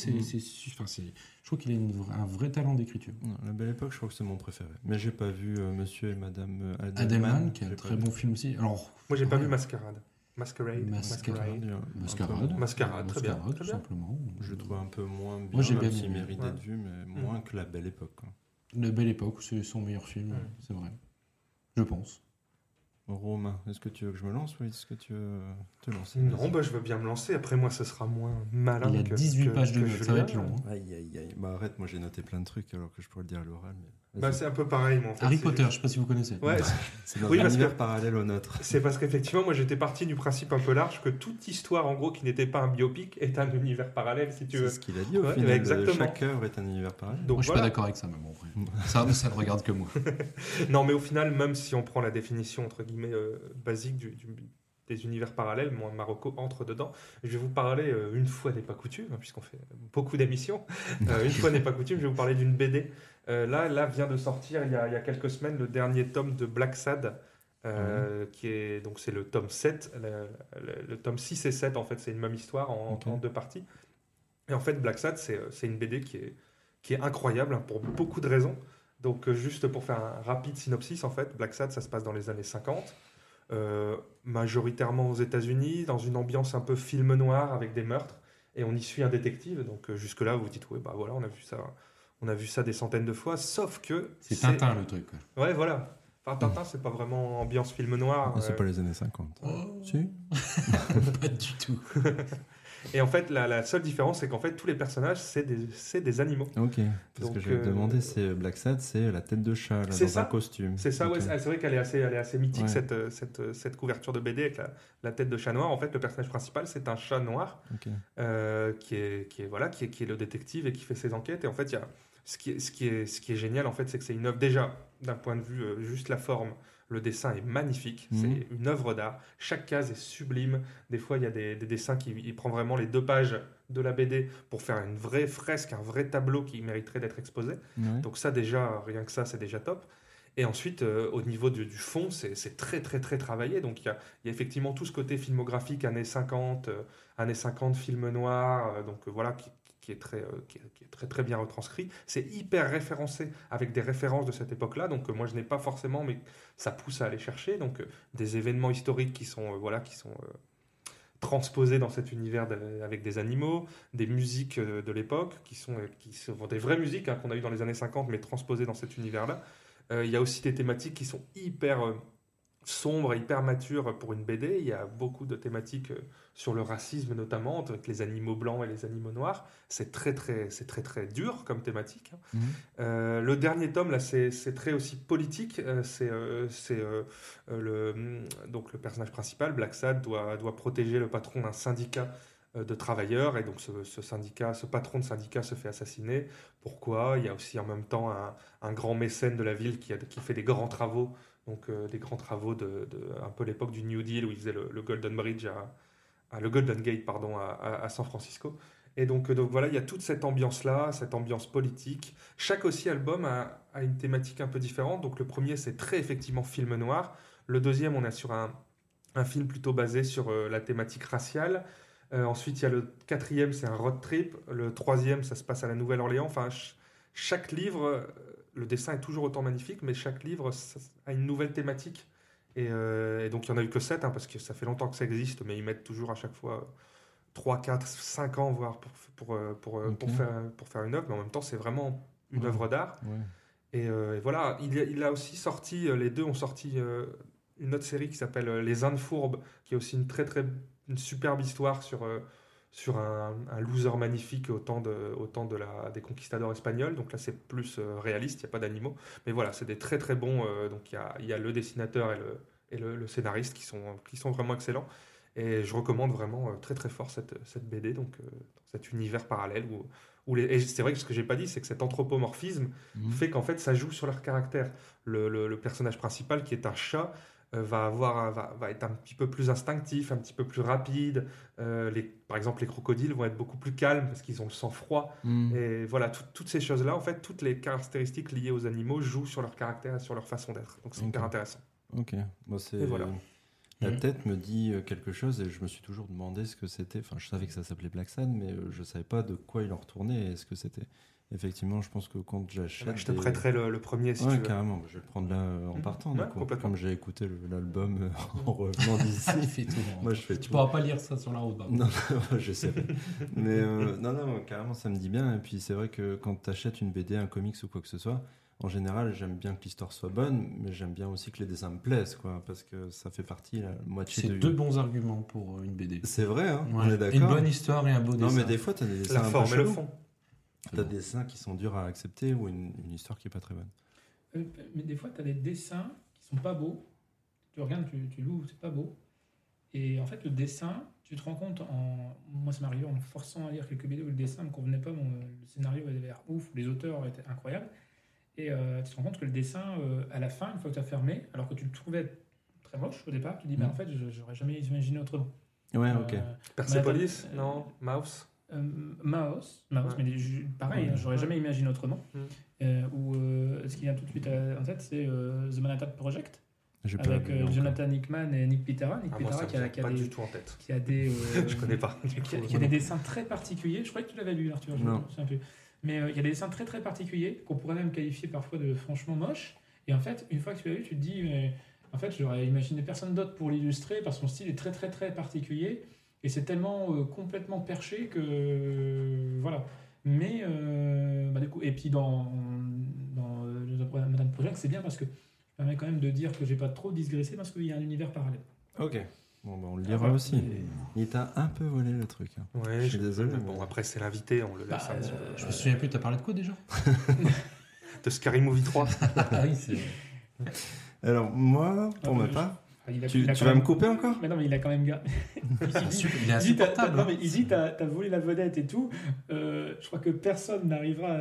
S5: Je trouve qu'il a un vrai talent d'écriture.
S6: Non, La Belle Époque, je crois que c'est mon préféré. Mais j'ai pas vu Monsieur et Madame
S5: Adelman, qui est un très bon film aussi. Alors,
S7: Moi, j'ai pas vu Mascarade. Masquerade.
S6: Mascarade,
S7: très bien.
S5: tout simplement.
S6: Je le trouve un peu moins bien,
S5: Moi, j'ai bien
S6: même s'il
S5: aimé.
S6: mérite d'être vu, mais moins que La Belle Époque. Quoi.
S5: La Belle Époque, c'est son meilleur film, c'est vrai. Je pense.
S6: Romain, est-ce que tu veux que je me lance ou est-ce que tu veux te lancer?
S7: Non, je veux bien me lancer. Après, moi, ce sera moins malin.
S5: Il y a 18 pages de notes, ça va être long. Hein.
S6: Aïe. Bah arrête, moi j'ai noté plein de trucs alors que je pourrais le dire à l'oral. Mais...
S7: Bah, c'est un peu pareil, moi. En fait,
S5: Harry Potter, je sais pas si vous connaissez.
S7: Ouais,
S6: c'est notre univers parallèle au nôtre.
S7: C'est parce qu'effectivement, moi j'étais parti du principe un peu large que toute histoire, en gros, qui n'était pas un biopic, est un univers parallèle, si tu veux.
S6: C'est ce qu'il a dit au final.
S7: Exactement.
S6: Chaque œuvre est un univers parallèle.
S5: moi,
S7: Donc,
S5: je suis pas d'accord avec ça, même en vrai. ça ne regarde que moi.
S7: Non, mais au final, même si on prend la définition entre guillemets basique des univers parallèles, moi, Marocco entre dedans. Je vais vous parler, une fois n'est pas coutume, puisqu'on fait beaucoup d'émissions, une fois n'est pas coutume, je vais vous parler d'une BD. Là vient de sortir il y a quelques semaines le dernier tome de Black Sad, qui est donc c'est le tome 7, le tome 6 et 7 en fait, c'est une même histoire en deux parties. Et en fait, Black Sad, c'est une BD qui est incroyable pour beaucoup de raisons. Donc juste pour faire un rapide synopsis, en fait, Black Sad, ça se passe dans les années 50. Majoritairement aux États-Unis, dans une ambiance un peu film noir avec des meurtres, et on y suit un détective. Donc jusque-là, vous vous dites, ouais, bah voilà, on a vu ça des centaines de fois, sauf que
S5: c'est Tintin le truc. Quoi.
S7: Ouais, voilà. Enfin, Tintin, c'est pas vraiment ambiance film noir.
S6: C'est pas les années 50. Si.
S5: Pas du tout.
S7: Et en fait, la seule différence, c'est qu'en fait, tous les personnages, c'est des animaux.
S6: Ok. Parce que je vais te demander, c'est Black Sad, c'est la tête de chat là, dans un costume.
S7: C'est ça, okay. Ouais. C'est vrai qu'elle est assez mythique, ouais. cette couverture de BD avec la tête de chat noir. En fait, le personnage principal, c'est un chat noir qui est le détective et qui fait ses enquêtes. Et en fait, ce qui est génial, en fait, c'est que c'est une œuvre déjà d'un point de vue juste la forme. Le dessin est magnifique, c'est une œuvre d'art. Chaque case est sublime. Des fois, il y a des dessins il prend vraiment les 2 pages de la BD pour faire une vraie fresque, un vrai tableau qui mériterait d'être exposé. Ouais. Donc ça, déjà, rien que ça, c'est déjà top. Et ensuite, au niveau du fond, c'est très, très, très travaillé. Donc il y a effectivement tout ce côté filmographique, années 50, film noir, donc voilà, qui est très, très bien retranscrit. C'est hyper référencé avec des références de cette époque-là. Donc moi, je n'ai pas forcément, mais ça pousse à aller chercher. Donc des événements historiques qui sont transposés dans cet univers avec des animaux, des musiques de l'époque qui sont des vraies musiques qu'on a eues dans les années 50, mais transposées dans cet univers-là. Il y a aussi des thématiques qui sont hyper sombre et hyper mature pour une BD. Il y a beaucoup de thématiques sur le racisme notamment, avec les animaux blancs et les animaux noirs. C'est très très dur comme thématique. Le dernier tome là, c'est très aussi politique. Donc le personnage principal, Black Sad, doit protéger le patron d'un syndicat de travailleurs, et donc ce patron de syndicat se fait assassiner. Pourquoi ? Il y a aussi en même temps un grand mécène de la ville qui fait des grands travaux. Donc des grands travaux de un peu l'époque du New Deal où ils faisaient le Golden Bridge le Golden Gate à San Francisco. Et donc voilà, il y a toute cette ambiance-là, cette ambiance politique. Chaque aussi album a une thématique un peu différente. Donc le premier, c'est très effectivement film noir. Le deuxième, on est sur un film plutôt basé sur la thématique raciale. Ensuite, il y a le quatrième, c'est un road trip. Le troisième, ça se passe à la Nouvelle-Orléans. Enfin, chaque livre... Le dessin est toujours autant magnifique, mais chaque livre a une nouvelle thématique. Et donc, il n'y en a eu que 7, parce que ça fait longtemps que ça existe, mais ils mettent toujours à chaque fois 3, 4, 5 ans, voire pour faire une œuvre. Mais en même temps, c'est vraiment une œuvre d'art. Ouais. Et voilà, il a aussi sorti, les deux ont sorti une autre série qui s'appelle Les Indes Fourbes, qui est aussi une superbe histoire sur un loser magnifique au temps des conquistadors espagnols. Donc là, c'est plus réaliste, il n'y a pas d'animaux. Mais voilà, c'est des très très bons... donc il y a le dessinateur et le scénariste qui sont vraiment excellents. Et je recommande vraiment très très fort cette BD, donc dans cet univers parallèle. Et c'est vrai que ce que je n'ai pas dit, c'est que cet anthropomorphisme fait qu'en fait, ça joue sur leur caractère. Le personnage principal, qui est un chat, va être un petit peu plus instinctif, un petit peu plus rapide. Par exemple, les crocodiles vont être beaucoup plus calmes parce qu'ils ont le sang froid. Et voilà, toutes ces choses-là, en fait, toutes les caractéristiques liées aux animaux jouent sur leur caractère et sur leur façon d'être. Donc c'est hyper intéressant.
S6: Ok, bon,
S7: et voilà.
S6: La tête me dit quelque chose et je me suis toujours demandé ce que c'était. Enfin, je savais que ça s'appelait Black Sun, mais je savais pas de quoi il en retournait et ce que c'était. Effectivement, je pense que quand j'achète...
S7: Je te prêterai le premier si
S6: ouais,
S7: tu veux.
S6: Carrément. Je vais le prendre là en partant.
S7: Ouais,
S6: Du coup,
S7: complètement.
S6: comme j'ai écouté l'album en revenant d'ici.
S5: Il fait tout.
S6: Moi, je fais
S5: Tu
S6: tout.
S5: pourras pas lire ça sur la route. par contre.
S6: Non, je sais. Mais non, carrément, ça me dit bien. Et puis, c'est vrai que quand tu achètes une BD, un comics ou quoi que ce soit, en général, j'aime bien que l'histoire soit bonne, mais j'aime bien aussi que les dessins me plaisent, quoi, parce que ça fait partie, la moitié
S5: C'est
S6: de...
S5: deux bons arguments pour une BD.
S6: C'est vrai, hein,
S5: Ouais.
S6: on est d'accord.
S5: Une bonne histoire et un beau dessin.
S6: Non, mais des fois, tu as des dessins
S7: La
S6: un peu
S7: forme et le
S6: chelous.
S7: fond.
S6: T'as des dessins qui sont durs à accepter ou une histoire qui est pas très bonne.
S8: Mais des fois, tu as des dessins qui sont pas beaux. Tu regardes, tu l'ouvres, c'est pas beau. Et en fait, le dessin, tu te rends compte, moi ça m'est arrivé en me forçant à lire quelques BD où le dessin ne me convenait pas, le scénario avait l'air ouf, les auteurs étaient incroyables. Et tu te rends compte que le dessin, à la fin, une fois que tu as fermé, alors que tu le trouvais très moche au départ, tu te dis, en fait, j'aurais jamais imaginé autrement.
S6: Ouais, ok.
S7: Persepolis, non, Mouse.
S8: Mouse, mais pareil, j'aurais jamais imaginé autrement. Ou ce qui vient tout de suite en tête, c'est The Manhattan Project.
S6: J'ai pas
S8: Avec
S6: lu
S8: Jonathan Hickman et Nick Pitarra. Nick
S7: Moi,
S8: Pitarra
S7: ça
S8: qui a
S7: pas
S8: des,
S7: du tout en tête.
S8: qui a des
S7: Je connais pas.
S8: qui a des dessins très particuliers. Je croyais que tu l'avais lu, Arthur.
S6: Non.
S8: Je sais un peu. Mais il y a des dessins très très particuliers qu'on pourrait même qualifier parfois de franchement moches. Et en fait, une fois que tu l'as lu, tu te dis, mais, en fait, j'aurais imaginé personne d'autre pour l'illustrer parce que son style est très très très particulier et c'est tellement complètement perché que voilà. Mais du coup, et puis dans Manhattan Project, c'est bien parce que ça permet quand même de dire que j'ai pas trop digressé parce qu'il y a un univers parallèle.
S6: Ok. Bon, on le lira aussi. Il t'a un peu volé le truc. Hein.
S7: Ouais,
S6: je suis désolé.
S7: Mais bon, après, c'est l'invité, on le laisse un petit peu.
S5: Je me souviens plus, t'as parlé de quoi déjà?
S7: De Scary Movie 3.
S5: Ah oui, c'est...
S6: Alors, moi, pour ma part, tu
S8: quand
S6: vas
S8: même...
S6: me couper encore?
S8: Mais non, mais il a quand même gardé.
S5: Il est insupportable.
S8: Il dit t'as volé la vedette et tout. Je crois que personne n'arrivera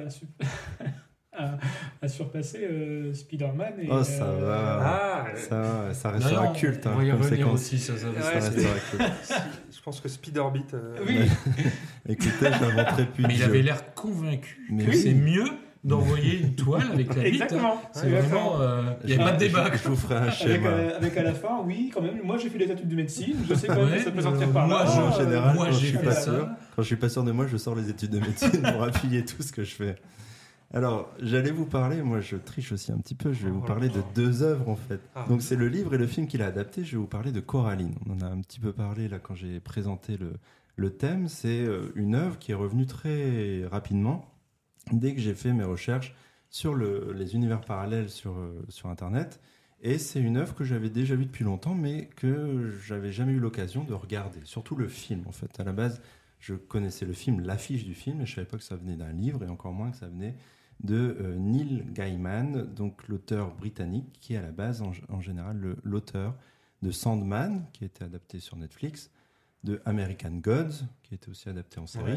S8: à surpasser Spider-Man. Et,
S6: oh, ça va. Ça restera culte.
S5: On va y
S6: comme
S5: revenir
S6: séquence.
S5: aussi, ça
S6: restera culte.
S7: Je pense que Spider-Beat.
S8: Oui.
S6: Écoutez, je n'inventerai plus.
S5: Mais il avait l'air convaincu que c'est mieux d'envoyer une toile avec la bite.
S8: Exactement.
S5: C'est vraiment... Il n'y a pas de débat.
S6: Je vous ferai un schéma.
S8: Avec à la fin, oui, quand même. Moi, j'ai fait les études de médecine. Je sais quand même que ça peut sortir par là.
S6: En général,
S5: moi,
S6: quand je
S5: j'ai
S6: suis
S5: fait
S6: pas
S5: ça.
S6: sûr, quand je suis pas sûr de moi, je sors les études de médecine pour appuyer tout ce que je fais. Alors, j'allais vous parler, moi je triche aussi un petit peu, je vais vous parler de deux œuvres en fait. Donc c'est le livre et le film qu'il a adapté, je vais vous parler de Coraline. On en a un petit peu parlé là quand j'ai présenté le thème. C'est une œuvre qui est revenue très rapidement dès que j'ai fait mes recherches sur les univers parallèles sur Internet. Et c'est une œuvre que j'avais déjà vue depuis longtemps, mais que j'avais jamais eu l'occasion de regarder. Surtout le film en fait. À la base, je connaissais le film, l'affiche du film, et je savais pas que ça venait d'un livre, et encore moins que ça venait de Neil Gaiman, donc l'auteur britannique, qui est à la base, en général, l'auteur de Sandman, qui a été adapté sur Netflix, de American Gods, qui a été aussi adapté en série,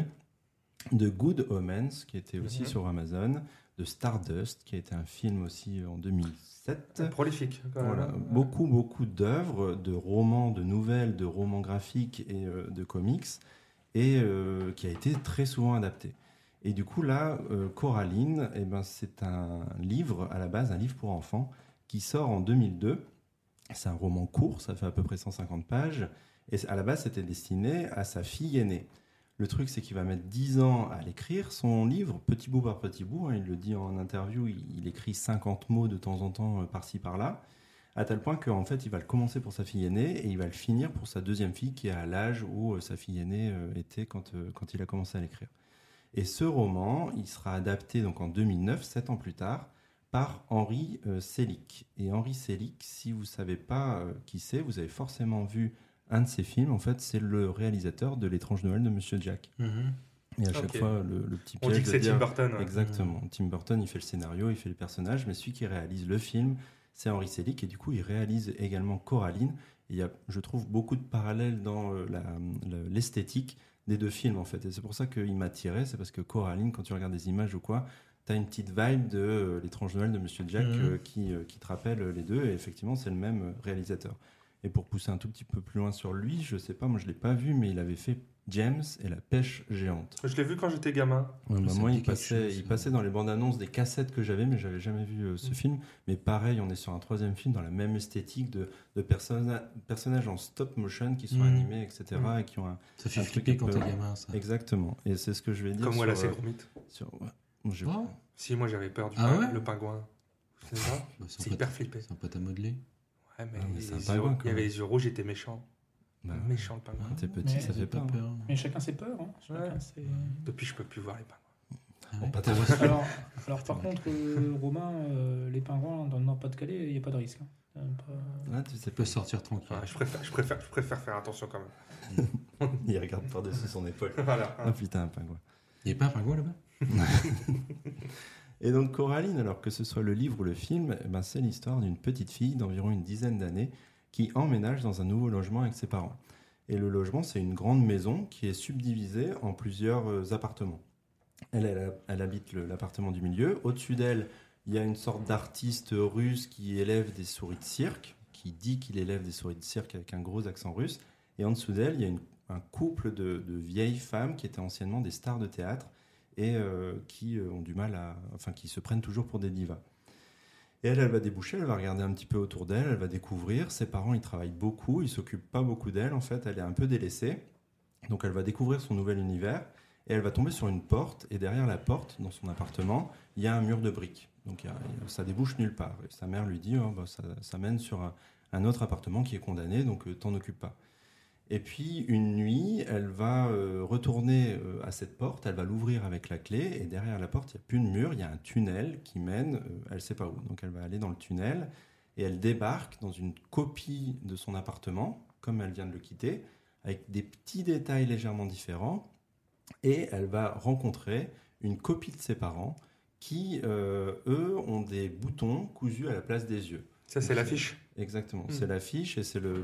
S6: de Good Omens, qui était aussi sur Amazon, de Stardust, qui a été un film aussi en 2007.
S7: Prolifique.
S6: Voilà, beaucoup d'œuvres, de romans, de nouvelles, de romans graphiques et de comics, et qui a été très souvent adapté. Et du coup, là, Coraline, c'est un livre, à la base, un livre pour enfants, qui sort en 2002. C'est un roman court, ça fait à peu près 150 pages. Et à la base, c'était destiné à sa fille aînée. Le truc, c'est qu'il va mettre 10 ans à l'écrire, son livre, petit bout par petit bout. Il le dit en interview, il écrit 50 mots de temps en temps, par-ci, par-là. À tel point qu'en fait, il va le commencer pour sa fille aînée et il va le finir pour sa deuxième fille, qui est à l'âge où sa fille aînée était quand il a commencé à l'écrire. Et ce roman, il sera adapté donc en 2009, 7 ans plus tard, par Henry Selick. Et Henry Selick, si vous ne savez pas qui c'est, vous avez forcément vu un de ses films. En fait, c'est le réalisateur de L'étrange Noël de Monsieur Jack. Et à chaque fois, le petit piège.
S7: On dit que c'est Tim Burton. Ouais.
S6: Exactement. Tim Burton, il fait le scénario, il fait les personnages, mais celui qui réalise le film, c'est Henry Selick. Et du coup, il réalise également Coraline. Et il y a, je trouve, beaucoup de parallèles dans l'esthétique des deux films en fait, et c'est pour ça qu'il m'a attiré. C'est parce que Coraline, quand tu regardes des images ou quoi, t'as une petite vibe de L'étrange Noël de Monsieur Jack qui te rappelle les deux, et effectivement c'est le même réalisateur. Et pour pousser un tout petit peu plus loin sur lui, je sais pas, moi je l'ai pas vu, mais il avait fait James et la pêche géante.
S7: Je l'ai vu quand j'étais gamin.
S6: Ouais, bah,
S5: Ça
S6: moi,
S5: me dit
S6: il
S5: quelque
S6: passait,
S5: chose,
S6: il passait dans les bandes annonces des cassettes que j'avais, mais j'avais jamais vu ce film. Mais pareil, on est sur un troisième film dans la même esthétique de personnages en stop motion qui sont animés, etc. Et qui ont
S5: Ça fait
S6: un
S5: flipper
S6: truc
S5: quand
S6: un peu-
S5: t'es gamin, ça.
S6: Exactement. Et c'est ce que je vais dire.
S7: Comme moi,
S6: sur,
S7: la Ségromite.
S6: je-
S5: Ah,
S7: Si, moi j'avais peur du
S5: Ah ouais
S7: le pingouin. C'est ça
S5: bah,
S7: C'est hyper flippé.
S5: C'est un pote à modeler.
S7: Ouais, mais,
S6: Ah, mais c'est un
S7: les
S6: pingouin,
S7: yeux-
S6: quand
S7: il y avait
S6: même.
S7: les yeux rouges, j'étais méchant.
S6: Bah,
S7: Méchant le pingouin.
S6: T'es petit,
S8: Mais
S6: ça fait
S5: pas
S6: peur.
S5: peur.
S8: Mais chacun ses peurs. Hein. Chacun
S7: Ouais.
S8: ses-
S7: Depuis, je peux plus voir les pingouins.
S5: Ah ouais.
S6: Pas très-
S8: Alors par contre, Romain, les pingouins dans le Nord-Pas-de-Calais, il n'y a pas de risque. Hein.
S6: Ah, tu sais
S5: Tu
S6: pas.
S5: peux sortir tranquille.
S7: Ouais, je préfère faire attention quand même.
S6: Il regarde par-dessus son épaule.
S7: Voilà.
S6: Ah putain, un pingouin.
S5: Il n'y a pas un pingouin là-bas?
S6: Et donc Coraline, alors que ce soit le livre ou le film, eh ben, c'est l'histoire d'une petite fille d'environ une dizaine d'années qui emménage dans un nouveau logement avec ses parents. Et le logement, c'est une grande maison qui est subdivisée en plusieurs appartements. Elle habite l'appartement du milieu. Au-dessus d'elle, il y a une sorte d'artiste russe qui élève des souris de cirque, qui dit qu'il élève des souris de cirque avec un gros accent russe. Et en dessous d'elle, il y a un couple de vieilles femmes qui étaient anciennement des stars de théâtre et qui ont du mal qui se prennent toujours pour des divas. Et elle va déboucher, elle va regarder un petit peu autour d'elle, elle va découvrir. Ses parents, ils travaillent beaucoup, ils s'occupent pas beaucoup d'elle. En fait, elle est un peu délaissée. Donc, elle va découvrir son nouvel univers et elle va tomber sur une porte. Et derrière la porte, dans son appartement, il y a un mur de briques. Donc, ça débouche nulle part. Et sa mère lui dit, ça mène sur un autre appartement qui est condamné, donc t'en occupe pas. Et puis, une nuit, elle va retourner à cette porte, elle va l'ouvrir avec la clé, et derrière la porte, il n'y a plus de mur, il y a un tunnel qui mène, elle ne sait pas où. Donc, elle va aller dans le tunnel, et elle débarque dans une copie de son appartement, comme elle vient de le quitter, avec des petits détails légèrement différents, et elle va rencontrer une copie de ses parents qui, eux, ont des boutons cousus à la place des yeux.
S7: Ça, c'est l'affiche.
S6: Exactement, c'est l'affiche et c'est le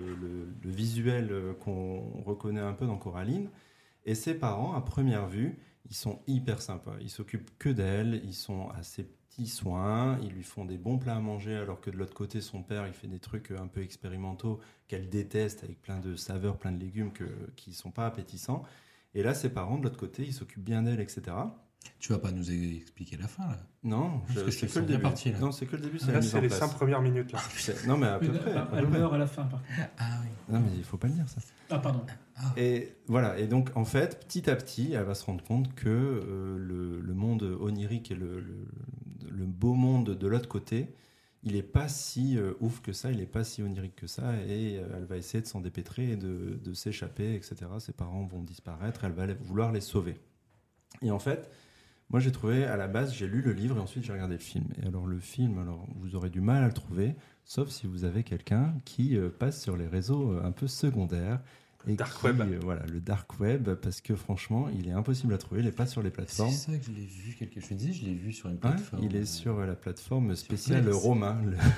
S6: visuel qu'on reconnaît un peu dans Coraline. Et ses parents, à première vue, ils sont hyper sympas. Ils s'occupent que d'elle, ils sont à ses petits soins, ils lui font des bons plats à manger, alors que de l'autre côté, son père, il fait des trucs un peu expérimentaux qu'elle déteste, avec plein de saveurs, plein de légumes qui ne sont pas appétissants. Et là, ses parents, de l'autre côté, ils s'occupent bien d'elle, etc.
S5: Tu vas pas nous expliquer la fin là?
S6: Non,
S5: Parce que
S6: c'est
S5: je
S6: que le
S5: bien
S6: début.
S5: parti, là.
S6: Non, c'est que le début, c'est la
S7: Là,
S6: mise
S7: c'est
S6: en
S7: les
S6: place.
S7: 5 premières minutes. Là.
S6: Non, mais à peu près.
S8: Elle meurt à la fin, par contre.
S5: Ah oui.
S6: Non, mais il faut pas le dire, ça.
S8: Ah, pardon.
S6: Et voilà, et donc en fait, petit à petit, elle va se rendre compte que le monde onirique et le beau monde de l'autre côté, il n'est pas si ouf que ça, il n'est pas si onirique que ça, et elle va essayer de s'en dépêtrer et de s'échapper, etc. Ses parents vont disparaître, elle va vouloir les sauver. Et en fait, moi j'ai trouvé, à la base, j'ai lu le livre et ensuite j'ai regardé le film. Et alors le film, vous aurez du mal à le trouver, sauf si vous avez quelqu'un qui passe sur les réseaux un peu secondaires. Et
S7: Dark web.
S6: Voilà, le dark web, parce que franchement, il est impossible à trouver, il n'est pas sur les plateformes.
S5: C'est ça que je l'ai vu, je me disais, je l'ai vu sur une
S6: Ouais,
S5: plateforme.
S6: il est sur la plateforme spéciale
S5: Plex.
S6: Romain,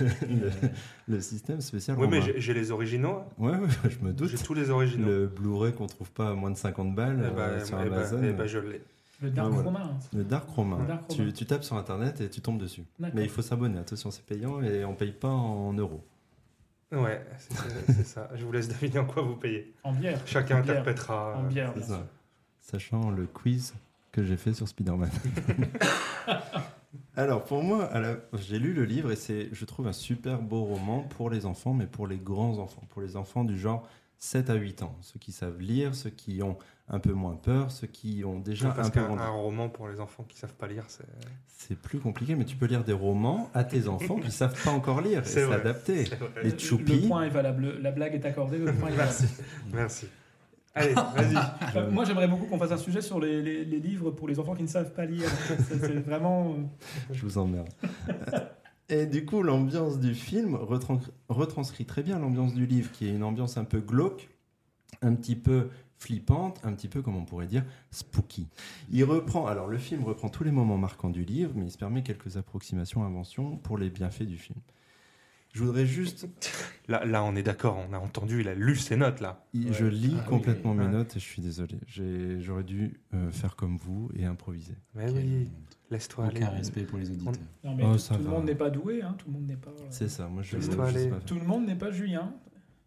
S6: le système spécial
S7: Oui,
S6: Romain.
S7: mais j'ai les originaux.
S6: Ouais, je me doute.
S7: J'ai tous les originaux.
S6: Le Blu-ray qu'on trouve pas à moins de 50 balles sur Amazon.
S7: Je l'ai.
S8: Le Dark
S6: voilà.
S8: Romain.
S6: Le Dark Romain.
S8: Le Dark Romain.
S6: Tu tapes sur Internet et tu tombes dessus.
S8: D'accord.
S6: Mais il faut s'abonner, attention, c'est payant et on paye pas en euros.
S7: Ouais, c'est ça. Je vous laisse deviner en quoi vous payez.
S8: En bière.
S7: Chacun
S8: En bière.
S7: interprétera.
S8: En bière,
S6: C'est
S8: bien
S6: ça.
S8: sûr.
S6: Sachant le quiz que j'ai fait sur Spider-Man. Alors, pour moi, j'ai lu le livre et c'est, je trouve, un super beau roman pour les enfants, mais pour les grands enfants. Pour les enfants du genre 7 à 8 ans. Ceux qui savent lire, ceux qui ont un peu moins peur, ceux qui ont déjà
S7: Parce
S6: un peu
S7: qu'un
S6: grandi.
S7: roman pour les enfants qui savent pas lire, c'est.
S6: C'est plus compliqué, mais tu peux lire des romans à tes enfants qui savent pas encore lire et
S7: C'est vrai,
S6: s'adapter.
S7: c'est vrai.
S6: Les
S8: Le
S6: Choupi.
S8: point est valable. La blague est accordée. Le point est valable.
S7: Merci. Allez, vas-y.
S8: Moi, j'aimerais beaucoup qu'on fasse un sujet sur les livres pour les enfants qui ne savent pas lire. C'est vraiment.
S6: Je vous emmerde. Et du coup, l'ambiance du film retranscrit très bien l'ambiance du livre, qui est une ambiance un peu glauque, un petit peu flippante, un petit peu, comme on pourrait dire, spooky. Alors, le film reprend tous les moments marquants du livre, mais il se permet quelques approximations, inventions pour les bienfaits du film. Je voudrais juste...
S7: Là, on est d'accord, on a entendu, il a lu ses notes, là.
S6: Je lis complètement mes
S7: ouais.
S6: notes et je suis désolé. J'aurais dû faire comme vous et improviser.
S7: Mais oui, laisse-toi aller.
S5: Aucun respect pour les auditeurs.
S8: Non, mais
S6: Oh,
S8: tout
S6: ça
S8: le
S6: va.
S8: monde n'est pas doué. Hein. Tout le monde n'est pas.
S6: C'est ça, moi je
S7: Laisse-toi
S6: sais
S7: aller.
S6: pas faire.
S8: Tout le monde n'est pas Julien.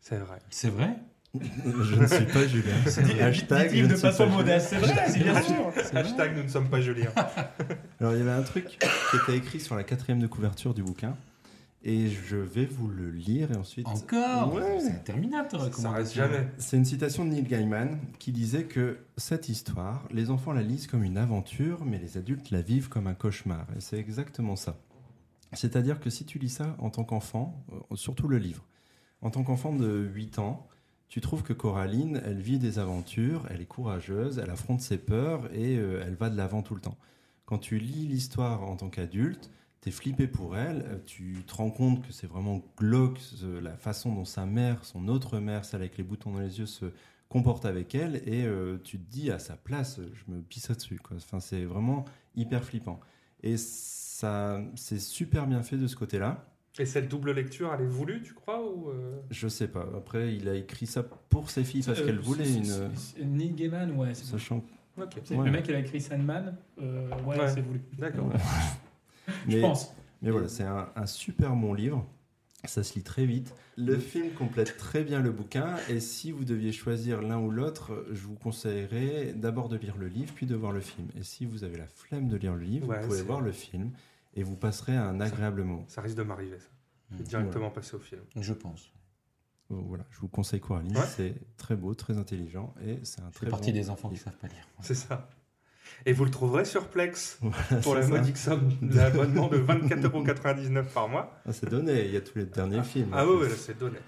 S7: C'est vrai.
S5: C'est vrai?
S6: Je ne suis pas Julien. Hashtag, je
S8: Dites-il
S6: ne
S8: de
S6: suis pas
S8: façon
S6: Julien.
S8: modeste, c'est vrai, c'est bien sûr.
S7: Hashtag nous ne sommes pas Julien.
S6: Alors, il y avait un truc qui était écrit sur la 4e de couverture du bouquin. Et je vais vous le lire et ensuite...
S5: Encore?
S6: Ouais.
S5: C'est interminable ta
S7: Ça
S5: recommandation.
S7: s'arrête jamais.
S6: C'est une citation de Neil Gaiman qui disait que cette histoire, les enfants la lisent comme une aventure, mais les adultes la vivent comme un cauchemar. Et c'est exactement ça. C'est-à-dire que si tu lis ça en tant qu'enfant, surtout le livre, en tant qu'enfant de 8 ans, tu trouves que Coraline, elle vit des aventures, elle est courageuse, elle affronte ses peurs et elle va de l'avant tout le temps. Quand tu lis l'histoire en tant qu'adulte, t'es flippé pour elle, tu te rends compte que c'est vraiment glauque la façon dont sa mère, son autre mère, celle avec les boutons dans les yeux, se comporte avec elle et tu te dis à sa place, je me pisserais dessus, quoi. Enfin, c'est vraiment hyper flippant. Et ça, c'est super bien fait de ce côté-là.
S7: Et cette double lecture, elle est voulue, tu crois ou
S6: Je sais pas. Après, il a écrit ça pour ses filles parce qu'elle voulait une.
S8: Neil Gaiman, ouais. C'est
S6: Sachant.
S7: Ok.
S6: Ouais.
S8: Le mec, il a écrit Sandman. Ouais, c'est voulu.
S7: D'accord.
S8: Je pense.
S6: Mais voilà, c'est un super bon livre. Ça se lit très vite. Le film complète très bien le bouquin. Et si vous deviez choisir l'un ou l'autre, je vous conseillerais d'abord de lire le livre, puis de voir le film. Et si vous avez la flemme de lire le livre,
S7: Ouais,
S6: vous pouvez
S7: c'est-
S6: voir le film et vous passerez un agréable moment.
S7: Ça risque de m'arriver, ça. Je vais directement passer au film.
S5: Je pense.
S6: Voilà, je vous conseille Coraline.
S7: Ouais.
S6: C'est très beau, très intelligent et c'est un
S5: Je
S6: très
S5: fais partie
S6: bon
S5: des enfants qui
S6: livre.
S5: savent pas lire.
S7: C'est ça. Et vous le trouverez sur Plex
S6: Voilà,
S7: pour la
S6: c'est ça.
S7: modique somme de l'abonnement de 24,99 € par mois.
S6: Ah, c'est donné, il y a tous les derniers films.
S7: Ah oui, là, c'est donné.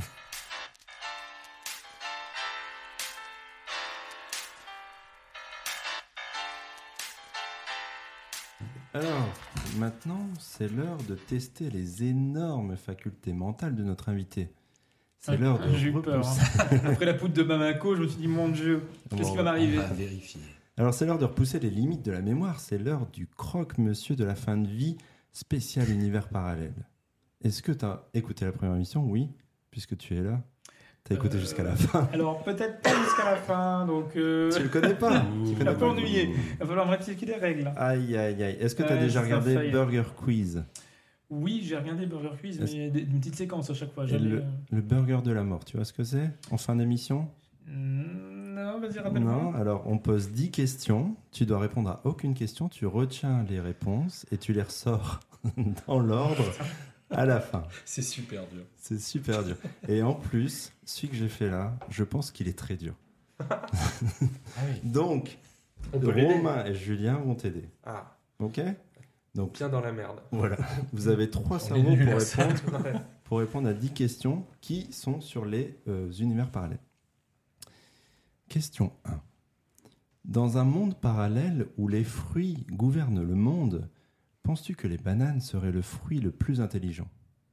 S6: Alors, maintenant, c'est l'heure de tester les énormes facultés mentales de notre invité. C'est l'heure de
S8: J'ai eu peur.
S6: repousser...
S8: Après la poudre de Bamako, je me suis dit, mon Dieu, qu'est-ce qui va m'arriver?
S5: On va vérifier.
S6: Alors, c'est l'heure de repousser les limites de la mémoire. C'est l'heure du croque-monsieur de la fin de vie, spécial univers parallèle. Est-ce que tu as écouté la première émission? Oui, puisque tu es là. Tu as écouté jusqu'à la fin.
S8: Alors, peut-être pas jusqu'à la fin, donc...
S6: Tu le connais pas? Tu
S8: un
S6: connais
S8: peu
S6: pas
S8: ennuyé. Il va falloir me rectifier les règles.
S6: Aïe, aïe, aïe. Est-ce que tu as
S8: Ouais,
S6: déjà
S8: ça
S6: regardé
S8: faille.
S6: Burger Quiz?
S8: Oui, j'ai regardé Burger Quiz,
S6: Est-ce-
S8: mais une petite séquence à chaque fois.
S6: Et
S8: J'allais,
S6: le burger de la mort, tu vois ce que c'est? En fin d'émission?
S8: Non, vas-y, rappelle-moi.
S6: Non, alors on pose 10 questions, tu dois répondre à aucune question, tu retiens les réponses et tu les ressors dans l'ordre à la fin.
S5: C'est super dur.
S6: C'est super dur. Et en plus, celui que j'ai fait là, je pense qu'il est très dur.
S5: Ah oui.
S6: Donc,
S7: On peut l'aider.
S6: Romain et Julien vont t'aider.
S7: Ah,
S6: Ok? Donc
S7: bien dans la merde.
S6: voilà, vous avez 3
S5: On est
S6: cerveaux
S5: nuls
S6: pour
S5: à ça.
S6: répondre, pour répondre à 10 questions qui sont sur les univers parallèles. Question 1. Dans un monde parallèle où les fruits gouvernent le monde, penses-tu que les bananes seraient le fruit le plus intelligent?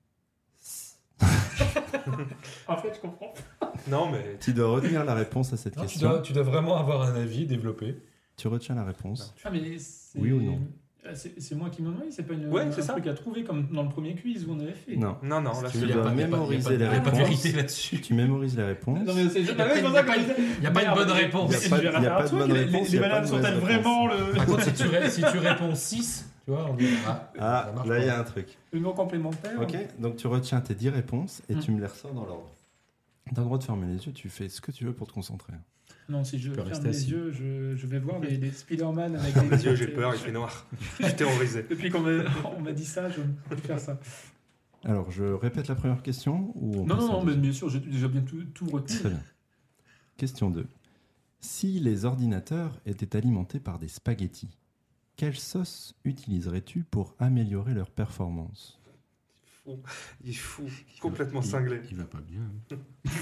S8: En fait, je comprends.
S7: Non, mais
S6: Tu dois retenir la réponse à cette
S5: Non,
S6: question.
S5: tu dois vraiment avoir un avis développé.
S6: Tu retiens la réponse.
S8: Ah, mais c'est...
S6: Oui ou non?
S8: C'est moi qui m'en demande, c'est pas
S7: Ouais,
S8: un
S7: c'est ça.
S8: truc à trouver comme dans le premier quiz où on avait fait.
S6: Non.
S7: non, là,
S6: Tu
S7: c'est
S6: dois mémoriser les
S5: Il n'y a pas de
S6: réponses.
S5: vérité là-dessus.
S6: Tu mémorises les réponses.
S8: Non, mais c'est
S5: Il y a pas- il y a pas- il y a pas une bonne réponse.
S6: Il y a pas- il y a pas de bonne réponse, il y
S8: Les
S6: a pas
S8: bananes
S6: de
S8: sont-elles
S6: mauvaise
S8: vraiment le
S5: Par contre, si tu réponds 6, tu vois, on dit
S6: Ah,
S5: ça marche
S6: là il y
S5: pas.
S6: a un truc.
S8: nom complémentaire?
S6: Ok, donc tu retiens tes 10 réponses et
S8: Hmm.
S6: tu me les ressors dans l'ordre. Tu as le droit de fermer les yeux, tu fais ce que tu veux pour te concentrer.
S8: Non, si je
S5: peux
S8: ferme
S5: rester
S8: les
S5: assis.
S8: yeux, je vais voir des Spider-Man avec
S7: Les yeux, j'ai peur, il fait noir. Je suis terrorisé.
S8: Depuis qu'on m'a dit ça, je ne peux plus faire ça.
S6: Alors, je répète la première question ou on
S8: Non,
S6: passe à la
S8: mais
S6: deuxième?
S8: bien sûr, j'ai déjà bien tout retenu.
S6: Très bien. Question 2. Si les ordinateurs étaient alimentés par des spaghettis, quelle sauce utiliserais-tu pour améliorer leur performance?
S7: Il est fou, complètement cinglé.
S5: Il va pas bien.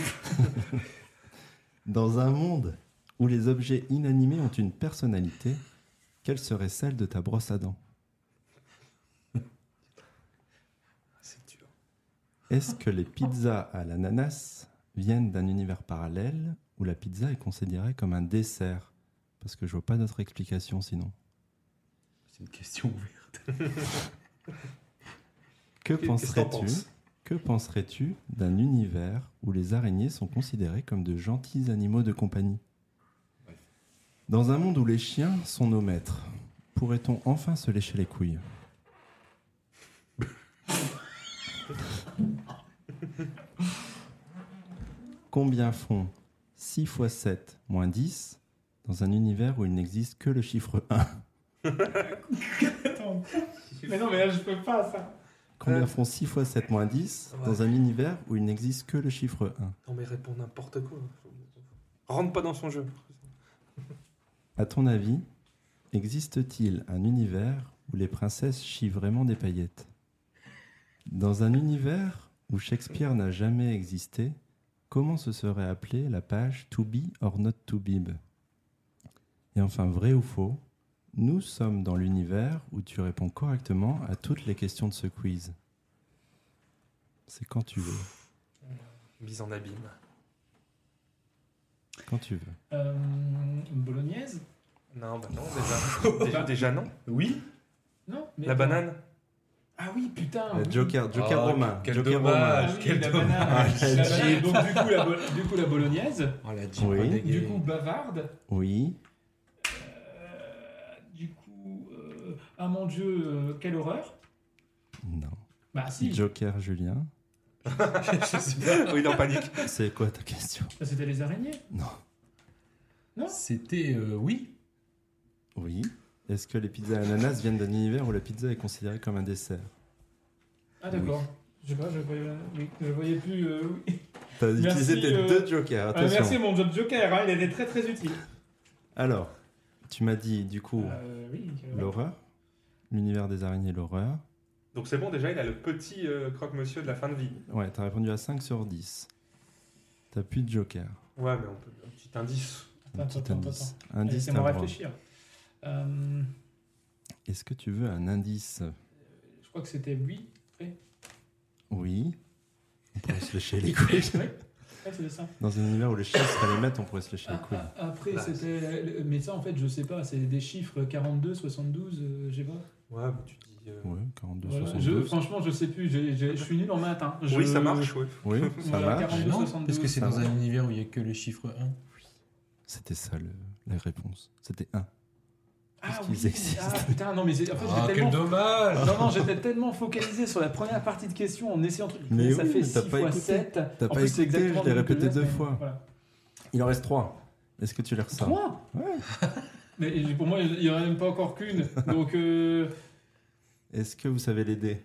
S6: Dans un monde où les objets inanimés ont une personnalité, quelle serait celle de ta brosse à dents?
S7: C'est dur.
S6: Est-ce que les pizzas à l'ananas viennent d'un univers parallèle où la pizza est considérée comme un dessert? Parce que je vois pas d'autre explication sinon.
S5: C'est une question ouverte.
S7: Qu'est-ce
S6: Que
S7: que t'en
S6: penserais-tu
S7: penses?
S6: Que penserais-tu d'un univers où les araignées sont considérées comme de gentils animaux de compagnie? Dans un monde où les chiens sont nos maîtres, pourrait-on enfin se lécher les couilles? Combien font 6 x 7 moins 10 dans un univers où il n'existe que le chiffre 1?
S8: Attends. Mais non, mais là, je peux pas, ça.
S6: Combien font 6 x 7 moins 10 dans un univers où il n'existe que le chiffre 1?
S7: Non, mais réponds n'importe quoi. Rentre pas dans son jeu.
S6: À ton avis, existe-t-il un univers où les princesses chient vraiment des paillettes? Dans un univers où Shakespeare n'a jamais existé, comment se serait appelée la page To be or not to be? Et enfin, vrai ou faux, nous sommes dans l'univers où tu réponds correctement à toutes les questions de ce quiz. C'est quand tu veux.
S7: Mise en abîme.
S6: Quand tu veux.
S8: Bolognaise?
S7: Non, bah non, déjà non.
S5: Oui.
S8: Non. Mais
S7: La banane?
S8: Ah oui, putain. oui.
S6: Joker romain.
S5: Quel
S6: Joker
S5: dommage.
S8: Ah oui,
S5: Quel
S8: la
S5: dommage.
S8: banane.
S6: Ah,
S8: La banane. Donc du coup la bolognaise.
S5: Oh, la
S6: Oui.
S5: oui.
S8: Du coup bavarde.
S6: Oui.
S8: Du coup, ah mon Dieu, quelle horreur.
S6: Non.
S8: Bah si.
S6: Joker Julien.
S7: Oui, il est en panique.
S6: C'est quoi ta question?
S8: Ça, c'était les araignées.
S6: Non.
S5: C'était oui.
S6: Oui. Est-ce que les pizzas à l'ananas viennent d'un univers où la pizza est considérée comme un dessert?
S8: Ah d'accord. Je sais pas, je voyais plus. Oui.
S6: T'as
S8: Merci,
S6: utilisé tes deux jokers, attention.
S8: Merci mon job joker, hein, il était très très utile.
S6: Alors, tu m'as dit du coup
S8: Oui.
S6: l'horreur, l'univers des araignées, l'horreur.
S7: Donc c'est bon, déjà, il a le petit croque-monsieur de la fin de vie.
S6: Ouais, t'as répondu à 5 sur 10. T'as plus de joker.
S7: Ouais, mais on peut... un petit indice.
S6: Un petit
S8: Attends.
S6: indice. Indice,
S8: Laissez-moi
S6: t'as le droit.
S8: réfléchir.
S6: Est-ce que tu veux un indice?
S8: Je crois que c'était oui.
S6: Oui. On pourrait se lécher les couilles.
S8: Ouais, c'est ça.
S6: Dans un univers où les chiens seraient les maîtres, on pourrait se lécher les couilles.
S8: Après,
S7: Bah,
S8: c'était. Mais ça, en fait, je sais pas. C'est des chiffres 42, 72, je sais pas.
S7: Ouais, mais tu dis...
S6: Ouais, 42,
S8: Voilà.
S6: 72.
S8: Franchement, je sais plus. Je suis nul en maths. Hein.
S7: Oui, ça marche, oui.
S6: Oui, ça
S8: Voilà,
S6: marche.
S8: 42,
S5: Non,
S8: 72.
S5: parce que c'est
S6: ça
S5: dans
S6: va.
S5: un univers où il n'y a que le chiffre 1.
S6: C'était ça la réponse. C'était 1.
S8: Ah
S6: qu'ils
S8: oui.
S6: existent.
S8: Ah putain, non, mais en fait,
S5: Ah,
S8: j'étais
S5: quel
S8: tellement.
S5: dommage.
S8: Non, j'étais tellement focalisé sur la première partie de question en essayant de truc.
S6: Mais
S8: ça
S6: oui,
S8: fait
S6: mais
S8: 6
S6: t'as pas
S8: fois
S6: écouté.
S8: 7.
S6: T'as
S8: En
S6: pas
S8: plus, c'est
S6: écouté,
S8: exactement
S6: je l'ai
S8: le même que
S6: répété
S8: le
S6: 2
S8: reste,
S6: fois.
S8: Voilà.
S6: Il en reste 3. Est-ce que tu les ressors?
S8: 3
S6: Ouais.
S8: Mais pour moi, il n'y en a même pas encore qu'une. Donc,
S6: Est-ce que vous savez l'aider?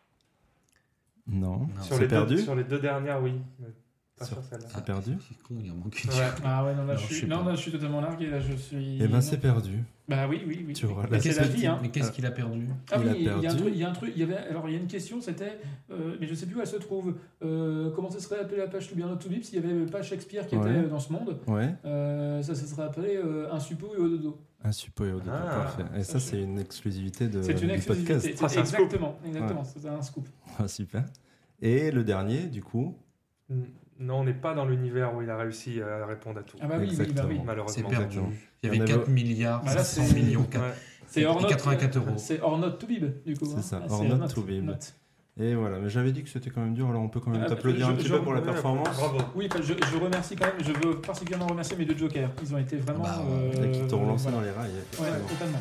S6: Non.
S7: Sur
S6: C'est
S7: les,
S6: perdu?
S7: sur les deux dernières, oui. Mais pas
S6: Sur-
S7: sur celle-là.
S6: C'est perdu?
S5: C'est con, il en manque
S7: Ouais.
S8: ah ouais, non, là,
S5: Non,
S8: je
S5: je
S8: suis...
S5: sais
S8: non,
S5: pas.
S8: là, je suis totalement largué. Là, je suis.
S6: Eh ben,
S8: non.
S6: c'est perdu.
S8: Bah oui.
S6: Tu auras
S8: Mais
S6: la
S8: c'est la
S6: petite-
S8: vie, hein.
S5: Mais qu'est-ce qu'il a perdu?
S8: Ah
S6: Il a
S8: oui, il y a un
S6: perdu.
S8: truc. Il y a un truc. Il y avait. Alors, il y a une question. C'était. Mais je sais plus où elle se trouve. Comment ça serait appelé la page To Be or Not To Be? S'il y avait pas Shakespeare qui
S6: Ouais.
S8: était dans ce monde,
S6: Ouais.
S8: ça serait appelé un suppôt et au dodo.
S6: Un suppôt et au dodo.
S7: Ah,
S6: Parfait. Et ça, c'est une exclusivité
S8: C'est une
S6: du
S8: exclusivité.
S6: podcast.
S7: Ah, c'est un scoop.
S8: Exactement. C'est un scoop.
S6: Ah, super. Et le dernier, du coup,
S7: Non, on n'est pas dans l'univers où il a réussi à répondre à tout.
S8: Ah bah oui,
S6: Exactement.
S5: C'est
S7: Malheureusement.
S5: perdu.
S6: Exactement.
S5: Il y
S6: Il y en
S5: avait
S6: avait-
S5: 4 milliards,
S8: Bah là,
S5: 500
S8: c'est-
S5: millions.
S7: Ouais.
S8: C'est hors
S5: Et 84 euros.
S8: C'est hors note to bib, du coup.
S6: C'est
S8: hein.
S6: ça,
S8: Ah,
S6: hors
S8: c'est
S6: note to bib.
S8: note.
S6: et voilà. Mais j'avais dit que c'était quand même dur, alors on peut quand même
S8: Ah,
S6: t'applaudir un petit peu pour la
S7: Ouais,
S6: performance.
S7: Bravo.
S8: Oui, je remercie quand même, je veux particulièrement remercier mes deux jokers. Ils ont été vraiment.
S5: Bah,
S6: Et qui t'ont relancé
S8: voilà.
S6: dans les rails.
S8: Ouais,
S6: effectivement.
S8: totalement.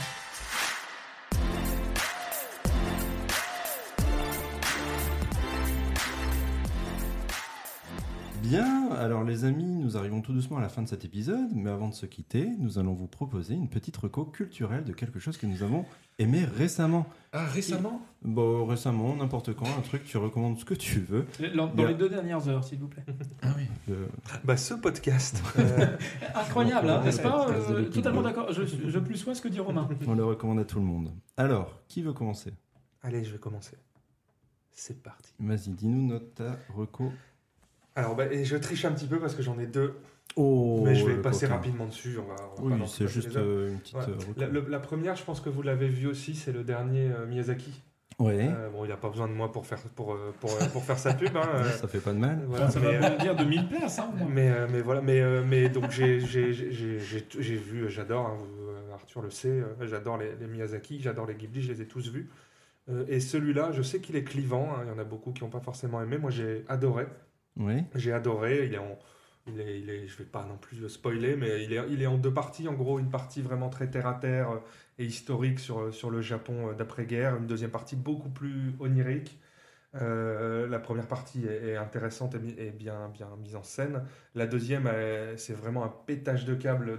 S6: Bien, alors les amis, nous arrivons tout doucement à la fin de cet épisode, mais avant de se quitter, nous allons vous proposer une petite reco culturelle de quelque chose que nous avons aimé récemment.
S5: Ah, récemment?
S6: Bon, récemment, n'importe quand, un truc, tu recommandes ce que tu veux.
S8: Dans les 2 dernières heures, s'il vous plaît.
S5: Ah oui.
S7: Bah, ce podcast.
S8: Incroyable, hein, n'est-ce pas
S6: Podcast de l'équipe
S8: Totalement
S6: de-
S8: d'accord. Je plus sois ce que dit Romain.
S6: On le recommande à tout le monde. Alors, qui veut commencer?
S7: Allez, je vais commencer. C'est parti.
S6: Vas-y, dis-nous ta reco.
S7: Alors, bah, et je triche un petit peu parce que j'en ai 2,
S6: Oh,
S7: mais je vais
S6: le
S7: passer
S6: coquin.
S7: rapidement dessus. On va pas
S6: Oui,
S7: non plus
S6: c'est
S7: passer
S6: juste
S7: les heures.
S6: une petite
S7: Ouais.
S6: reco.
S7: La première, je pense que vous l'avez vu aussi, c'est le dernier Miyazaki.
S6: Ouais,
S7: Bon, il n'a pas besoin de moi pour faire sa pub. Hein,
S6: ça fait pas de mal.
S7: voilà,
S8: Ça
S7: mais,
S8: va bien dire 2000 places. Hein, moi.
S7: mais voilà, mais donc j'ai vu, j'adore, hein, Arthur le sait, j'adore les Miyazaki, j'adore les Ghibli, je les ai tous vus. Et celui-là, je sais qu'il est clivant, hein, il y en a beaucoup qui n'ont pas forcément aimé. Moi, j'ai adoré.
S6: Oui,
S7: J'ai adoré. Je vais pas non plus spoiler, mais il est en 2 parties. En gros, une partie vraiment très terre à terre et historique sur le Japon d'après-guerre, une deuxième partie beaucoup plus onirique. La première partie est intéressante et bien mise en scène. La deuxième, c'est vraiment un pétage de câble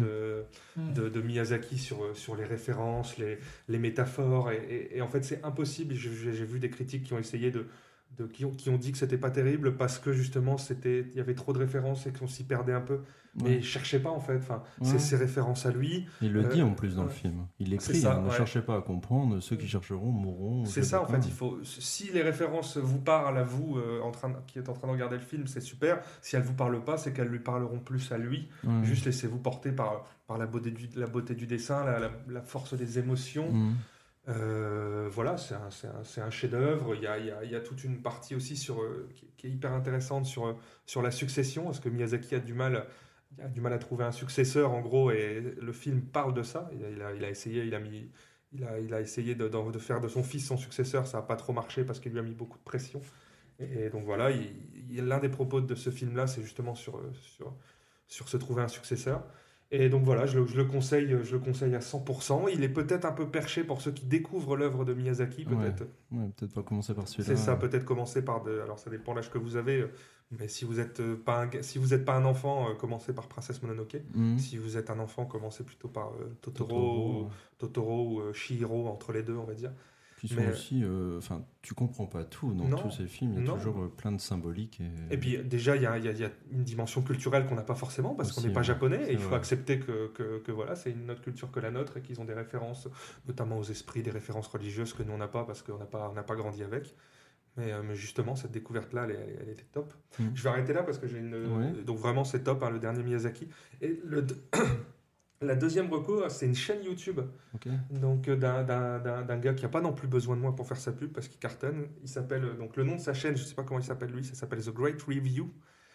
S7: de Miyazaki sur les références, les métaphores. Et en fait, c'est impossible. J'ai vu des critiques qui ont essayé qui ont dit que c'était pas terrible parce que justement il y avait trop de références et qu'on s'y perdait un peu. Mais cherchez pas en fait. Enfin, c'est ses références à lui.
S6: Il le dit en plus dans le film. Il l'écrit. Ne cherchez pas à comprendre. Ceux qui chercheront mourront.
S7: C'est ça en fait. Si les références vous parlent à vous, qui êtes en train de regarder le film, c'est super. Si elles vous parlent pas, c'est qu'elles lui parleront plus à lui. Juste laissez-vous porter par la beauté du dessin, la force des émotions. Voilà, c'est un chef-d'œuvre. Il y a toute une partie aussi qui est hyper intéressante sur la succession, parce que Miyazaki a du mal à trouver un successeur en gros, et le film parle de ça. Il a essayé, il a essayé de faire de son fils son successeur. Ça n'a pas trop marché parce qu'il lui a mis beaucoup de pression. Et donc voilà, l'un des propos de ce film-là, c'est justement sur se trouver un successeur. Et donc voilà, je le conseille à 100%. Il est peut-être un peu perché pour ceux qui découvrent l'œuvre de Miyazaki, peut-être.
S6: Ouais, peut-être pas commencer par celui-là.
S7: C'est ça, peut-être commencer par alors ça dépend de l'âge que vous avez, mais si vous êtes pas un enfant, commencez par Princesse Mononoke. Si vous êtes un enfant, commencez plutôt par Totoro ou Chihiro, entre les deux, on va dire.
S6: Puis aussi, tu comprends pas tout dans tous ces films. Il y a toujours plein de symboliques.
S7: Et puis déjà, il y a une dimension culturelle qu'on n'a pas forcément parce qu'on n'est pas japonais. Et il faut accepter que voilà, c'est une autre culture que la nôtre et qu'ils ont des références, notamment aux esprits, des références religieuses que nous on n'a pas parce qu'on n'a pas grandi avec. Mais justement, cette découverte-là, elle était top. Je vais arrêter là parce que j'ai donc vraiment, c'est top, le dernier Miyazaki. Et la deuxième reco, c'est une chaîne YouTube, donc d'un gars qui n'a pas non plus besoin de moi pour faire sa pub parce qu'il cartonne. Il s'appelle, donc le nom de sa chaîne, je ne sais pas comment il s'appelle lui, ça s'appelle The Great Review.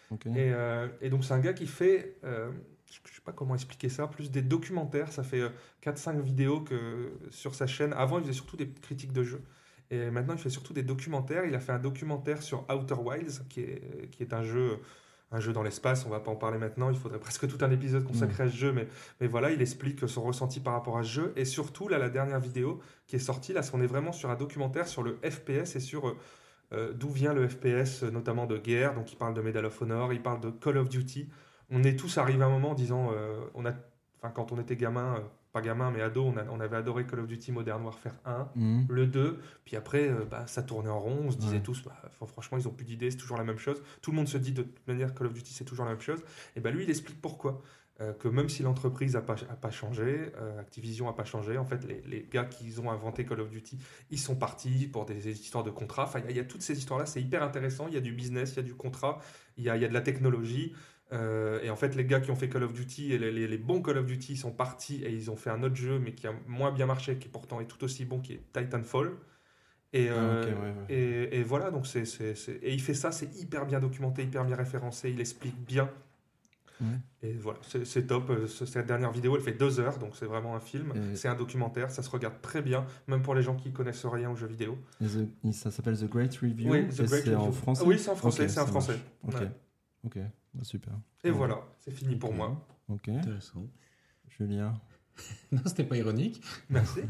S7: Et donc c'est un gars qui fait, je ne sais pas comment expliquer ça, plus des documentaires. Ça fait 4-5 vidéos sur sa chaîne. Avant, il faisait surtout des critiques de jeux. Et maintenant, il fait surtout des documentaires. Il a fait un documentaire sur Outer Wilds, qui est un jeu dans l'espace. On va pas en parler maintenant, il faudrait presque tout un épisode consacré à ce jeu, mais voilà, il explique son ressenti par rapport à ce jeu. Et surtout, là, la dernière vidéo qui est sortie, là, on est vraiment sur un documentaire sur le FPS et sur d'où vient le FPS, notamment de guerre. Donc il parle de Medal of Honor, il parle de Call of Duty. On est tous arrivés à un moment en disant, quand on était gamin, pas gamin mais ado, on avait adoré Call of Duty Modern Warfare 1, le 2, puis après ça tournait en rond, on se disait tous franchement ils ont plus d'idées, c'est toujours la même chose, tout le monde se dit de toute manière Call of Duty c'est toujours la même chose, et lui il explique pourquoi, que même si l'entreprise a pas changé, Activision a pas changé, en fait les gars qui ont inventé Call of Duty, ils sont partis pour des histoires de contrats, il y a toutes ces histoires là, c'est hyper intéressant, il y a du business, il y a du contrat, il y a de la technologie. Et en fait les gars qui ont fait Call of Duty et les bons Call of Duty sont partis et ils ont fait un autre jeu mais qui a moins bien marché, qui pourtant est tout aussi bon, qui est Titanfall. Et voilà, donc et il fait ça, c'est hyper bien documenté, hyper bien référencé, il explique bien. Et voilà, c'est top. Cette dernière vidéo elle fait 2 heures, donc c'est vraiment un film, c'est un documentaire, ça se regarde très bien même pour les gens qui connaissent rien aux jeux vidéo.
S6: Ça s'appelle The Great Review.
S7: Oui, The Great Review.
S6: En français.
S7: Oui, c'est en français, c'est un français.
S6: Ok, super.
S7: Et voilà, c'est fini pour moi.
S6: Ok.
S5: Intéressant.
S6: Julien.
S5: Non, c'était pas ironique.
S7: Merci.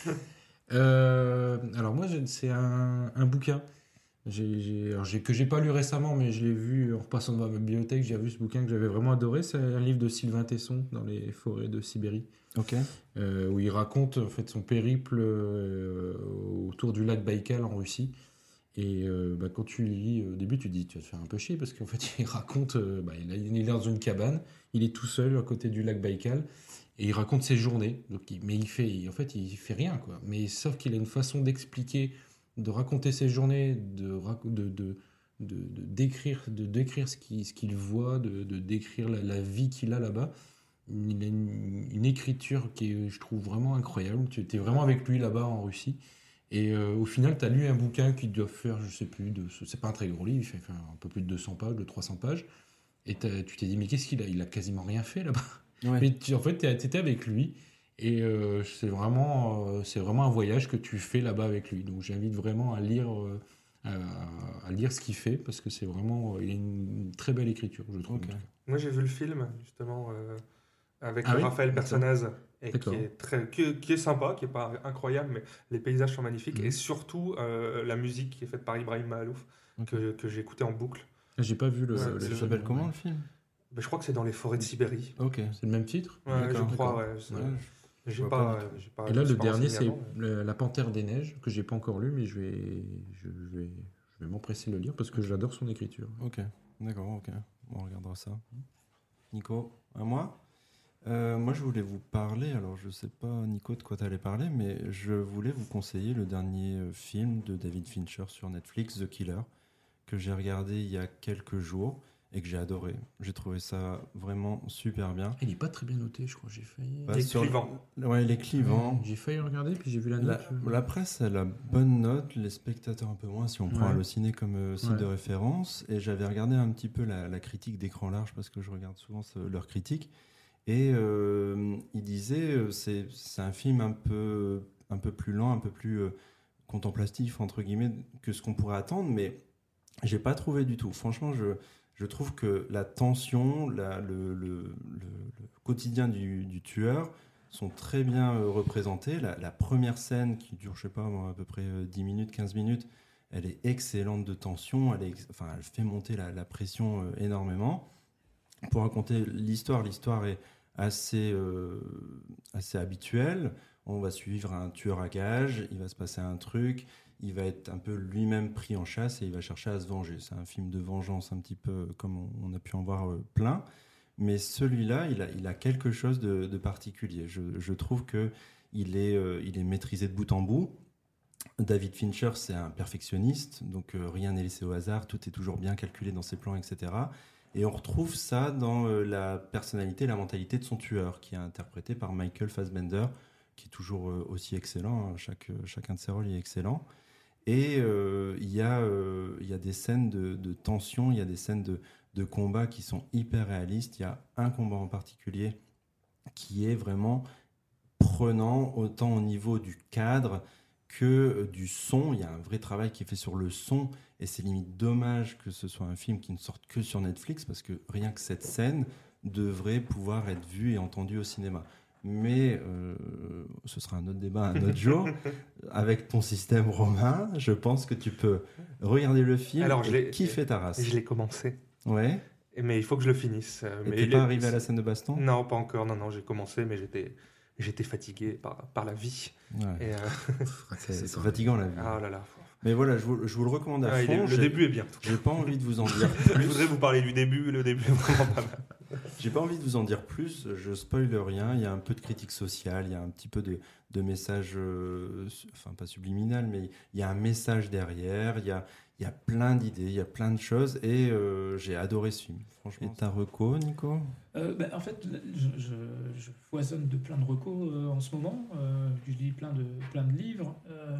S5: Alors moi, c'est un bouquin que j'ai pas lu récemment, mais je l'ai vu en repassant dans ma bibliothèque. J'ai vu ce bouquin que j'avais vraiment adoré. C'est un livre de Sylvain Tesson, Dans les forêts de Sibérie. Où il raconte en fait son périple autour du lac Baïkal en Russie. Et quand tu lis au début, tu te dis tu vas te faire un peu chier parce qu'en fait il raconte, il est dans une cabane, il est tout seul à côté du lac Baïkal et il raconte ses journées. Donc, mais il fait rien quoi. Mais sauf qu'il a une façon d'expliquer, de raconter ses journées, de décrire ce qu'il voit, de décrire la vie qu'il a là-bas. Il a une écriture qui est, je trouve, vraiment incroyable. Tu étais vraiment avec lui là-bas en Russie. Et au final, tu as lu un bouquin qui doit faire, je sais plus, c'est pas un très gros livre, il fait un peu plus de 200 pages, de 300 pages. Et tu t'es dit, mais qu'est-ce qu'il a ? Il a quasiment rien fait là-bas. Mais en fait, tu étais avec lui. Et c'est vraiment un voyage que tu fais là-bas avec lui. Donc j'invite vraiment à lire ce qu'il fait, parce que c'est vraiment, il a une très belle écriture, je trouve.
S7: Moi j'ai vu le film, justement, avec Raphaël Personnaz. et
S5: D'accord.
S7: qui est sympa, qui est pas incroyable, mais les paysages sont magnifiques,
S6: Mhm.
S7: et surtout la musique qui est faite par Ibrahim Mahalouf,
S6: Ok.
S7: que j'ai écouté en boucle.
S5: J'ai pas vu
S7: Ouais,
S6: Ça
S7: le-
S6: s'appelle comment le film?
S7: Mais je crois que c'est dans les forêts de Sibérie.
S6: Ok.
S5: C'est le même titre?
S7: Ouais, je
S6: D'accord,
S7: crois,
S6: d'accord.
S7: ouais.
S6: Ouais,
S7: J'ai
S6: vois
S7: pas,
S6: pas du
S7: j'ai pas.
S5: Et
S7: je
S5: là,
S7: me suis
S5: le
S7: pas
S5: dernier,
S7: renseigné
S5: c'est
S7: avant, mais-
S5: La Panthère des Neiges, que j'ai pas encore lu, mais je vais m'empresser de le lire parce que j'adore son écriture.
S6: Ok, d'accord, ok. Bon, on regardera ça. Nico, à moi? Moi, je voulais vous parler, alors je sais pas, Nico, de quoi tu allais parler, mais je voulais vous conseiller le dernier film de David Fincher sur Netflix, The Killer, que j'ai regardé il y a quelques jours et que j'ai adoré. J'ai trouvé ça vraiment super bien.
S5: Il est pas très bien noté, je crois. J'ai failli.
S6: Bah,
S7: Il est
S6: sur-
S7: clivant.
S6: Ouais, il est clivant.
S5: J'ai failli regarder, puis j'ai vu la
S6: La,
S5: note.
S6: la presse a la bonne note, les spectateurs un peu moins si on prend
S5: Ouais.
S6: Allociné comme site
S5: Ouais.
S6: de référence. Et j'avais regardé un petit peu la critique d'Écran Large parce que je regarde souvent leurs critiques. Et il disait c'est un film un peu plus lent, un peu plus contemplatif entre guillemets que ce qu'on pourrait attendre, mais j'ai pas trouvé du tout. Franchement, je trouve que la tension, le quotidien du tueur sont très bien représentés. La première scène qui dure, je sais pas, moi, à peu près 10 minutes, 15 minutes, elle est excellente de tension. Elle fait monter la pression énormément. Pour raconter l'histoire est assez habituelle. On va suivre un tueur à gages, il va se passer un truc, il va être un peu lui-même pris en chasse et il va chercher à se venger. C'est un film de vengeance un petit peu comme on a pu en voir plein. Mais celui-là, il a quelque chose de particulier. Je trouve qu'il est maîtrisé de bout en bout. David Fincher, c'est un perfectionniste, donc rien n'est laissé au hasard, tout est toujours bien calculé dans ses plans, etc. Et on retrouve ça dans la personnalité, la mentalité de son tueur, qui est interprété par Michael Fassbender, qui est toujours aussi excellent. Chacun de ses rôles est excellent. Et il y a des scènes de tension, il y a des scènes de combat qui sont hyper réalistes. Il y a un combat en particulier qui est vraiment prenant, autant au niveau du cadre que du son. Il y a un vrai travail qui est fait sur le son, et c'est limite dommage que ce soit un film qui ne sorte que sur Netflix, parce que rien que cette scène devrait pouvoir être vue et entendue au cinéma. Mais ce sera un autre débat un autre jour. Avec ton système, Romain, je pense que tu peux regarder le film et kiffer ta race.
S7: Je l'ai commencé.
S6: Ouais.
S7: Mais il faut que je le finisse.
S6: Et t'es pas arrivé à la scène de baston?
S7: Non, pas encore. Non, j'ai commencé, mais j'étais fatigué par la vie.
S6: Ouais.
S7: Et
S6: c'est fatigant la vie.
S7: Ah là là.
S6: Mais voilà, je vous le recommande à fond.
S7: Le début est bien.
S6: J'ai pas envie de vous en dire plus.
S7: Je voudrais vous parler du début. Le début est vraiment pas mal.
S6: J'ai pas envie de vous en dire plus. Je spoil rien. Il y a un peu de critique sociale. Il y a un petit peu de message, enfin pas subliminal, mais il y a un message derrière. Il y a plein d'idées. Il y a plein de choses. Et j'ai adoré ce film. Franchement. Et ta reco, Nico?
S8: En fait, je foisonne de plein de recos en ce moment. Je lis plein de livres.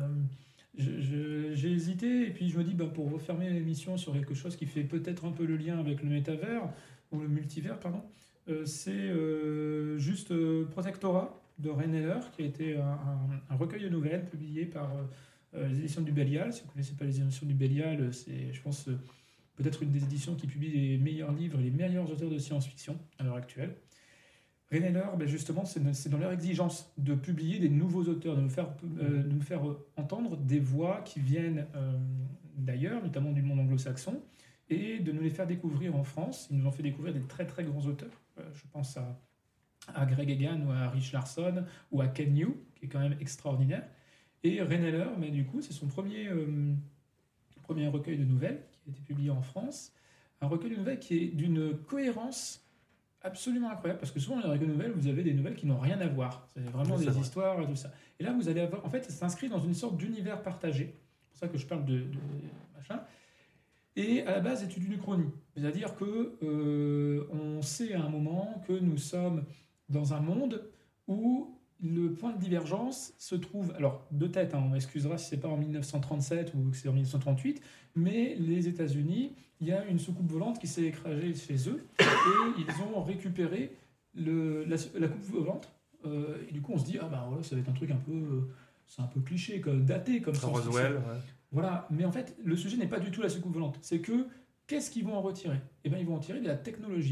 S8: J'ai hésité, et puis je me dis, pour refermer l'émission sur quelque chose qui fait peut-être un peu le lien avec le métavers, ou le multivers, pardon, c'est juste Protectora de Ray Neller, qui a été un recueil de nouvelles publié par les éditions du Bélial. Si vous ne connaissez pas les éditions du Bélial, c'est, je pense, peut-être une des éditions qui publie les meilleurs livres et les meilleurs auteurs de science-fiction à l'heure actuelle. Ray Neller, justement, c'est dans leur exigence de publier des nouveaux auteurs, de nous faire entendre des voix qui viennent d'ailleurs, notamment du monde anglo-saxon, et de nous les faire découvrir en France. Ils nous ont fait découvrir des très très grands auteurs. Je pense à Greg Egan ou à Rich Larson ou à Ken New, qui est quand même extraordinaire. Et Ray Neller, du coup, c'est son premier recueil de nouvelles qui a été publié en France. Un recueil de nouvelles qui est d'une cohérence absolument incroyable, parce que souvent dans les recueils de nouvelles, vous avez des nouvelles qui n'ont rien à voir. C'est vraiment des histoires et tout ça. Et là, vous allez avoir... En fait, ça s'inscrit dans une sorte d'univers partagé. C'est pour ça que je parle de machin. Et à la base, c'est une uchronie. C'est-à-dire que on sait à un moment que nous sommes dans un monde où le point de divergence se trouve... Alors, de tête, on m'excusera si c'est pas en 1937 ou que c'est en 1938, mais les États-Unis, il y a une soucoupe volante qui s'est écrasée chez eux, et ils ont récupéré la coupe volante. Et du coup, on se dit, voilà, ça va être un truc un peu... c'est un peu cliché, daté, comme ça.
S7: Roswell, ouais.
S8: Voilà, mais en fait, le sujet n'est pas du tout la soucoupe volante. C'est que, qu'est-ce qu'ils vont en retirer ? Eh bien, ils vont en tirer de la technologie.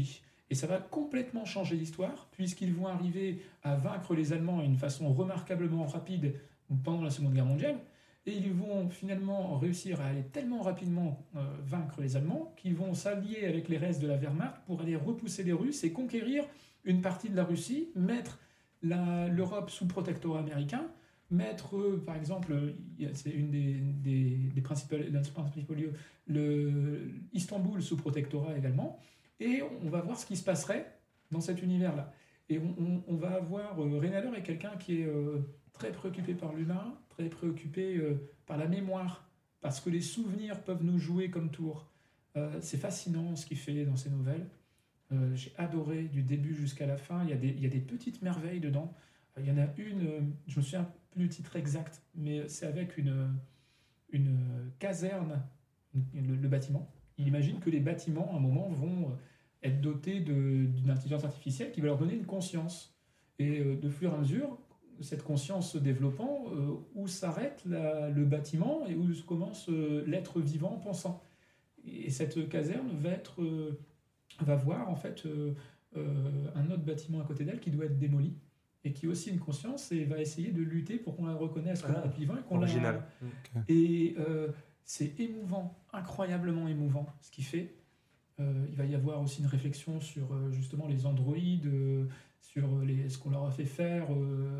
S8: Et ça va complètement changer l'histoire, puisqu'ils vont arriver à vaincre les Allemands d'une façon remarquablement rapide pendant la Seconde Guerre mondiale, et ils vont finalement réussir à aller tellement rapidement vaincre les Allemands qu'ils vont s'allier avec les restes de la Wehrmacht pour aller repousser les Russes et conquérir une partie de la Russie, mettre l'Europe sous protectorat américain, mettre, par exemple, c'est une des principaux lieux, Istanbul sous protectorat également, et on va voir ce qui se passerait dans cet univers-là. Et on va avoir... Rainer est quelqu'un qui est très préoccupé par l'humain, très préoccupé par la mémoire, parce que les souvenirs peuvent nous jouer comme tour. C'est fascinant ce qu'il fait dans ses nouvelles. J'ai adoré du début jusqu'à la fin. Il y a des petites merveilles dedans. Il y en a une, je me souviens plus du titre exact, mais c'est avec une caserne, le bâtiment. Il imagine que les bâtiments, à un moment, vont être dotés d'une intelligence artificielle qui va leur donner une conscience. Et de fur et à mesure, cette conscience se développant, où s'arrête le bâtiment et où commence l'être vivant pensant. Et cette caserne va voir en fait un autre bâtiment à côté d'elle qui doit être démoli et qui a aussi une conscience et va essayer de lutter pour qu'on la reconnaisse comme être vivant et qu'on
S7: original.
S8: Et c'est émouvant, incroyablement émouvant ce qu'il fait. Il va y avoir aussi une réflexion sur justement les androïdes, sur ce qu'on leur a fait faire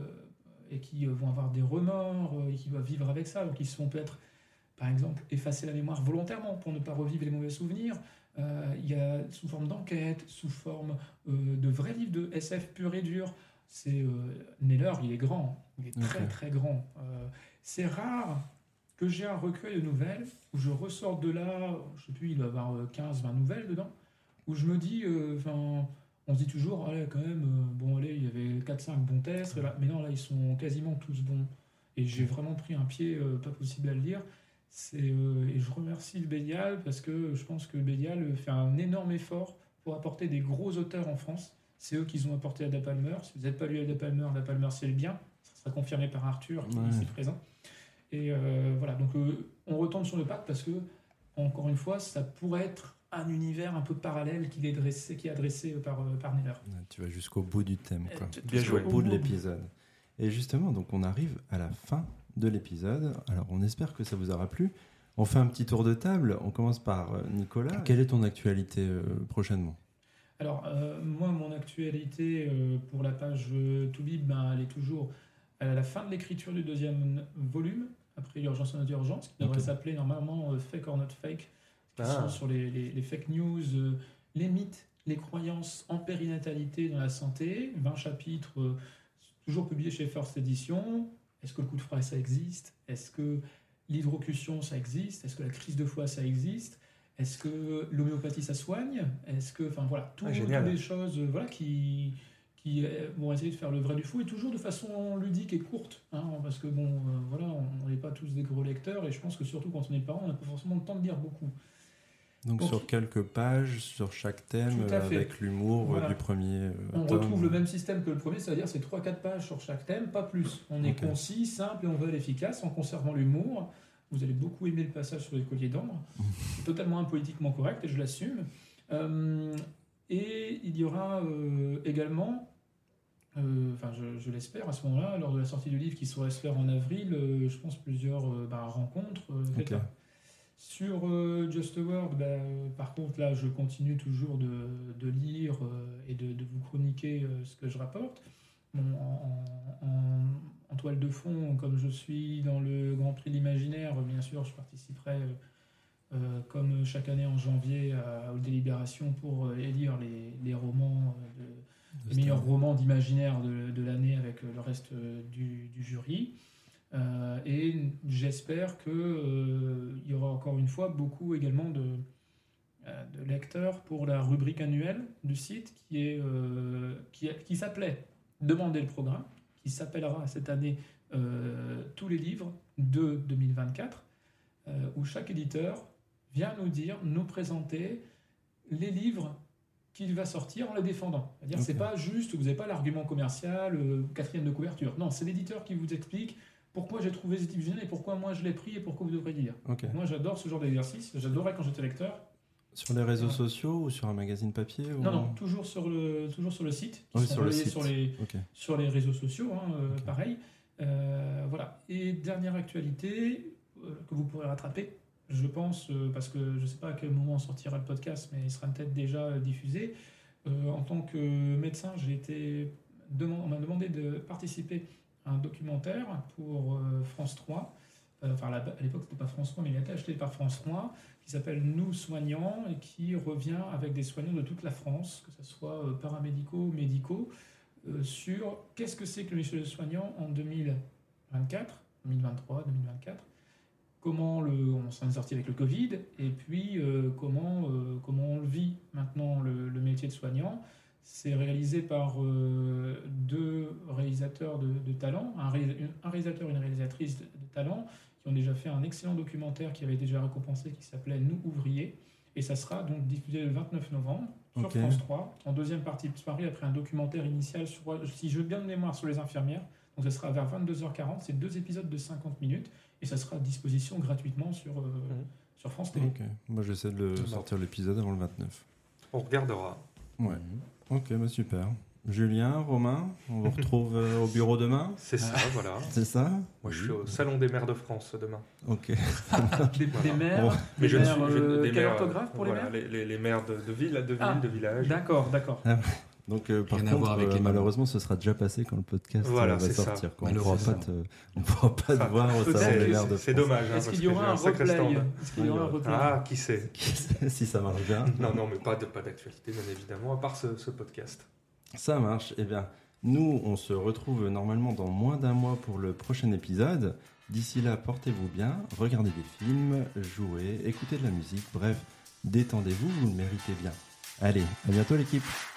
S8: et qui vont avoir des remords et qui doivent vivre avec ça, donc ils se font peut-être, par exemple, effacer la mémoire volontairement pour ne pas revivre les mauvais souvenirs. Il y a sous forme d'enquête, sous forme de vrais livres de SF pur et dur. C'est Neller, il est grand, il est très très grand. C'est rare que j'ai un recueil de nouvelles où je ressors de là, je sais plus, il doit y avoir 15-20 nouvelles dedans, où je me dis, on se dit toujours, allez, quand même, il y avait 4-5 bons tests, mais non, là, ils sont quasiment tous bons. Et j'ai vraiment pris un pied pas possible à le lire. Et je remercie le Bélial parce que je pense que le Bélial fait un énorme effort pour apporter des gros auteurs en France. C'est eux qui ont apporté Ada Palmer. Si vous n'avez pas lu Ada Palmer, c'est le bien. Ça sera confirmé par Arthur qui est ici présent. Et voilà, donc on retombe sur le pacte parce que, encore une fois, ça pourrait être un univers un peu parallèle qui est adressé par Neller.
S6: Tu vas jusqu'au bout du thème, quoi.
S7: Bien joué.
S6: Jusqu'au bout de l'épisode. Et justement, donc on arrive à la fin de l'épisode. Alors on espère que ça vous aura plu. On fait un petit tour de table. On commence par Nicolas. Quelle est ton actualité prochainement ?
S8: Alors moi, mon actualité pour la page Toubib, elle est toujours à la fin de l'écriture du 2e volume, après l'urgence en urgence, qui devrait s'appeler normalement Fake or Not Fake, qui sont sur les fake news, les mythes, les croyances en périnatalité dans la santé, 20 chapitres toujours publiés chez First Edition. Est-ce que le coup de froid, ça existe ? Est-ce que l'hydrocution, ça existe ? Est-ce que la crise de foie, ça existe ? Est-ce que l'homéopathie, ça soigne ? Est-ce que, toutes les choses qui vont essayer de faire le vrai du faux, et toujours de façon ludique et courte, parce que on n'est pas tous des gros lecteurs, et je pense que surtout quand on est parent, on n'a pas forcément le temps de lire beaucoup.
S6: Donc sur quelques pages, sur chaque thème, avec l'humour du premier
S8: on
S6: tome.
S8: retrouve le même système que le premier, c'est-à-dire c'est 3-4 pages sur chaque thème, pas plus. On est concis, simple et on veut l'efficace en conservant l'humour. Vous allez beaucoup aimer le passage sur les colliers d'ambre. C'est totalement impolitiquement correct et je l'assume. Et il y aura également, je l'espère à ce moment-là, lors de la sortie du livre qui saurait se faire en avril, je pense plusieurs rencontres. Sur Just a Word, par contre, là, je continue toujours de lire et de vous chroniquer ce que je rapporte. En toile de fond, comme je suis dans le Grand Prix de l'Imaginaire, bien sûr, je participerai, comme chaque année en janvier, aux délibérations pour élire les romans, les meilleurs romans d'imaginaire de l'année avec le reste du jury. Et j'espère qu'il y aura encore une fois beaucoup également de lecteurs pour la rubrique annuelle du site qui s'appelait « Demandez le programme », qui s'appellera cette année « Tous les livres de 2024 », où chaque éditeur vient nous présenter les livres qu'il va sortir en les défendant. C'est-à-dire c'est pas juste, vous n'avez pas l'argument commercial, 4e de couverture. Non, c'est l'éditeur qui vous explique pourquoi j'ai trouvé ce livre génial et pourquoi moi je l'ai pris et pourquoi vous devrez lire. Moi j'adore ce genre d'exercice, j'adorais quand j'étais lecteur.
S6: Sur les réseaux sociaux ou sur un magazine papier ou...
S8: Non, toujours sur le site. Qui sont
S6: sur le
S8: relayés
S6: site.
S8: sur les réseaux sociaux,
S6: Ok.
S8: pareil. Voilà. Et dernière actualité que vous pourrez rattraper, je pense, parce que je ne sais pas à quel moment sortira le podcast, mais il sera peut-être déjà diffusé. En tant que médecin, on m'a demandé de participer à un documentaire pour France 3. Enfin, à l'époque, c'était pas France 3, mais il a été acheté par France 3, qui s'appelle Nous soignants, et qui revient avec des soignants de toute la France, que ce soit paramédicaux, médicaux, sur qu'est-ce que c'est que le métier de soignant en 2024, 2023, 2024, comment on s'en est sorti avec le Covid, et puis comment on le vit maintenant, le métier de soignant. C'est réalisé par deux réalisateurs de talent, un réalisateur et une réalisatrice de talent, qui ont déjà fait un excellent documentaire qui avait déjà récompensé, qui s'appelait Nous ouvriers. Et ça sera donc diffusé le 29 novembre sur France 3, en deuxième partie de soirée, après un documentaire initial, si je veux bien de mémoire, sur les infirmières. Donc ça sera vers 22h40, c'est 2 épisodes de 50 minutes, et ça sera à disposition gratuitement sur France TV.
S6: Ok, moi j'essaie de sortir l'épisode avant le 29.
S7: On regardera.
S6: Ouais. Ok, super. Julien, Romain, on vous retrouve au bureau demain.
S7: C'est ça, voilà.
S6: C'est ça.
S7: Moi, je suis au Salon des maires de France demain.
S6: Ok.
S8: Des maires.
S7: Mais
S8: des maires, quelle orthographe pour
S7: voilà,
S8: les maires?
S7: les maires de ville, de village.
S8: D'accord.
S6: Donc, par
S2: Rien à voir avec
S6: contre,
S2: les
S6: malheureusement, ce sera déjà passé quand le podcast va sortir. On ne pourra pas te voir au Salon des maires de France.
S7: C'est dommage.
S8: Est-ce qu'il y aura un replay?
S7: Ah, qui sait?
S6: Si ça marche bien.
S7: Non, mais pas d'actualité, bien évidemment, à part ce podcast.
S6: Ça marche. Eh bien, nous, on se retrouve normalement dans moins d'un mois pour le prochain épisode. D'ici là, portez-vous bien, regardez des films, jouez, écoutez de la musique, bref, détendez-vous, vous le méritez bien. Allez, à bientôt l'équipe.